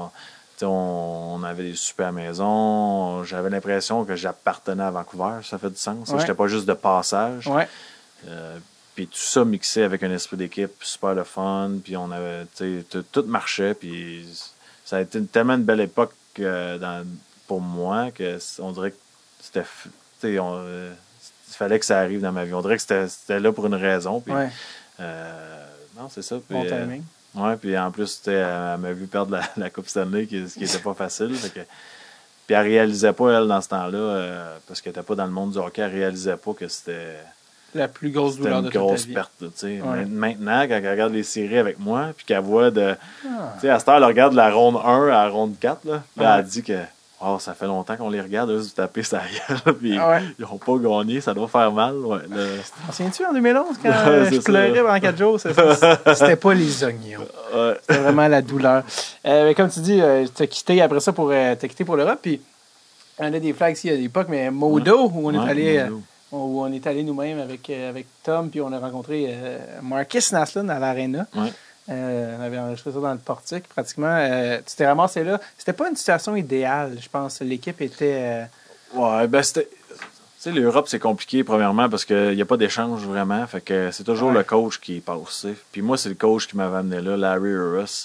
on avait des soupers à la maison. J'avais l'impression que j'appartenais à Vancouver. Ça fait du sens. Ouais. J'étais pas juste de passage. Ouais. Puis tout ça mixé avec un esprit d'équipe super le fun. Puis on avait, tout marchait. Puis ça a été tellement une belle époque pour moi que on dirait que c'était, il fallait que ça arrive dans ma vie. On dirait que c'était là pour une raison. Puis, non, c'est ça. Puis, bon timing. Ouais, puis en plus, elle m'a vu perdre la Coupe Stanley, qui n'était pas facile. Puis elle réalisait pas, elle, dans ce temps-là, parce qu'elle n'était pas dans le monde du hockey, elle réalisait pas que c'était la plus grosse douleur de toute ta vie. C'était une grosse perte. Ouais. Maintenant, quand elle regarde les séries avec moi, puis qu'elle voit à cette heure, elle regarde la ronde 1 à la ronde 4, là elle dit que ça fait longtemps qu'on les regarde, eux, se taper sa gueule, puis ils n'ont pas gagné, ça doit faire mal. Ouais, t'en souviens-tu en 2011 quand je pleurais pendant 4 jours? C'était pas les oignons. Ouais. C'était vraiment la douleur. Mais comme tu dis, t'as quitté après ça t'as quitté pour l'Europe, puis on a des flags ici à l'époque, mais Modo, où on est allé. Où on est allé nous-mêmes avec Tom, puis on a rencontré Marcus Naslund à l'Arena. Ouais. On avait enregistré ça dans le portique, pratiquement. Tu t'es ramassé là. C'était pas une situation idéale, je pense. L'équipe était... Ouais, ben c'était... Tu sais, l'Europe, c'est compliqué, premièrement, parce qu'il n'y a pas d'échange, vraiment. Fait que c'est toujours le coach qui passe. Puis moi, c'est le coach qui m'avait amené là, Larry Urus.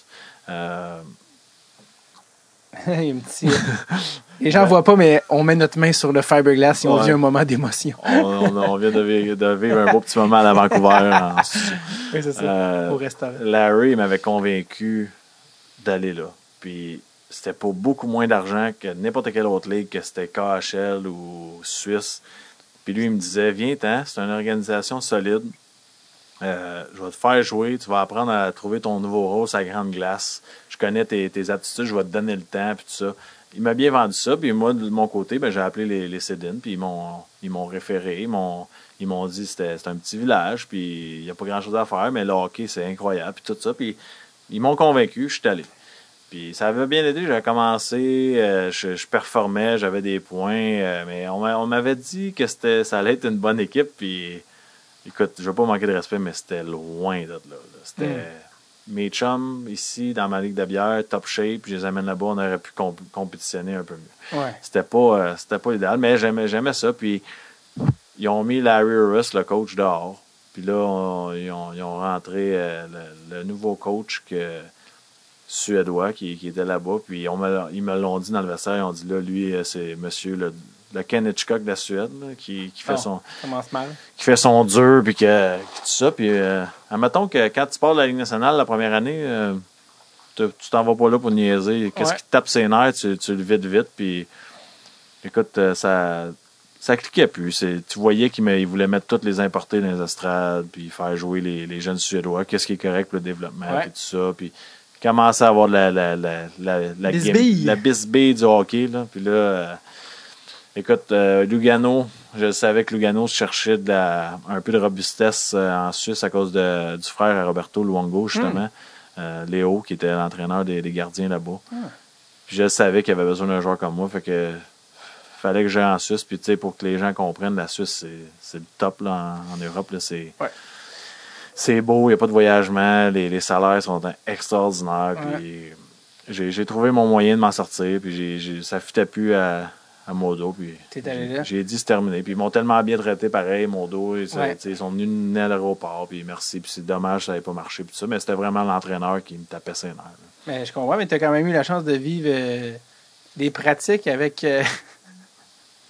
Il y a un petit... Les gens ne voient pas, mais on met notre main sur le fiberglass et on vit un moment d'émotion. On vient de vivre un beau petit moment à Vancouver. Oui, c'est ça, au restaurant. Larry m'avait convaincu d'aller là. Puis c'était pour beaucoup moins d'argent que n'importe quelle autre ligue, que c'était KHL ou Suisse. Puis lui, il me disait, viens-t'en, c'est une organisation solide. Je vais te faire jouer, tu vas apprendre à trouver ton nouveau rôle sur la grande glace. Je connais tes aptitudes, je vais te donner le temps, puis tout ça. Il m'a bien vendu ça, puis moi, de mon côté, j'ai appelé les Cédines, puis ils m'ont référé, ils m'ont dit que c'était un petit village, puis il n'y a pas grand-chose à faire, mais le hockey, c'est incroyable, puis tout ça, puis ils m'ont convaincu, je suis allé. Puis ça avait bien aidé, j'avais commencé, je performais, j'avais des points, mais on m'avait dit que ça allait être une bonne équipe, puis écoute, je ne veux pas manquer de respect, mais c'était loin de là. C'était... Mes chums, ici, dans ma ligue de bière, top shape, je les amène là-bas, on aurait pu compétitionner un peu mieux. Ouais. C'était pas idéal, mais j'aimais ça. Puis, ils ont mis Larry Urus, le coach, dehors. Puis là, ils ont rentré le nouveau coach suédois qui était là-bas. Puis, ils me l'ont dit dans le vestiaire. Ils ont dit, là, lui, c'est monsieur le Ken Hitchcock de la Suède, là, qui fait qui fait son dur, puis tout ça. Puis, admettons que quand tu pars de la Ligue nationale la première année, tu t'en vas pas là pour niaiser. Qu'est-ce qui te tape ses nerfs, tu le vides vite. Puis, écoute, ça cliquait plus. Tu voyais qu'il voulait mettre tous les importés dans les estrades, puis faire jouer les jeunes Suédois. Qu'est-ce qui est correct pour le développement, puis tout ça. Puis, commencer à avoir la bisbille du hockey, là. Puis là... Écoute, Lugano, je savais que Lugano cherchait un peu de robustesse en Suisse à cause du frère à Roberto Luongo, justement. Léo, qui était l'entraîneur des gardiens là-bas. Puis je savais qu'il avait besoin d'un joueur comme moi, fait que fallait que j'aille en Suisse. Puis tu sais, pour que les gens comprennent, la Suisse, c'est le top là, en Europe. Là, c'est beau, il n'y a pas de voyagement, les salaires sont extraordinaires. Puis j'ai trouvé mon moyen de m'en sortir, puis ça ne fitait plus à Modo, puis j'ai dit c'est terminé. Puis ils m'ont tellement bien traité pareil, Modo, ils sont venus nous à l'aéroport, puis merci, puis c'est dommage ça n'avait pas marché, puis tout ça, mais c'était vraiment l'entraîneur qui me tapait ses nerfs. Mais je comprends, mais tu as quand même eu la chance de vivre des pratiques avec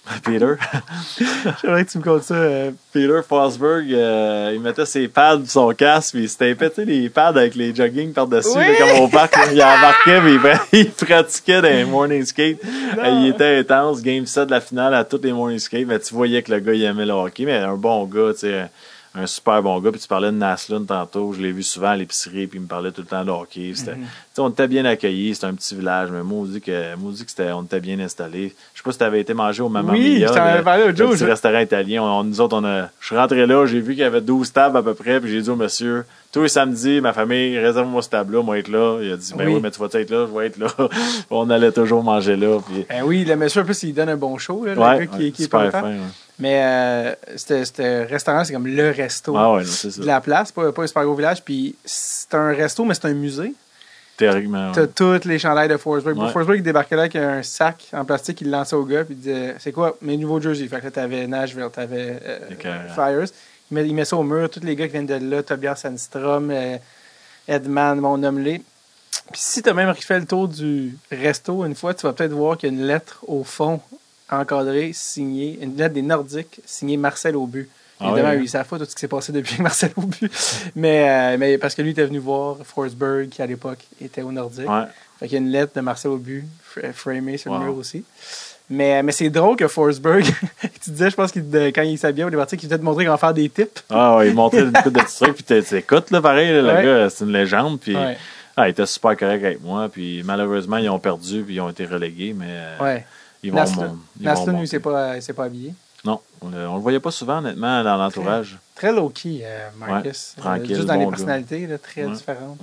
Peter. J'aimerais que tu me comptes ça. Peter Forsberg, il mettait ses pads sur son casque, puis il se tapait, tu sais, les pads avec les jogging par-dessus, Oui! là, comme au parc, là, il embarquait, puis il pratiquait dans les morning skate. Il était intense, game 7 de la finale à tous les morning skate, mais tu voyais que le gars, il aimait le hockey, mais un bon gars, tu sais, un super bon gars. Puis tu parlais de Naslund tantôt, je l'ai vu souvent à l'épicerie, puis il me parlait tout le temps de hockey. Tu sais, on était bien accueillis, c'était un petit village, mais moi, on était bien installés. Je sais pas si tu avais été manger au Mamma Mia, je t'en avais parlé l'autre jour. Le petit restaurant italien. Nous autres, je suis rentré là, j'ai vu qu'il y avait 12 tables à peu près, puis j'ai dit au monsieur, tous les samedis, ma famille, réserve-moi cette table-là, moi être là. Il a dit, ben oui, mais tu vas être là, je vais être là. On allait toujours manger là. Puis... Ben oui, le monsieur, en plus, il donne un bon show, là, ouais, le gars qui est super pas fin. Ouais. Mais ce restaurant, c'est comme le resto c'est de la place, pas un super gros village. Puis c'est un resto, mais c'est un musée. Théoriquement. T'as toutes les chandails de Forsberg. Ouais. Forsberg, il débarquait là avec un sac en plastique, il le lançait au gars, puis il disait, c'est quoi mes nouveaux jerseys? Fait que là, t'avais Nashville, t'avais Flyers. Il met ça au mur, tous les gars qui viennent de là, Tobias Sandstrom, Edman, mon nomme-les. Puis si t'as même refait le tour du resto une fois, tu vas peut-être voir qu'il y a une lettre au fond encadrée, signée, une lettre des Nordiques, signée Marcel Aubu. Évidemment, il savait pas tout ce qui s'est passé depuis Marcel Aubu. mais parce que lui était venu voir Forsberg, qui à l'époque était au Nordique. Ouais. Fait qu'il y a une lettre de Marcel Aubu framée sur le mur aussi. Mais c'est drôle que Forsberg, tu disais, je pense que quand il s'habillait au départ, qu'il voulait te montrer comment faire des tips. Ah ouais, il montrait une coupe de trucs, puis t'écoutes, là, pareil, là, le gars, c'est une légende, puis il était super correct avec moi, puis malheureusement, ils ont perdu, puis ils ont été relégués, mais ils vont Naslund, lui, s'est pas habillé. Non, on le voyait pas souvent, honnêtement, dans l'entourage. Très low-key, Marcus. Tranquille, juste dans les personnalités, là, très différentes.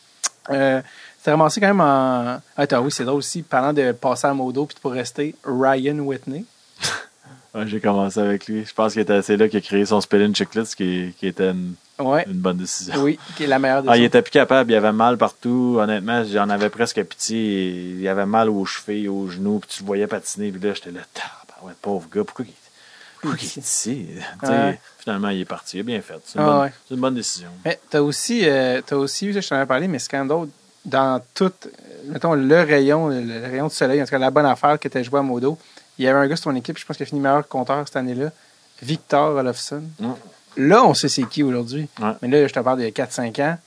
T'as ramassé quand même en... oui, c'est drôle aussi, parlant de passer à Modo, puis pour rester, Ryan Whitney. J'ai commencé avec lui. Je pense que c'est là qu'il a créé son spelling checklist, qui était une bonne décision. Oui, qui est la meilleure décision. Il était plus capable, il avait mal partout. Honnêtement, j'en avais presque pitié. Il avait mal aux chevilles, aux genoux, puis tu le voyais patiner, puis là, j'étais là, pauvre gars, pourquoi il est ici? Finalement, il est parti. Il a bien fait. C'est une bonne décision. Mais t'as aussi je t'en avais parlé, mais c'est quand même d'autre. Dans tout, mettons, le rayon du soleil, en tout cas, la bonne affaire que tu as joué à Modo, il y avait un gars sur ton équipe, je pense qu'il a fini meilleur compteur cette année-là, Victor Olofsson. Là, on sait c'est qui aujourd'hui. Mais là, je te parle d'il y a 4-5 ans.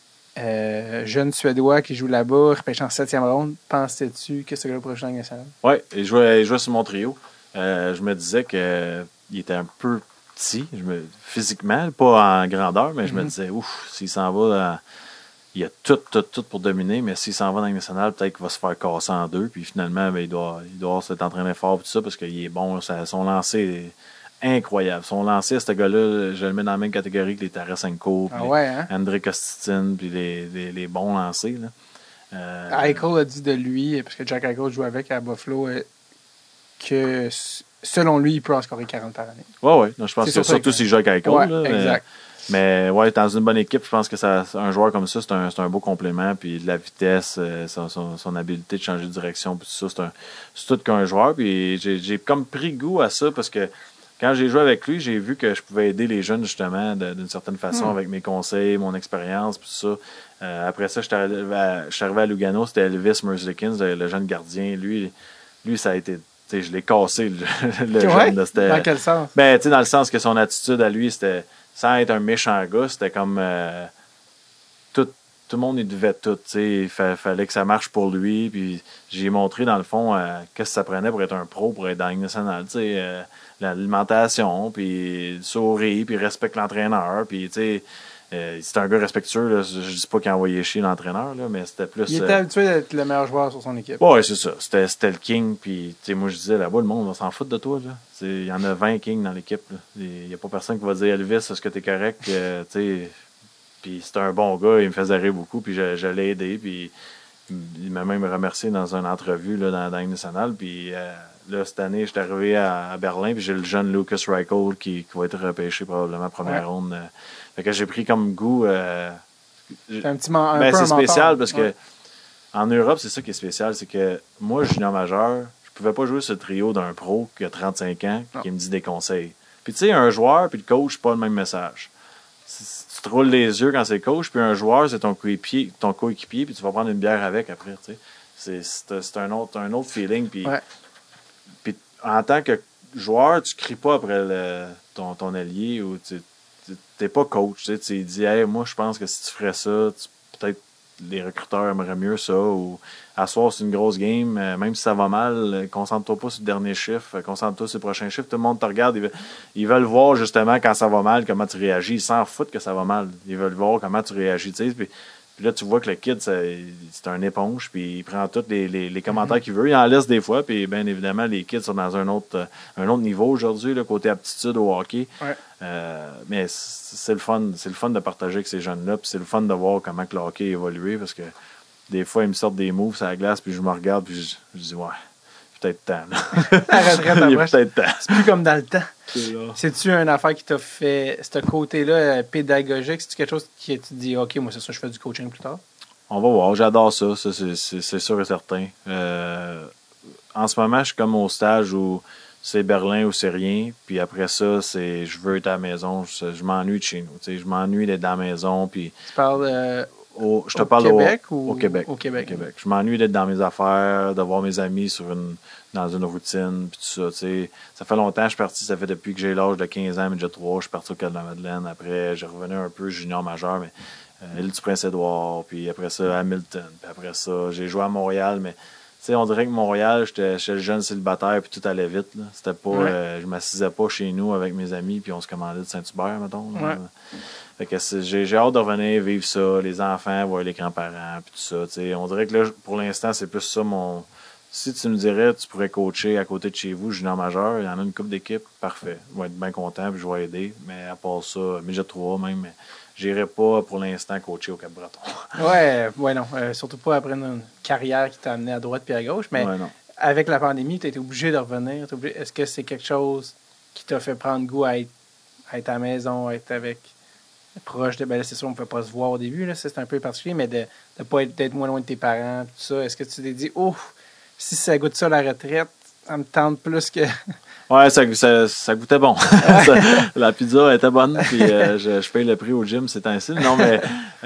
Jeune Suédois qui joue là-bas, repêché en 7e ronde. Pensais-tu que ce gars-là pourrait jouer en national? Oui, il jouait sur mon trio. Je me disais qu'il était un peu petit, physiquement, pas en grandeur, mais je me disais, s'il s'en va, il a tout pour dominer, mais s'il s'en va dans le national, peut-être qu'il va se faire casser en deux, puis finalement, il doit s'être entraîné fort, tout ça, parce qu'il est bon, son lancer est incroyable. Son lancer, ce gars-là, je le mets dans la même catégorie que les Tarasenko, André Kostin, puis les bons lancers. Eichel a dit de lui, parce que Jack Eichel joue avec à Buffalo, que selon lui, il peut en scorer 40 par année. Oui. Je pense que surtout s'il joue avec Eichel. Exact. Mais dans une bonne équipe, je pense que un joueur comme ça, c'est un beau complément. Puis de la vitesse, son habileté de changer de direction, puis tout ça, c'est tout qu'un joueur. Puis j'ai comme pris goût à ça parce que quand j'ai joué avec lui, j'ai vu que je pouvais aider les jeunes justement d'une certaine façon avec mes conseils, mon expérience, puis tout ça. Après ça, je suis arrivé à Lugano, c'était Elvis Merzlikins, le jeune gardien. Lui, ça a été... je l'ai cassé, le jeune. Dans quel sens? Dans le sens que son attitude à lui, c'était... Sans être un méchant gars, c'était comme... tout le monde, il devait tout. Il fallait que ça marche pour lui. Puis j'ai montré, dans le fond, qu'est-ce que ça prenait pour être un pro, pour être dans la Ligue nationale. L'alimentation, puis sourire, puis respecte l'entraîneur. Puis, c'est un gars respectueux. Là. Je dis pas qu'il a envoyé chier l'entraîneur, là, mais c'était plus... Il était habitué d'être le meilleur joueur sur son équipe. Oui, c'est ça. C'était le king. Puis, moi, je disais, là-bas, le monde va s'en foutre de toi. Il y en a 20 kings dans l'équipe. Il n'y a pas personne qui va dire, Elvis, est-ce que t'es correct? Puis, c'était un bon gars. Il me faisait rire beaucoup. Puis, je l'ai aidé. Puis, il m'a même remercié dans une entrevue là, dans la Ligue nationale. Puis, là, cette année, je suis arrivé à Berlin. Puis, j'ai le jeune Lucas Reichel qui va être repêché probablement première ronde. Fait que j'ai pris comme goût. C'est un petit c'est spécial parce que en Europe, c'est ça qui est spécial. C'est que moi, junior majeur, je pouvais pas jouer ce trio d'un pro qui a 35 ans qui me dit des conseils. Puis tu sais, un joueur puis le coach, c'est pas le même message. Tu te roules les yeux quand c'est le coach, puis un joueur, c'est ton coéquipier, puis tu vas prendre une bière avec après. Tu sais. C'est un autre feeling. Puis en tant que joueur, tu cries pas après ton allié ou t'es pas coach. Tu dis, hey, moi, je pense que si tu ferais ça, peut-être les recruteurs aimeraient mieux ça. Ou à soir, c'est une grosse game. Même si ça va mal, concentre-toi pas sur le dernier chiffre. Concentre-toi sur le prochain chiffre. Tout le monde te regarde. Ils veulent voir justement quand ça va mal, comment tu réagis. Ils s'en foutent que ça va mal. Ils veulent voir comment tu réagis. Puis là, tu vois que le kid, c'est un éponge, puis il prend tous les commentaires qu'il veut. Il en laisse des fois, puis bien évidemment, les kids sont dans un autre niveau aujourd'hui, là, côté aptitude au hockey. Ouais. Mais c'est le fun de partager avec ces jeunes-là, puis c'est le fun de voir comment que le hockey a évolué, parce que des fois, ils me sortent des moves sur la glace, puis je me regarde, puis je dis, ouais, peut-être temps. La retraite Il est approche. peut-être temps. C'est plus comme dans le temps. C'est là. C'est-tu une affaire qui t'a fait, ce côté-là pédagogique? C'est-tu quelque chose qui tu te dis, OK, moi, c'est ça, je fais du coaching plus tard? On va voir, j'adore ça c'est sûr et certain. En ce moment, je suis comme au stage où c'est Berlin ou c'est rien, puis après ça, c'est je veux être à la maison, je m'ennuie de chez nous. Je m'ennuie d'être dans la maison, puis Tu parles je te parle Québec au Québec. Au Québec. Je m'ennuie d'être dans mes affaires, de voir mes amis dans une routine, puis tout ça. Ça fait longtemps que je suis parti, ça fait depuis que j'ai l'âge de 15 ans, midget 3, je suis parti au Cap-de-la-Madeleine. Après, j'ai revenu un peu junior majeur, mais l'île du Prince-Édouard, puis après ça, Hamilton, puis après ça, j'ai joué à Montréal, mais on dirait que Montréal, j'étais le jeune célibataire, puis tout allait vite. Là. C'était pas, je m'assisais pas chez nous avec mes amis, puis on se commandait de Saint-Hubert, mettons. Là. Ouais. Fait que j'ai hâte de revenir vivre ça, les enfants, voir les grands-parents, puis tout ça. On dirait que là, pour l'instant, c'est plus ça mon. Si tu me dirais, tu pourrais coacher à côté de chez vous, junior majeur, il y en a une couple d'équipes, parfait. Je vais être bien content, puis je vais aider. Mais à part ça, midget 3 même, j'irai pas pour l'instant coacher au Cap-Breton. Ouais, non. Surtout pas après une carrière qui t'a amené à droite puis à gauche. Mais Ouais, non. avec la pandémie, tu as été obligé de revenir. Est-ce que c'est quelque chose qui t'a fait prendre goût à être à la maison, à être avec proche de. Ben là, c'est sûr, on ne peut pas se voir au début, là, c'est un peu particulier, mais de ne pas d'être moins loin de tes parents, tout ça. Est-ce que tu t'es dit, oh, si ça goûte ça la retraite, ça me tente plus que. Ouais, ça goûtait bon. La pizza était bonne, puis je paye le prix au gym, c'est ainsi. Non, mais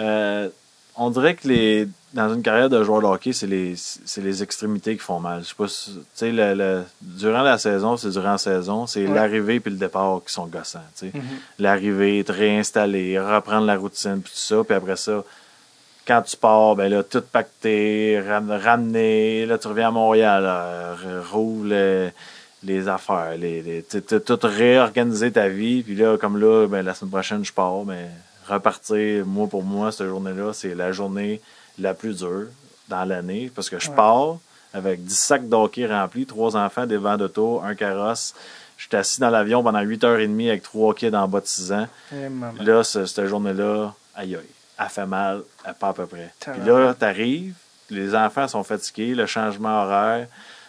on dirait que dans une carrière de joueur de hockey, c'est les extrémités qui font mal. Je sais pas si, tu sais, durant la saison, c'est durant la saison, c'est l'arrivée puis le départ qui sont gossants. Tu sais. L'arrivée, te réinstaller, reprendre la routine, puis tout ça, puis après ça, quand tu pars, ben là, tout pacté, ramener, là, tu reviens à Montréal, rouvre les affaires, tout réorganiser ta vie, puis là, comme là, ben, la semaine prochaine, je pars, mais repartir, pour moi, cette journée-là, c'est la journée la plus dure dans l'année, parce que je pars avec 10 sacs d'hockey remplis, 3 enfants, des vents d'auto, un carrosse. Je suis assis dans l'avion pendant 8h30 avec 3 kids en bas de 6 ans. Là, cette journée-là, aïe aïe, elle fait mal, pas à peu près. Puis là, t'arrives, les enfants sont fatigués, le changement horaire,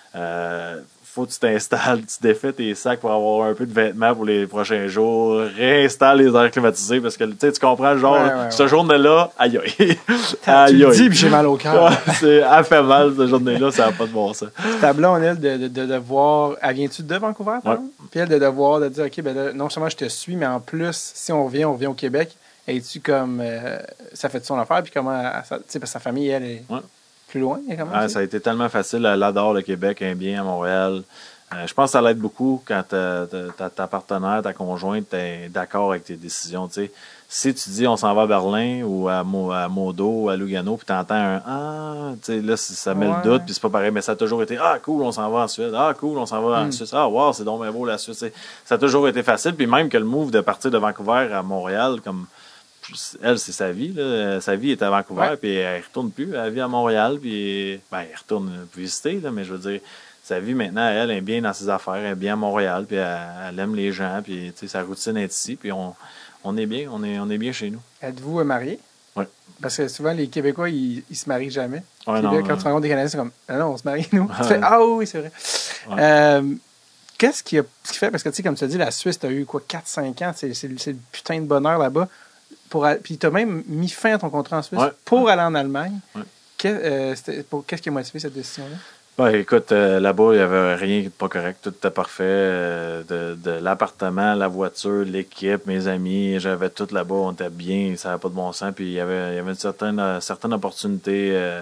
faut que tu t'installes, tu défais tes sacs pour avoir un peu de vêtements pour les prochains jours, réinstalle les aires climatisées parce que tu comprends le genre, cette journée-là, aïe aïe. Tu le dis, puis j'ai mal au cœur. Elle fait mal, cette journée-là, ça n'a pas de bon sens. Ta blonde, elle, de devoir. Elle vient-tu de Vancouver, par exemple? Puis elle, de devoir de dire, OK, ben là, non seulement je te suis, mais en plus, si on revient au Québec, es-tu comme. Ça fait de son affaire, puis comment. Tu sais, parce que sa famille, elle est. Plus loin, comment ça a été tellement facile. Elle adore le Québec, elle est bien à Montréal. Je pense que ça l'aide beaucoup quand ta partenaire, ta conjointe est d'accord avec tes décisions. T'sais. Si tu dis on s'en va à Berlin ou à Modo ou à Lugano, puis tu entends un là, ça met le doute, puis c'est pas pareil, mais ça a toujours été cool, on s'en va en Suède. Cool, on s'en va en Suisse. Wow, c'est donc bien beau la Suisse. T'sais. Ça a toujours été facile, puis même que le move de partir de Vancouver à Montréal, comme. Elle, c'est sa vie. Là. Sa vie est à Vancouver, puis elle ne retourne plus. Elle vit à Montréal, puis elle retourne visiter, là, mais je veux dire, sa vie maintenant, elle est bien dans ses affaires, elle est bien à Montréal, puis elle aime les gens, puis sa routine est ici, puis on est bien, on est bien chez nous. Êtes-vous mariés? Oui. Parce que souvent, les Québécois, ils se marient jamais. Ouais, puis là, quand tu rencontres des Canadiens, c'est comme, non, on se marie, nous. Tu fais, oui, c'est vrai. Ouais. Qu'est-ce qui fait, parce que tu sais, comme tu as dit, la Suisse, tu as eu quoi, 4-5 ans, c'est le putain de bonheur là-bas. Puis tu as même mis fin à ton contrat en Suisse pour aller en Allemagne. Ouais. Qu'est-ce qui a motivé cette décision-là? Ben, écoute, là-bas, il n'y avait rien de pas correct. Tout était parfait. De l'appartement, la voiture, l'équipe, mes amis, j'avais tout là-bas. On était bien, ça n'avait pas de bon sens. Puis il y avait une certaine opportunité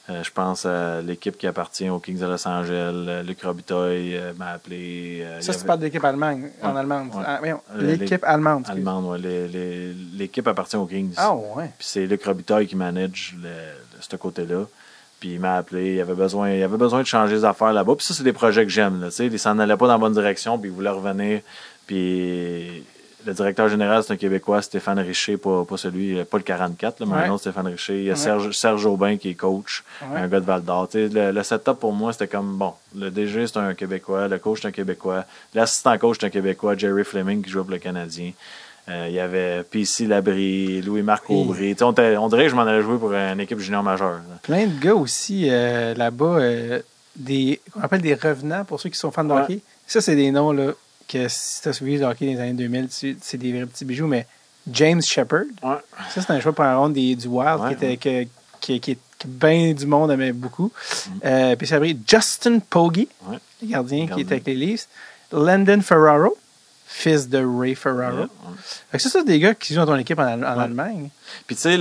Je pense à l'équipe qui appartient aux Kings de Los Angeles. Luc Robitaille m'a appelé. Ça, c'est pas de l'équipe allemande. En allemande. Ouais. Ah, l'équipe allemande. Allemande, oui. L'équipe appartient aux Kings. Ah, ouais. Puis c'est Luc Robitaille qui manage ce côté-là. Puis il m'a appelé. Il avait besoin de changer les affaires là-bas. Puis ça, c'est des projets que j'aime. Là, il s'en allait pas dans la bonne direction. Puis il voulait revenir. Puis le directeur général, c'est un Québécois, Stéphane Richer, pas celui, pas le 44, là, mais un autre Stéphane Richer. Il y a Serge Aubin qui est coach, un gars de Val-d'Or. Le setup pour moi, c'était comme, bon, le DG, c'est un Québécois, le coach, c'est un Québécois, l'assistant coach, c'est un Québécois, Jerry Fleming qui joue pour le Canadien. Il y avait PC Labrie, Louis-Marc Aubry. On dirait que je m'en allais jouer pour une équipe junior majeure. Là. Plein de gars aussi là-bas, qu'on appelle des revenants pour ceux qui sont fans de hockey. Ça, c'est des noms là, que si tu as suivi le hockey des années 2000, c'est des vrais petits bijoux, mais James Shepard, ça, c'est un choix pour un round du Wild qui est bien du monde aimait beaucoup. Puis ça a pris Justin Pogge, le gardien qui était avec les Leafs. Landon Ferraro, fils de Ray Ferraro. Fait que ça, c'est des gars qui jouent dans ton équipe en Allemagne. Puis tu sais,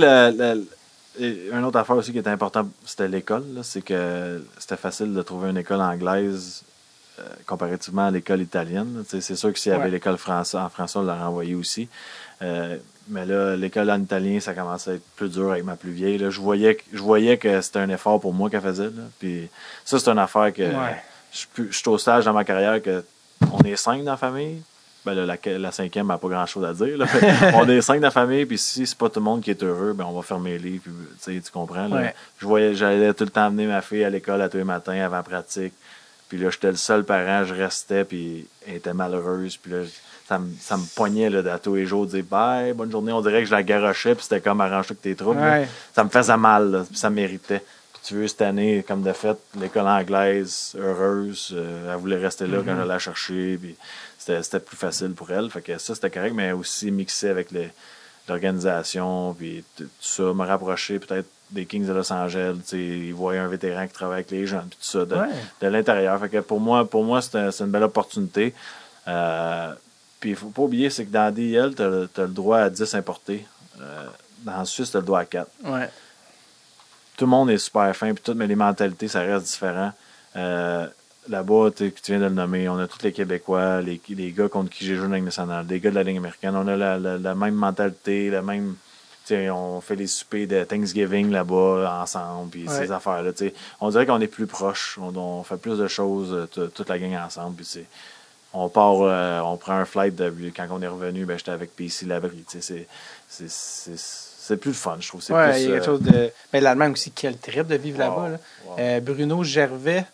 une autre affaire aussi qui était importante, c'était l'école. Là, c'est que c'était facile de trouver une école anglaise comparativement à l'école italienne. C'est sûr que s'il y avait l'école en français, on l'aurait envoyé aussi. Mais là, l'école en italien, ça commençait à être plus dur avec ma plus vieille. Là. Je voyais que c'était un effort pour moi qu'elle faisait. Là. Puis ça, c'est une affaire que je suis au stage dans ma carrière que on est 5 dans la famille. Ben là, la cinquième n'a pas grand-chose à dire. Là. On est 5 dans la famille, puis si c'est pas tout le monde qui est heureux, ben on va fermer les livres. Tu comprends? Là. J'allais tout le temps amener ma fille à l'école à tous les matins avant pratique. Puis là, j'étais le seul parent, je restais, puis elle était malheureuse. Puis là, ça me poignait là, à tous les jours, de dire bye, bonne journée. On dirait que je la garochais, puis c'était comme arrange-toi que tes troubles. Ça me faisait mal, là, puis ça méritait. Puis tu veux, cette année, comme de fait, l'école anglaise, heureuse, elle voulait rester là quand je la chercher, puis c'était plus facile pour elle. Fait que ça, c'était correct, mais aussi mixé avec l'organisation, puis tout ça, me rapprocher peut-être des Kings de Los Angeles, ils voyaient un vétéran qui travaille avec les jeunes, puis tout ça, de l'intérieur. Fait que pour moi c'est une belle opportunité. Puis il faut pas oublier, c'est que dans DL, tu as le droit à 10 importés. Dans le Suisse, tu as le droit à 4. Tout le monde est super fin, puis tout, mais les mentalités, ça reste différent. Là-bas, tu viens de le nommer, on a tous les Québécois, les gars contre qui j'ai joué dans la Ligue nationale, des gars de la Ligue américaine. On a la même mentalité, la même... on fait les soupers de Thanksgiving là-bas ensemble, puis ces affaires-là. On dirait qu'on est plus proches, on fait plus de choses, toute la gang ensemble. Puis on part, on prend un flight, quand on est revenu, j'étais avec PC Labrie. C'est plus le fun, je trouve. Il y a quelque chose de... l'Allemagne aussi, quel trip de vivre là-bas. Là. Bruno Gervais,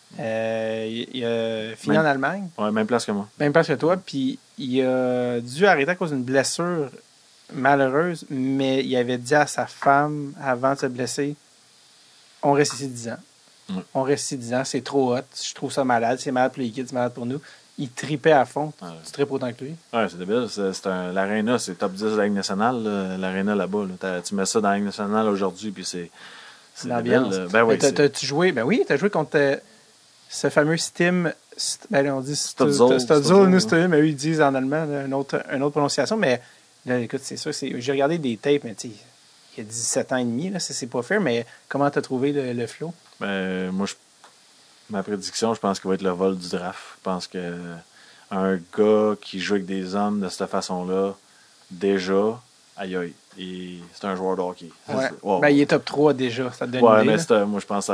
il a fini en Allemagne. Oui, même place que moi. Même place que toi, puis il a dû arrêter à cause d'une blessure malheureuse, mais il avait dit à sa femme, avant de se blesser, on reste ici 10 ans. On reste ici 10 ans, c'est trop hot. Je trouve ça malade. C'est malade pour les kids, c'est malade pour nous. Il tripait à fond. Tu tripes autant que lui. Oui, c'est débile. L'Arena, c'est top 10 de la Ligue nationale, l'Arena là-bas. Là. Tu mets ça dans la Ligue nationale aujourd'hui, puis c'est l'ambiance. Oui, t'as-tu joué? Ben oui, t'as joué contre ce fameux Stim. On dit Studzul, nous Stim, mais eux, ils disent en allemand une autre prononciation, mais là, écoute, c'est sûr, j'ai regardé des tapes, mais tu sais, il y a 17 ans et demi, là, c'est pas fair, mais comment t'as trouvé le flow? Ben, moi, ma prédiction, je pense qu'il va être le vol du draft. Je pense que un gars qui joue avec des hommes de cette façon-là, déjà, aïe, c'est un joueur de hockey. Il est top 3 déjà, ça te donne une idée. Mais moi, je pense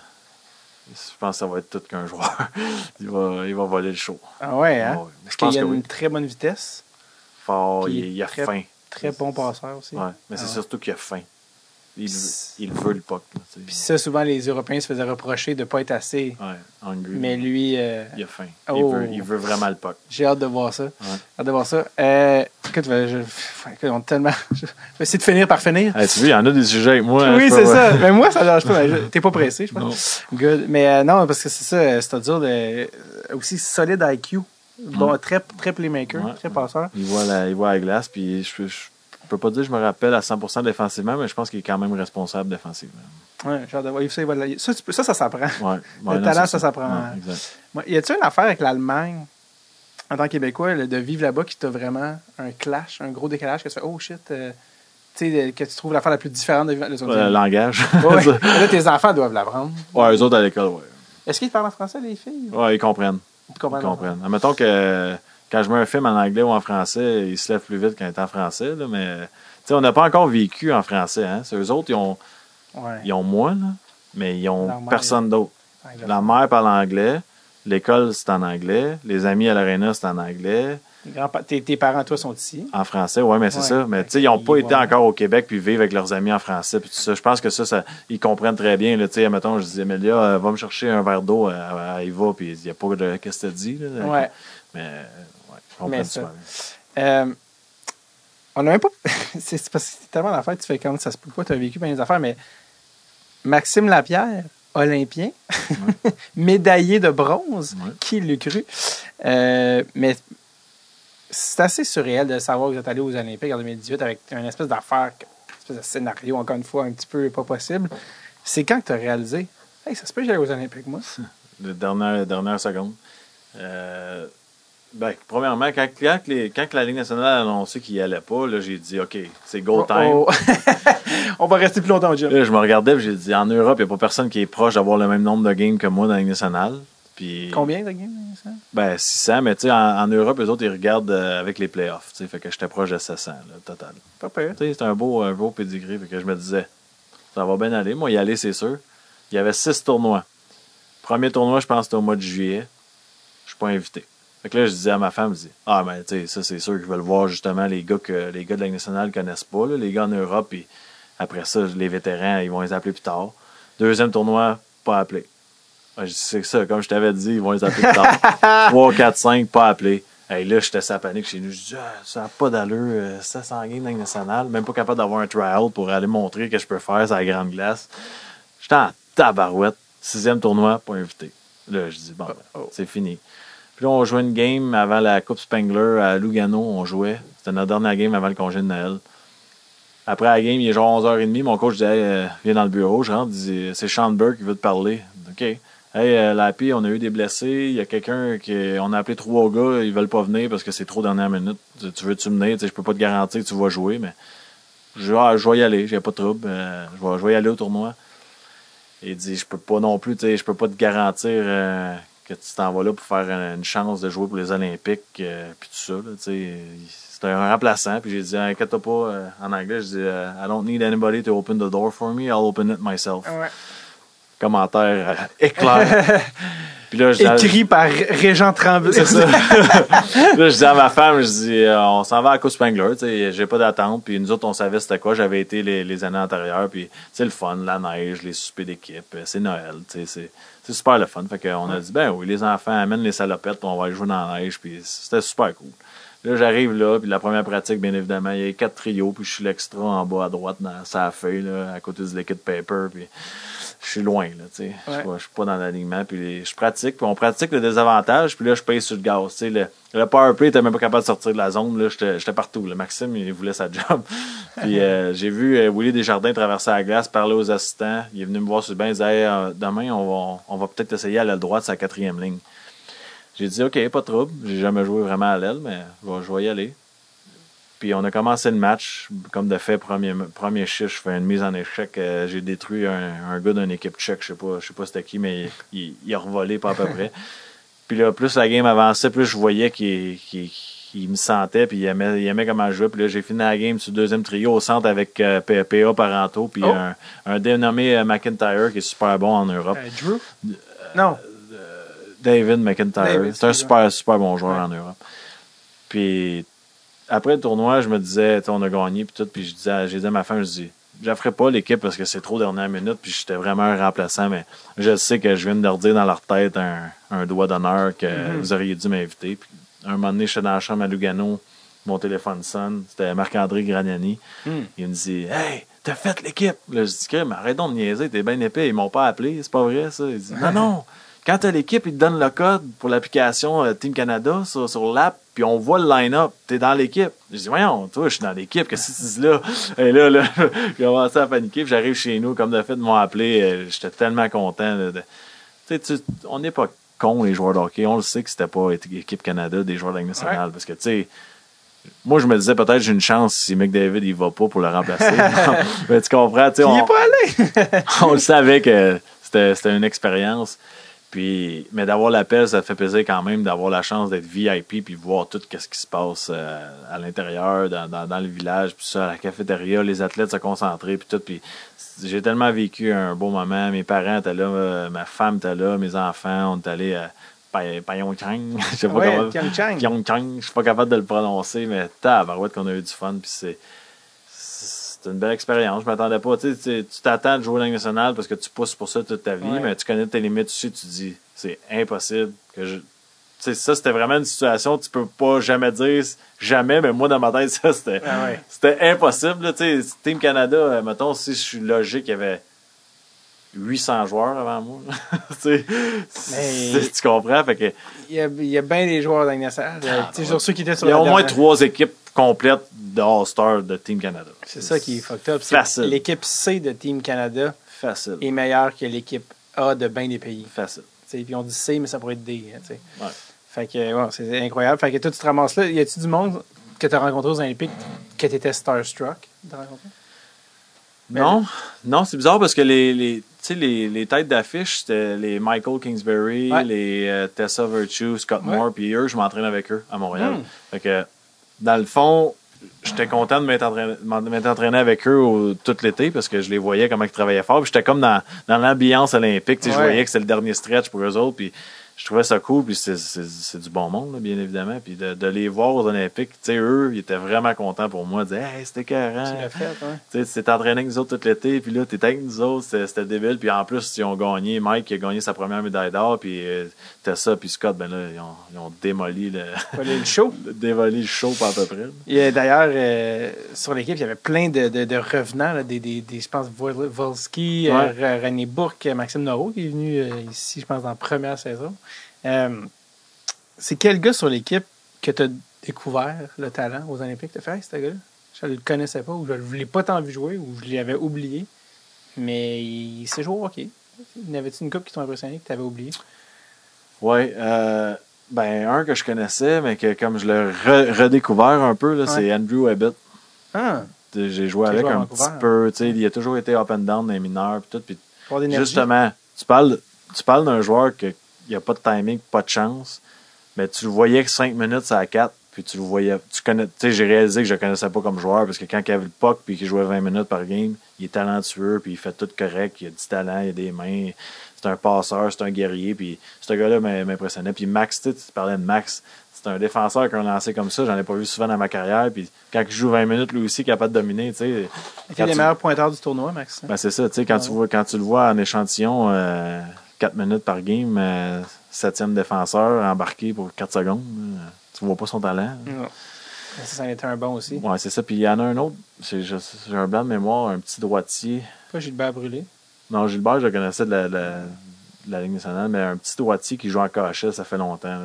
que ça va être tout qu'un joueur. il va voler le show. Ah ouais, hein? Parce qu'il a une très bonne vitesse. Fort, il a faim. Très bon passeur aussi. Ouais, mais c'est surtout qu'il a faim. Il veut le puck. Puis ça, souvent, les Européens se faisaient reprocher de ne pas être assez. Hungry. Mais lui... il a faim. Il veut vraiment le puck. J'ai hâte de voir ça. Écoute, on tellement... Je vais essayer de finir par finir. Tu vois, il y en a des sujets avec moi. Oui, c'est ça. Mais moi, ça ne dérange pas. T'es pas pressé, je pense. Non. Good. Mais non, parce que c'est ça. C'est-à-dire aussi solide IQ. Bon, très playmaker, très passeur. Il voit la glace, puis je peux pas dire que je me rappelle à 100% défensivement, mais je pense qu'il est quand même responsable défensivement. Oui, j'ai hâte de voir. Ça s'apprend. Le talent, ça s'apprend. Exact. Y a-t-il une affaire avec l'Allemagne, en tant que Québécois, de vivre là-bas, qui t'a vraiment un clash, un gros décalage, que tu fais, oh shit, que tu trouves l'affaire la plus différente de les autres? Le langage. Ouais. Là, tes enfants doivent l'apprendre. Ouais, eux autres à l'école, ouais. Est-ce qu'ils parlent en français, les filles? Ouais, ils comprennent. Ils comprennent. Admettons que quand je mets un film en anglais ou en français, ils se lèvent plus vite quand il est en français, là, mais on n'a pas encore vécu en français. Hein? C'est eux autres, ils ont moi, là, mais ils ont personne d'autre. La mère parle anglais, l'école, c'est en anglais, les amis à l'aréna, c'est en anglais. Tes parents, toi, sont ici. En français, oui, mais c'est ça. Mais ils n'ont pas été encore au Québec puis vivre avec leurs amis en français. Puis tout ça. Je pense que ça ils comprennent très bien. Là, mettons, je disais, Amélia, va me chercher un verre d'eau à Eva, puis il n'y a pas de qu'est-ce que tu dis. Là, ouais. Mais, ils comprennent super bien. On n'a même pas. c'est parce que c'est tellement d'affaires, tu fais comme ça se peut pas, tu as vécu bien des affaires, mais Maxime Lapierre, olympien, médaillé de bronze, qui l'eût cru? Mais c'est assez surréel de savoir que vous êtes allé aux Olympiques en 2018 avec une espèce d'affaire, une espèce de scénario, encore une fois, un petit peu pas possible. C'est quand que tu as réalisé, hey, ça se peut que j'aille aux Olympiques, moi? Les dernières secondes. Premièrement, quand la Ligue nationale a annoncé qu'il n'y allait pas, là, j'ai dit, OK, c'est go time. On va rester plus longtemps au gym. Là, je me regardais et j'ai dit, en Europe, il n'y a pas personne qui est proche d'avoir le même nombre de games que moi dans la Ligue nationale. Puis, combien de games, ça? 600, mais tu sais, en Europe, eux autres, ils regardent avec les playoffs. Fait que j'étais proche de 700, là, total. Pas peur. C'est un beau pedigree. Fait que je me disais, ça va bien aller. Moi, y aller, c'est sûr. Il y avait 6 tournois. Premier tournoi, je pense que c'était au mois de juillet. Je suis pas invité. Fait que là, je disais à ma femme, tu sais, ça, c'est sûr qu'ils veulent voir justement les gars de la Ligue nationale ne connaissent pas, là, les gars en Europe, puis après ça, les vétérans, ils vont les appeler plus tard. Deuxième tournoi, pas appelé. Je dis, c'est ça, comme je t'avais dit, ils vont les appeler plus tard. 3, 4, 5, pas appelé. Hey, là, j'étais sa panique chez nous. Je dis, ça n'a pas d'allure, 700 games de Ligue nationale, même pas capable d'avoir un tryout pour aller montrer que je peux faire sur la grande glace. J'étais en tabarouette. 6e tournoi, pas invité. Là, je dis, bon, c'est fini. Puis là, on jouait une game avant la Coupe Spengler à Lugano. On jouait. C'était notre dernière game avant le congé de Noël. Après la game, il est genre 11h30. Mon coach dit, viens dans le bureau. Je rentre, il dit, c'est Sean Burke qui veut te parler. OK. Hey, Lapi, on a eu des blessés. Il y a quelqu'un on a appelé 3 gars. Ils veulent pas venir parce que c'est trop dernière minute. Tu veux-tu venir? Je peux pas te garantir que tu vas jouer, mais je vais y aller. J'ai pas de trouble. Je vais y aller au tournoi. Il dit, je peux pas non plus, je peux pas te garantir que tu t'en vas là pour faire une chance de jouer pour les Olympiques, puis tout ça. C'était un remplaçant, puis j'ai dit, inquiète-toi pas, en anglais, je dis, I don't need anybody to open the door for me, I'll open it myself. Ouais. Commentaire éclair. Puis là, écrit par Régent Tremblay. C'est ça. Là, je dis à ma femme, je dis, on s'en va à la Coupe Spengler, j'ai pas d'attente. Puis nous autres, on savait c'était quoi. J'avais été les années antérieures. Puis c'est le fun, la neige, les soupers d'équipe, c'est Noël. C'est super le fun. Fait qu'on a dit, ben oui, les enfants amènent les salopettes, puis on va aller jouer dans la neige. Puis c'était super cool. Là, j'arrive là, puis la première pratique, bien évidemment, il y a 4 trios, puis je suis l'extra en bas à droite dans sa feuille, là, à côté du liquid paper. Puis je suis loin, là, tu sais. Je suis pas dans l'alignement. Puis je pratique, puis on pratique le désavantage, puis là, je paye sur le gaz. Tu sais, le power play était même pas capable de sortir de la zone. Là, j'étais partout. Là. Maxime, il voulait sa job. Puis j'ai vu Willy Desjardins traverser la glace, parler aux assistants. Il est venu me voir sur le banc. Il disait, demain, on va peut-être essayer à l'aile droite, c'est la 4e ligne. J'ai dit, OK, pas de trouble. J'ai jamais joué vraiment à l'aile, mais je vais y aller. Puis on a commencé le match, comme de fait, premier shift, je fais une mise en échec. J'ai détruit un gars d'une équipe tchèque, je sais pas c'était qui, mais il a revolé pas à peu près. Puis là, plus la game avançait, plus je voyais qu'il me sentait, puis il aimait comment je jouais. Puis là, j'ai fini la game sur le deuxième trio au centre avec PA Paranto, puis un dénommé McIntyre qui est super bon en Europe. Drew? Non. David McIntyre. C'est un super, super bon joueur en Europe. Puis après le tournoi, je me disais, on a gagné, puis tout, puis j'ai dit à ma femme, je la ferai pas l'équipe parce que c'est trop dernière minute, puis j'étais vraiment un remplaçant, mais je sais que je viens de leur dire dans leur tête un doigt d'honneur que vous auriez dû m'inviter. Puis un moment donné, j'étais dans la chambre à Lugano, mon téléphone sonne, c'était Marc-André Gragnani. Il me dit, hey, t'as fait l'équipe. Là, je dis, mais arrête donc de niaiser, t'es bien épais, ils m'ont pas appelé, c'est pas vrai ça. Il dit, non. Quand tu as l'équipe, ils te donnent le code pour l'application Team Canada sur l'app, puis on voit le line-up. Tu es dans l'équipe. Je dis, voyons, toi, je suis dans l'équipe. Qu'est-ce que tu dis là? Et là, j'ai commencé à paniquer. Puis j'arrive chez nous, comme de fait, ils m'ont appelé. J'étais tellement content. On n'est pas cons, les joueurs de hockey. On le sait que c'était pas équipe Canada des joueurs de la Ligue nationale. Parce que, tu sais, moi, je me disais peut-être j'ai une chance si McDavid il va pas pour le remplacer. Mais tu comprends, tu sais, Il est pas allé! on le savait que c'était une expérience. Puis, mais d'avoir l'appel, ça te fait plaisir quand même d'avoir la chance d'être VIP puis voir tout ce qui se passe à l'intérieur, dans le village, puis ça, à la cafétéria, les athlètes se concentrer, puis tout. Puis j'ai tellement vécu un beau moment. Mes parents étaient là, ma femme était là, mes enfants, on est allés à Pyeongchang. Je sais pas comment. Pyeongchang, je suis pas capable de le prononcer, mais tabarouette qu'on a eu du fun. Puis c'est une belle expérience. Je m'attendais pas. Tu t'attends de jouer à la Ligue nationale parce que tu pousses pour ça toute ta vie, mais tu connais tes limites aussi. Tu te dis, c'est impossible que je. Tu sais, ça, c'était vraiment une situation tu peux pas jamais dire jamais, mais moi, dans ma tête, ça, c'était impossible. Tu sais, Team Canada, mettons, si je suis logique, il y avait 800 joueurs avant moi. Tu comprends? Fait que, il y a bien des joueurs dans la Ligue nationale. Sur ceux qui étaient sur il y a au moins 3 équipes complètes de All-Star de Team Canada. C'est ça qui est fucked up. Facile. L'équipe C de Team Canada Facile. est meilleure que l'équipe A de bien des pays. Facile. Puis on dit C, mais ça pourrait être D. Ouais. Fait que c'est incroyable. Fait que toi, tu te ramasses là. Y a-tu du monde que tu as rencontré aux Olympiques que tu étais starstruck de rencontrer? Non, c'est bizarre parce que les têtes d'affiche, c'était les Michael Kingsbury, les Tessa Virtue, Scott Moore, puis eux, je m'entraîne avec eux à Montréal. Fait que, dans le fond, j'étais content de m'être entraîné avec eux tout l'été parce que je les voyais comment ils travaillaient fort. Puis j'étais comme dans l'ambiance olympique. Je voyais que c'était le dernier stretch pour eux autres. Puis je trouvais ça cool. Puis c'est du bon monde, là, bien évidemment. Puis de les voir aux Olympiques, eux, ils étaient vraiment contents pour moi. Ils disaient, hey, c'était carré. Tu l'as fait, Tu t'es entraîné avec nous autres tout l'été. Puis là, t'étais avec nous autres. C'était débile. Puis en plus, ils ont gagné. Mike qui a gagné sa première médaille d'or. Puis Tessa puis Scott, ben là, ils ont démoli le show. Démoli le show, pas à peu près. D'ailleurs, sur l'équipe, il y avait plein de revenants, là, je pense, Volsky, René Bourque, Maxime Noreau, qui est venu ici, je pense, dans la première saison. C'est quel gars sur l'équipe que tu as découvert le talent aux Olympiques? Tu as fait, hey, ce gars-là, je ne le connaissais pas, ou je ne l'ai pas tant vu jouer, ou je l'avais oublié, mais il sait jouer au hockey. Y avait-tu une couple qui t'ont impressionné, que tu avais oublié? Oui, un que je connaissais, mais que comme je l'ai redécouvert un peu, là, c'est Andrew Abbott. Ah! J'ai joué avec un petit peu. Il a toujours été up and down dans les mineurs. Puis justement, tu parles d'un joueur qui n'a pas de timing, pas de chance, mais tu le voyais que 5 minutes, c'est à 4. Puis tu le voyais. J'ai réalisé que je ne le connaissais pas comme joueur parce que quand il avait le puck et qu'il jouait 20 minutes par game, il est talentueux, puis il fait tout correct. Il a du talent, il a des mains. C'est un passeur, c'est un guerrier. Puis ce gars-là m'impressionnait. Puis Max, tu parlais de Max. C'est un défenseur qui a lancé comme ça. J'en ai pas vu souvent dans ma carrière. Puis quand il joue 20 minutes, lui aussi, il est capable de dominer. Il était les meilleurs pointeurs du tournoi, Max. Ben, c'est ça. Quand tu le vois en échantillon, 4 minutes par game, 7e défenseur embarqué pour 4 secondes, tu vois pas son talent. Non. Ça en était un bon aussi. Ouais, c'est ça. Puis il y en a un autre. J'ai un blanc de mémoire, un petit droitier. Pas Gilbert Brûlé. Non, Gilbert, je le connaissais de la Ligue nationale, mais un petit droitier qui joue en KHL, ça fait longtemps.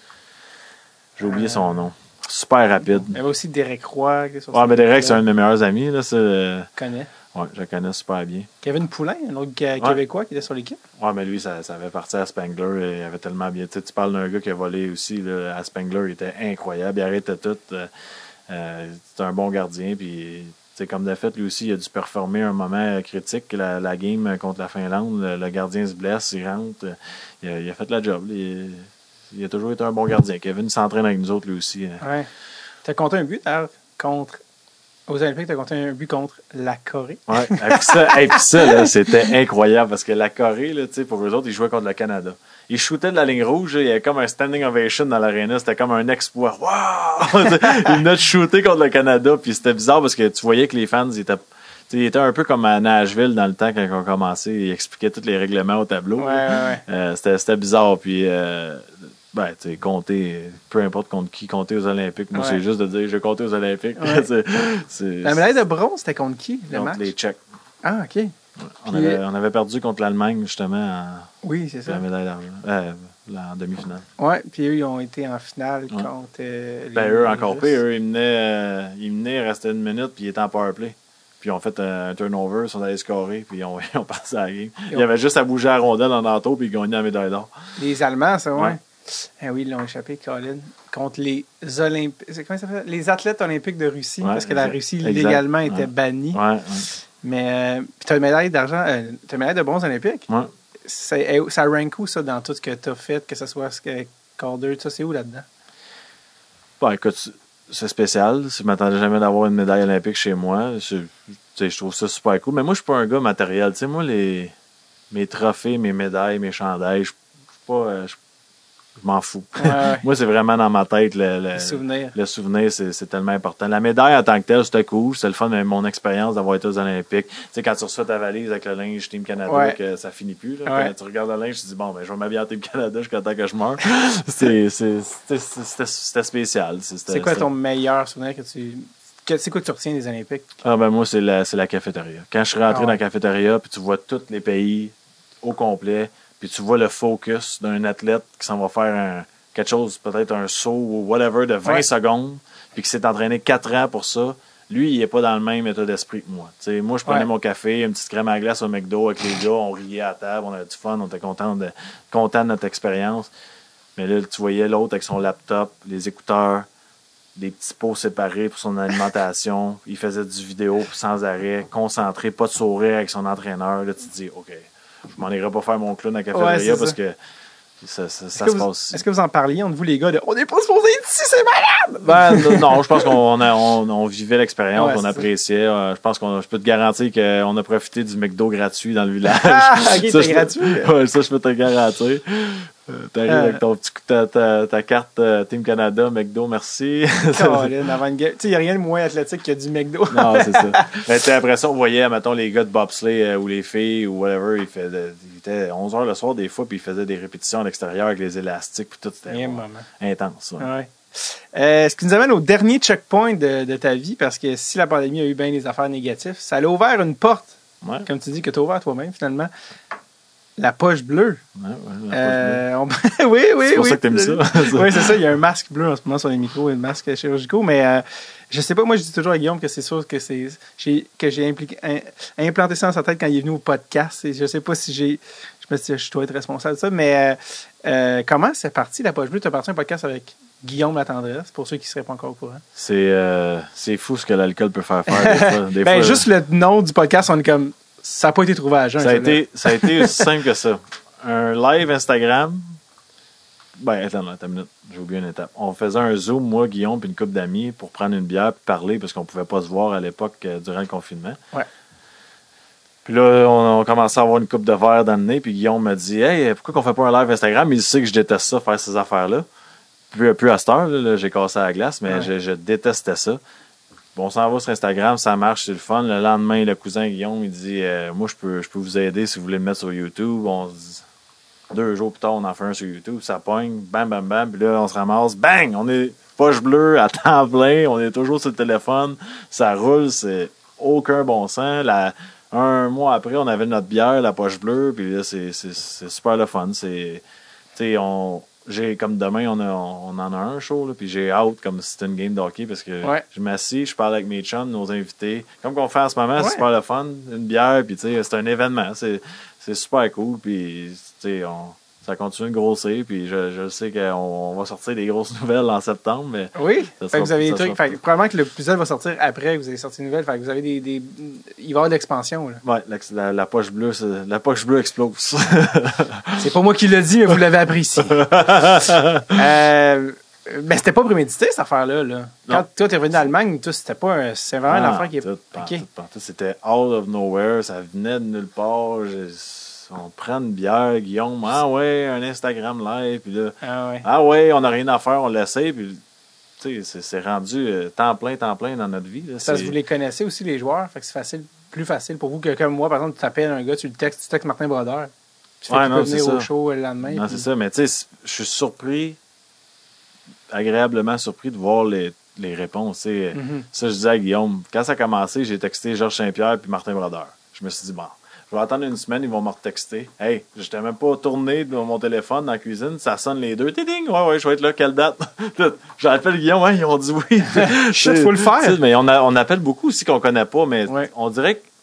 J'ai oublié son nom. Super rapide. Il y avait aussi Derek Roy. Mais Derek, c'est un de mes meilleurs amis. Là, je connais. Oui, je le connais super bien. Kevin Poulain, un autre Québécois qui était sur l'équipe. Oui, mais lui, ça avait parti à Spangler. Et il avait tellement bien. Tu parles d'un gars qui a volé aussi là, à Spangler. Il était incroyable. Il arrêtait tout. C'était un bon gardien. Puis, comme de fait, lui aussi, il a dû performer un moment critique. La game contre la Finlande, le gardien se blesse, il rentre. Il a fait la job. Il a toujours été un bon gardien. Kevin s'entraîne avec nous autres, lui aussi. Oui. Tu as compté un but aux Olympiques, tu as compté un but contre la Corée. Oui. Et puis ça là, c'était incroyable parce que la Corée, là, pour eux autres, ils jouaient contre le Canada. Ils shootaient de la ligne rouge. Il y avait comme un standing ovation dans l'aréna. C'était comme un exploit. Wow! Ils venaient de shooter contre le Canada. Puis c'était bizarre parce que tu voyais que les fans étaient un peu comme à Nashville dans le temps quand on commençait. Ils expliquaient tous les règlements au tableau. Ouais. C'était bizarre. Puis, compter, peu importe contre qui, compter aux Olympiques. Moi, c'est juste de dire, j'ai compté aux Olympiques. Ouais. La médaille de bronze, c'était contre qui, le contre match? Les Tchèques. Ah, OK. On avait perdu contre l'Allemagne, justement, oui, c'est ça. La médaille d'argent. En demi-finale. Oui, puis eux, ils ont été en finale contre eux, encore pire. Eux, ils menaient, il restait 1 minute, puis ils étaient en powerplay. Puis ils ont fait un turnover, ils sont allés scorer, puis ils ont passé à la game. Il y avait juste à bouger la rondelle en entour, puis ils gagnaient la médaille d'or. Les Allemands, ça, ouais. Ah oui, ils l'ont échappé, Colin, contre les comment ça s'appelle? Les athlètes olympiques de Russie, parce que la Russie, légalement, était bannie. Ouais. Mais tu as une médaille d'argent, tu as une médaille de bronze olympique. Ouais. Ça rank où, ça, dans tout ce que tu as fait, que ce soit Calder, tout ça, c'est où là-dedans? Bon, écoute, c'est spécial. Je ne m'attendais jamais d'avoir une médaille olympique chez moi. Je trouve ça super cool. Mais moi, je suis pas un gars matériel. Tu sais, moi, mes trophées, mes médailles, mes chandails, je m'en fous. Ouais. Moi, c'est vraiment dans ma tête Le souvenir. Le souvenir, c'est tellement important. La médaille en tant que telle, c'était cool. C'était le fun de mon expérience d'avoir été aux Olympiques. Tu sais, quand tu reçois ta valise avec le linge Team Canada, que ça finit plus. Là, quand tu regardes le linge, tu te dis, bon, ben, je vais m'habiller en Team Canada jusqu'à temps que je meure. C'était spécial. C'est quoi ton meilleur souvenir c'est quoi que tu retiens des Olympiques? Ah, ben, moi, c'est la cafétéria. Quand je suis rentré dans la cafétéria, puis tu vois tous les pays au complet, puis tu vois le focus d'un athlète qui s'en va faire quelque chose, peut-être un saut ou whatever de 20 secondes, puis qui s'est entraîné 4 ans pour ça. Lui, il n'est pas dans le même état d'esprit que moi. T'sais, moi, je prenais mon café, une petite crème à glace au McDo avec les gars, on riait à table, on avait du fun, on était content de notre expérience. Mais là, tu voyais l'autre avec son laptop, les écouteurs, des petits pots séparés pour son alimentation. Il faisait du vidéo sans arrêt, concentré, pas de sourire avec son entraîneur. Là, tu te dis, OK, je m'en irai pas faire mon clown à la cafétéria parce que ça se passe. Est-ce que vous en parliez entre vous, les gars, de on n'est pas supposé être ici, c'est malade? Ben, non, je pense qu'on vivait l'expérience, on appréciait. Je pense je peux te garantir qu'on a profité du McDo gratuit dans le village. Ah, ok, c'est gratuit. Ouais, ça, je peux te garantir. T'arrives avec ta carte Team Canada, McDo, merci. Colin, avant une game. Tu sais, il n'y a rien de moins athlétique que du McDo. Non, c'est ça. Mais après ça, on voyait, mettons, les gars de bobsleigh ou les filles ou whatever, il était 11h le soir des fois, puis ils faisaient des répétitions à l'extérieur avec les élastiques, puis tout, c'était intense. Ouais. Ce qui nous amène au dernier checkpoint de ta vie, parce que si la pandémie a eu bien des affaires négatives, ça a ouvert une porte, comme tu dis, que tu as ouvert toi-même, finalement. La poche bleue. Oui. C'est pour ça que t'aimes ça. Oui, c'est ça. Il y a un masque bleu en ce moment sur les micros et un masque chirurgicaux. Mais je sais pas, moi, je dis toujours à Guillaume que c'est sûr que j'ai implanté ça dans sa tête quand il est venu au podcast. Et je sais pas si je me suis dit, je dois être responsable de ça. Mais comment c'est parti, la poche bleue? Tu as parti un podcast avec Guillaume Latendresse, pour ceux qui ne seraient pas encore au courant. C'est fou ce que l'alcool peut faire des fois. Juste le nom du podcast, on est comme... Ça n'a pas été trouvé à jeun. Ça a été aussi simple que ça. Un live Instagram. Ben, attends une minute. J'ai oublié une étape. On faisait un Zoom, moi, Guillaume, puis une couple d'amis pour prendre une bière et parler parce qu'on ne pouvait pas se voir à l'époque durant le confinement. Ouais. Puis là, on commençait à avoir une coupe de verre dans le nez. Puis Guillaume m'a dit, hey, pourquoi qu'on fait pas un live Instagram? Il sait que je déteste ça, faire ces affaires-là. Plus à cette heure, là, j'ai cassé la glace, mais je détestais ça. Bon, on s'en va sur Instagram, ça marche, c'est le fun. Le lendemain, le cousin Guillaume, il dit moi, je peux vous aider si vous voulez me mettre sur YouTube. On se dit, 2 jours plus tard, on en fait un sur YouTube, ça pogne, bam, bam, bam. Puis là, on se ramasse, bang! On est poche bleue à temps plein, on est toujours sur le téléphone, ça roule, c'est aucun bon sens. Un mois après, on avait notre bière, la poche bleue, puis là, c'est super le fun. Tu sais, comme demain, on en a un show, là, puis j'ai hâte comme si c'était une game de hockey parce que je m'assis, je parle avec mes chums, nos invités. Comme qu'on fait en ce moment, c'est super le fun. Une bière, puis c'est un événement. C'est super cool, puis ça continue de grossir, puis je sais qu'on va sortir des grosses nouvelles en septembre. Mais oui, vous avez des trucs. Probablement que l'épisode va sortir après que vous avez sorti une nouvelle. Fait que vous avez il va y avoir de l'expansion. Oui, la poche bleue explose. C'est pas moi qui l'ai dit, mais vous l'avez apprécié. Mais c'était pas prémédité, cette affaire-là. Là. Quand toi, t'es revenu d'Allemagne, c'est vraiment une affaire qui est... C'était out of nowhere, ça venait de nulle part. On prend une bière, Guillaume. Ah ouais, un Instagram live. Puis là, ah ouais, on n'a rien à faire, on l'essaie. Puis, tu sais, c'est rendu temps plein dans notre vie. Là. Ça, vous les connaissez aussi, les joueurs. Fait que c'est plus facile pour vous que comme moi. Par exemple, tu t'appelles un gars, tu textes Martin Brodeur. Tu peux venir au show le lendemain. Non, c'est ça. Mais tu sais, je suis agréablement surpris de voir les réponses. Ça, je disais à Guillaume, quand ça a commencé, j'ai texté Georges Saint-Pierre puis Martin Brodeur. Je me suis dit, bon, je vais attendre une semaine, ils vont me retexter. Hey, je n'étais même pas tourné de mon téléphone dans la cuisine, ça sonne les deux. Tiding, ouais, je vais être là, quelle date? J'appelle Guillaume, ils ont dit oui. Shit, faut le faire. Mais on appelle beaucoup aussi qu'on connaît pas, mais on dirait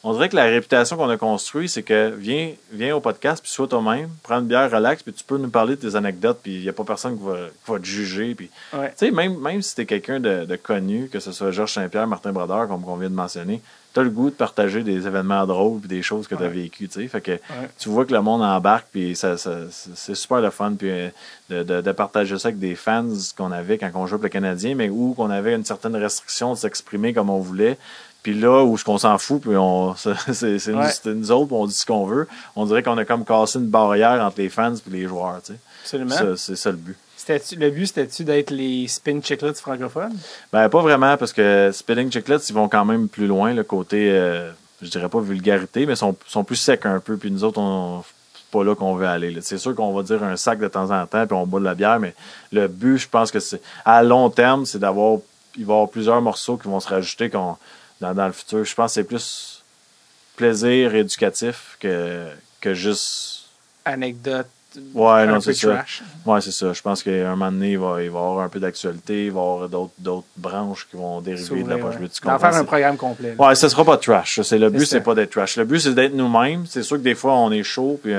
on dirait que la réputation qu'on a construite, c'est que viens au podcast, puis sois toi-même, prends une bière, relax, puis tu peux nous parler de tes anecdotes, puis il n'y a pas personne qui va te juger. Puis, tu sais, même si tu es quelqu'un de connu, que ce soit Georges Saint-Pierre, Martin Brodeur, comme on vient de mentionner, tu as le goût de partager des événements drôles puis des choses que tu as vécues. Fait que tu vois que le monde embarque, puis c'est super le fun, puis de partager ça avec des fans qu'on avait quand on jouait pour le Canadien, mais où qu'on avait une certaine restriction de s'exprimer comme on voulait. Puis là, où ce qu'on s'en fout, puis c'est nous autres, on dit ce qu'on veut. On dirait qu'on a comme cassé une barrière entre les fans et les joueurs. Tu sais. Absolument. C'est ça le but. Le but, c'était-tu d'être les Spin Chiclets francophones? Ben, pas vraiment, parce que Spinning Chiclets, ils vont quand même plus loin, le côté, je dirais pas vulgarité, mais sont plus secs un peu. Puis nous autres, c'est pas là qu'on veut aller. Là. C'est sûr qu'on va dire un sac de temps en temps, puis on boit de la bière, mais le but, je pense que c'est à long terme, c'est il va y avoir plusieurs morceaux qui vont se rajouter dans le futur. Je pense que c'est plus plaisir éducatif que juste... Anecdote. Ouais, non, c'est ça. Ouais, c'est ça. Je pense qu'à un moment donné, il va y avoir un peu d'actualité, il va y avoir d'autres branches qui vont dériver de la poche bleue. D'en faire un programme complet. Ouais, ça sera pas trash. Le but, c'est pas d'être trash. Le but, c'est d'être nous-mêmes. C'est sûr que des fois, on est chaud, puis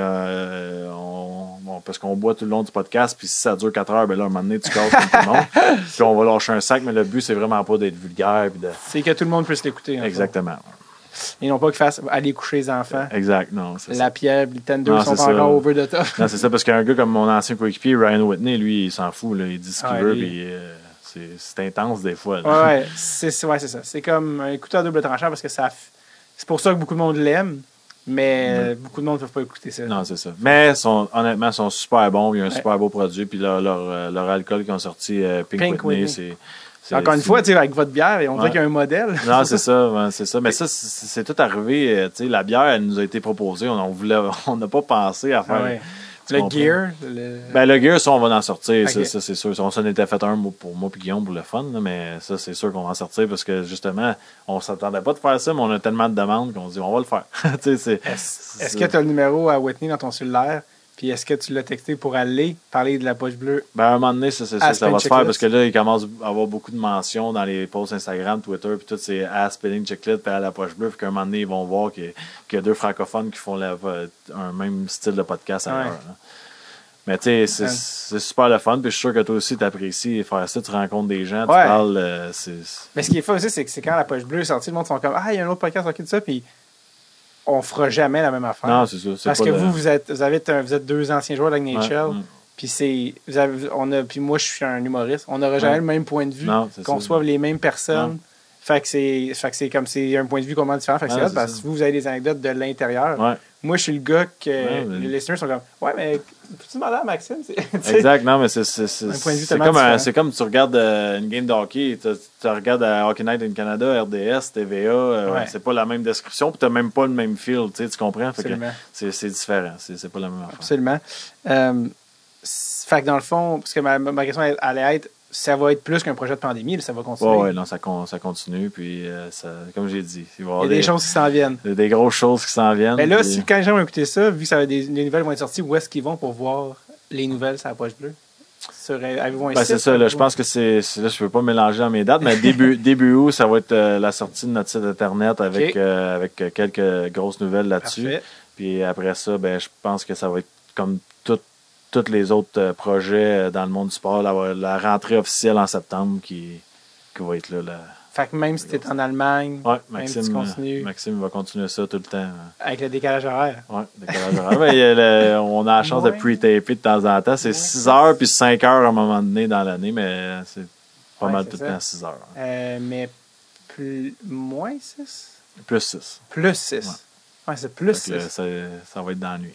parce qu'on boit tout le long du podcast, puis si ça dure 4 heures, ben là, un moment donné, tu casses comme tout le monde. Puis on va lâcher un sac, mais le but, c'est vraiment pas d'être vulgaire. C'est que tout le monde puisse l'écouter. Exactement. Et non pas qu'ils fassent aller coucher les enfants. Exact, non. La pierre, les tenders sont encore over the top. Non, c'est ça, parce qu'un gars comme mon ancien coéquipier, Ryan Whitney, lui, il s'en fout. Là. Il dit ce qu'il veut, puis c'est intense des fois. Là. Ouais, c'est ça. C'est comme un couteau à double tranchant parce que c'est pour ça que beaucoup de monde l'aime, mais beaucoup de monde ne peuvent pas écouter ça. Non, c'est ça. Mais honnêtement, ils sont super bons. Il y a un super beau produit. Puis leur alcool qu'ils ont sorti, Pink Whitney, c'est... Encore une fois, avec votre bière, on dirait qu'il y a un modèle. Non, c'est ça, c'est ça. Mais ça, c'est tout arrivé. La bière, elle nous a été proposée. On n'a pas pensé à faire. Le gear. Le gear, ça, on va en sortir. Okay. Ça, c'est sûr. On s'en était fait un pour moi et Guillaume pour le fun. Là, mais ça, c'est sûr qu'on va en sortir parce que justement, on s'attendait pas de faire ça, mais on a tellement de demandes qu'on se dit, on va le faire. Est-ce que tu as le numéro à Whitney dans ton cellulaire? Puis est-ce que tu l'as texté pour aller parler de la poche bleue? Ben, à un moment donné, c'est sûr que ça va se faire parce que là, il commence à avoir beaucoup de mentions dans les posts Instagram, Twitter, puis tout, c'est à Spinning Chiclet puis à la poche bleue. Puis qu'à un moment donné, ils vont voir qu'il y a 2 francophones qui font un même style de podcast ailleurs. Hein. Mais tu sais, c'est super le fun. Puis je suis sûr que toi aussi, tu apprécies faire ça. Tu rencontres des gens, tu parles. Mais ce qui est fun aussi, c'est que c'est quand la poche bleue est sortie, le monde sont comme il y a un autre podcast qui de ça. Puis on fera jamais la même affaire. Non, c'est ça. Parce que vous êtes 2 anciens joueurs de la NHL. Puis puis moi, je suis un humoriste. On n'aura jamais le même point de vue, qu'on reçoive les mêmes personnes. Non. Fait que c'est comme c'est un point de vue complètement différent. Fait que c'est parce que vous avez des anecdotes de l'intérieur. Ouais. Moi, je suis le gars que les listeners sont comme mais peux-tu demander à Maxime? Exact, non, mais c'est comme tu regardes une game de hockey, tu regardes à Hockey Night in Canada, RDS, TVA, c'est pas la même description, puis tu n'as même pas le même feel, tu comprends? Fait que c'est différent, c'est pas la même affaire. Absolument. Fait que dans le fond, parce que ma question allait être, ça va être plus qu'un projet de pandémie, ça va continuer. Oui, non, ça continue. Puis, comme j'ai dit, il va y avoir des choses qui s'en viennent. Des grosses choses qui s'en viennent. Mais là, quand les gens vont écouter ça, vu que les nouvelles vont être sorties, où est-ce qu'ils vont pour voir les nouvelles sur la poche bleue? Avez-vous un site? C'est ça. Là, je pense que là, je ne peux pas mélanger dans mes dates, mais début août, ça va être la sortie de notre site Internet avec quelques grosses nouvelles là-dessus. Parfait. Puis après ça, je pense que ça va être comme tous les autres projets dans le monde du sport, la rentrée officielle en septembre qui va être là. Fait que même si tu es en Allemagne, Maxime va continuer ça tout le temps. Avec le décalage horaire. Oui, le décalage horaire. On a la chance de pre-taper de temps en temps. C'est 6 heures puis 5 heures à un moment donné dans l'année, mais c'est pas mal tout le temps 6 heures. Mais moins 6? Plus 6. Plus 6. Ouais. Ouais, c'est plus 6. Ça va être dans la nuit.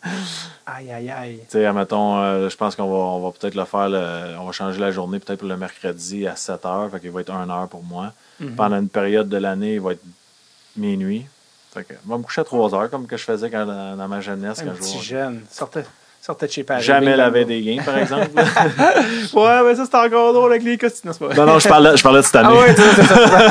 Aïe. Tu sais, admettons, je pense qu'on va peut-être le faire, on va changer la journée peut-être pour le mercredi à 7 heures, fait qu'il va être 1 heure pour moi. Mm-hmm. Pendant une période de l'année, il va être minuit. Fait que, je vais me coucher à 3 heures, comme que je faisais dans ma jeunesse. Un petit jeune. Sortait de chez Paris. Jamais lavé des games, par exemple. Ouais, mais ça, c'est encore drôle avec les costumes. Non, je parlais de cette année. Ah ouais, c'est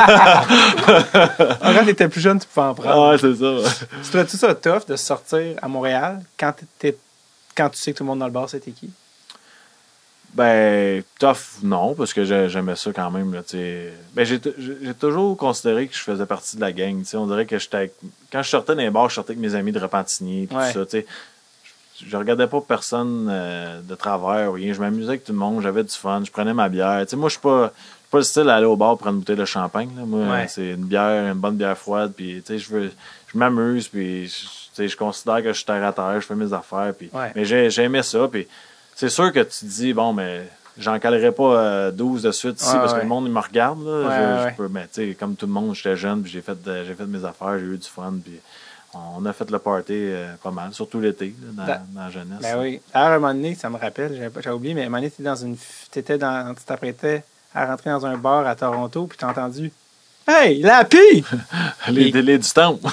ça. Quand t'étais plus jeune, tu pouvais en prendre. Ah ouais, c'est ça. Tu trouvais-tu ça tough de sortir à Montréal quand tu sais que tout le monde dans le bar, c'était qui? Ben, tough, non, parce que j'aimais ça quand même. Là, ben, j'ai toujours considéré que je faisais partie de la gang. On dirait que quand je sortais dans les bars, je sortais avec mes amis de Repentigny, tout ça. Je regardais pas personne de travers ou rien. Je m'amusais avec tout le monde, j'avais du fun, je prenais ma bière. Moi, je suis pas le style à aller au bar prendre une bouteille de champagne. Là. Moi, c'est une bonne bière froide. Puis, je m'amuse, puis je considère que je suis terre à terre, je fais mes affaires. Puis, mais j'aimais ça. Puis, c'est sûr que tu te dis, bon, mais j'en calerai pas 12 de suite ici parce que le monde il me regarde. Là. Je peux, mais comme tout le monde, j'étais jeune, puis j'ai fait mes affaires, j'ai eu du fun. Puis on a fait le party pas mal, surtout l'été, là, dans la jeunesse. Ben oui. À un moment donné, ça me rappelle, j'avais oublié, mais à un moment donné, tu t'apprêtais à rentrer dans un bar à Toronto, puis tu as entendu Hey, la pie! les délais du temple.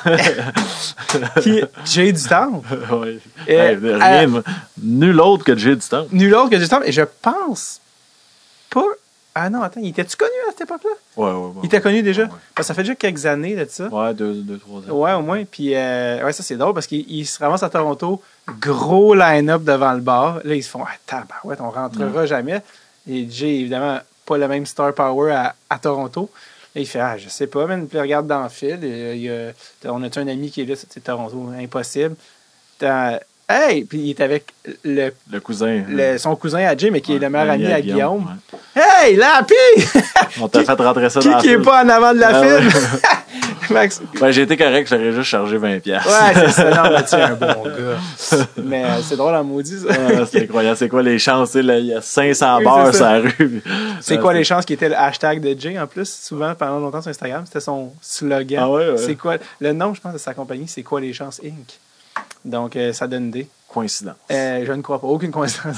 Jay du temple. Oui. Nul autre que Jay du temple. Nul autre que Jay du temple. Et je pense pas. Ah non, attends, il était-tu connu à cette époque-là? Ouais. Il était connu déjà? Ouais. Parce que ça fait déjà quelques années de ça. Ouais, 2-3 ans. Ouais, au moins. Puis, ça, c'est drôle parce qu'il se ramasse à Toronto, gros line-up devant le bar. Là, ils se font, tabarouette, on rentrera jamais. Et Jay, évidemment, pas le même star power à Toronto. Là, il fait, je sais pas, man. Puis il regarde dans le fil. On a-tu un ami qui est là, c'est Toronto? Impossible. Hey! Puis il est avec le cousin. Son cousin à Jay, mais qui est le meilleur ami à Guillaume. Ouais. Hey, la pie! On t'a fait rentrer ça dans la file. Qui est pas en avant de la file? Max. Ben, j'ai été correct, j'aurais juste chargé 20$. Ouais, c'est ça. Non, mais tu es un bon gars. Mais c'est drôle en maudit, ça. C'est incroyable. C'est quoi les chances? Il y a 500 bars sur la rue. C'est quoi les chances qui était le hashtag de Jay en plus? Souvent, pendant longtemps sur Instagram, c'était son slogan. Ah ouais. C'est quoi? Le nom, je pense, de sa compagnie, c'est Quoi les chances Inc. Donc, ça donne une idée. Coïncidence. Je ne crois pas. Aucune coïncidence.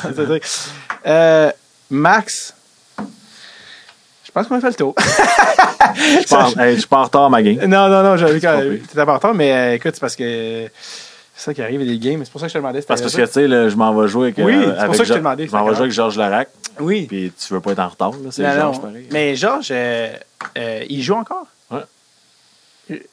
Max, je pense qu'on a fait le tour. Je suis pas en retard à ma game. Non, j'avais vu que tu étais pas en retard, mais écoute, c'est parce que c'est ça qui arrive, des games. C'est pour ça que je te demandais. Parce que, tu sais, je m'en vais jouer avec. Oui, c'est pour ça que je te demandais. Je m'en vais jouer avec Georges Larac. Oui. Puis tu veux pas être en retard, là. C'est Georges, pareil. Mais Georges, il joue encore? Ouais.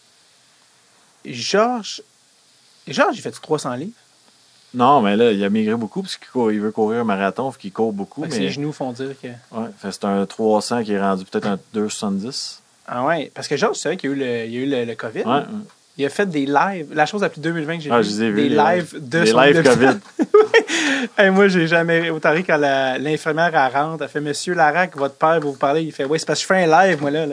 Georges, il fait 300 livres? Non, mais là, il a migré beaucoup parce qu'il veut courir un marathon, qu'il court beaucoup. Mais ses genoux font dire que. Ouais, c'est un 300 qui est rendu peut-être un 270. Ah ouais, parce que Georges, c'est vrai qu'il y a eu le COVID. Ouais. Il a fait des lives. La chose la plus 2020 que j'ai vue. Des lives de son lives COVID. Hey, moi, j'ai jamais autant ri quand l'infirmière elle rentre. Elle fait Monsieur Larac, votre père va vous parler. Il fait oui, c'est parce que je fais un live, moi là.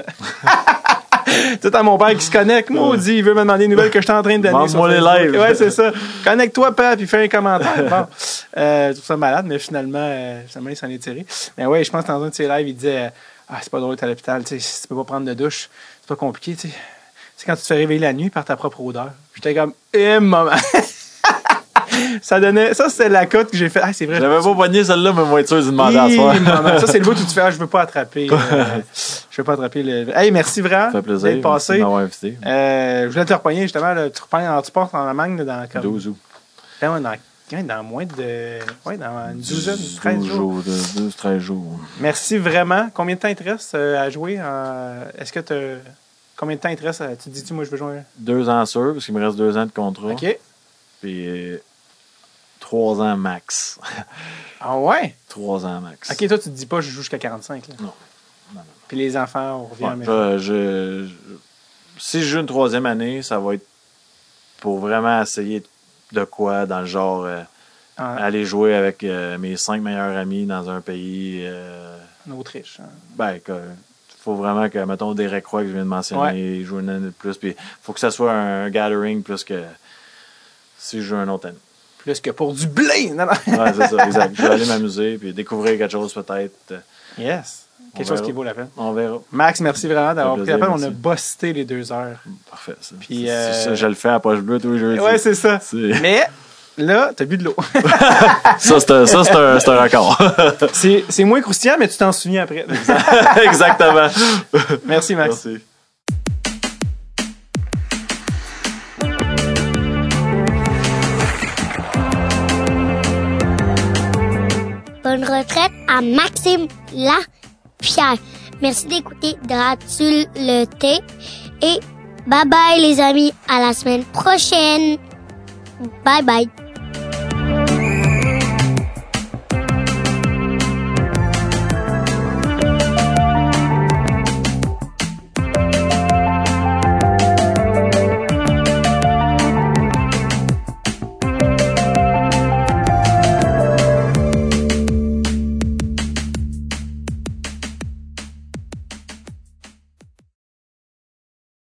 Tout à mon père qui se connecte. Maudit, il veut me demander des nouvelles que je suis en train de donner. Demande-moi les lives. Ouais, c'est ça. Connecte-toi, père, puis fais un commentaire. Bon. Je trouve ça malade, mais finalement, il s'en est tiré. Mais ouais, je pense que dans un de ses lives, il disait c'est pas drôle d'être à l'hôpital. Tu sais, tu peux pas prendre de douche. C'est pas compliqué. Tu sais, c'est quand tu te fais réveiller la nuit par ta propre odeur. J'étais comme, maman. Ça, c'est la cote que j'ai fait. C'est vrai. J'avais pas pogné celle-là, mais moi, tu demandé à soi. Ça, c'est le bout où tu te fais, je veux pas attraper. Je veux pas attraper le. Hey, merci vraiment. Ça fait plaisir. D'être passé. De m'avoir invité. Je voulais te repogner, justement. Tu passes en Allemagne dans comme. 12 août. Dans moins de. Ouais, dans une douzaine, 13 jours. 12-13 jours. Merci vraiment. Combien de temps il te reste à jouer? Est-ce que tu. Combien de temps il te reste? Tu te dis, moi, je veux jouer? 2 ans sûr, parce qu'il me reste 2 ans de contrat. OK. Puis 3 ans max. Ah ouais? 3 ans max. OK, toi, tu te dis pas, je joue jusqu'à 45. Là. Non. Puis les enfants, on revient si je joue une 3e année, ça va être pour vraiment essayer de quoi, dans le genre, aller jouer avec mes 5 meilleurs amis dans un pays. En Autriche. Hein. Ben, il faut vraiment que, mettons, Derek Roy, que je viens de mentionner, joue une année de plus. Puis il faut que ça soit un gathering plus que si je joue un autre année. Plus que pour du blé! Non. Ouais, c'est ça, exact. Je vais aller m'amuser puis découvrir quelque chose peut-être. Yes. Quelque chose qui vaut la peine. On verra. Max, merci vraiment d'avoir pris la peine. Merci. On a bossé les 2 heures. Parfait, ça. Puis, ça, je le fais à poche bleue tous les jours. Ouais, c'est ça. Mais là, t'as bu de l'eau. ça, c'est un record. c'est moins croustillant, mais tu t'en souviens après. Exactement. Merci, Max. Merci. Bonne retraite à Maxime Lapierre. Merci d'écouter Dratul le thé. Et bye bye les amis. À la semaine prochaine. Bye bye.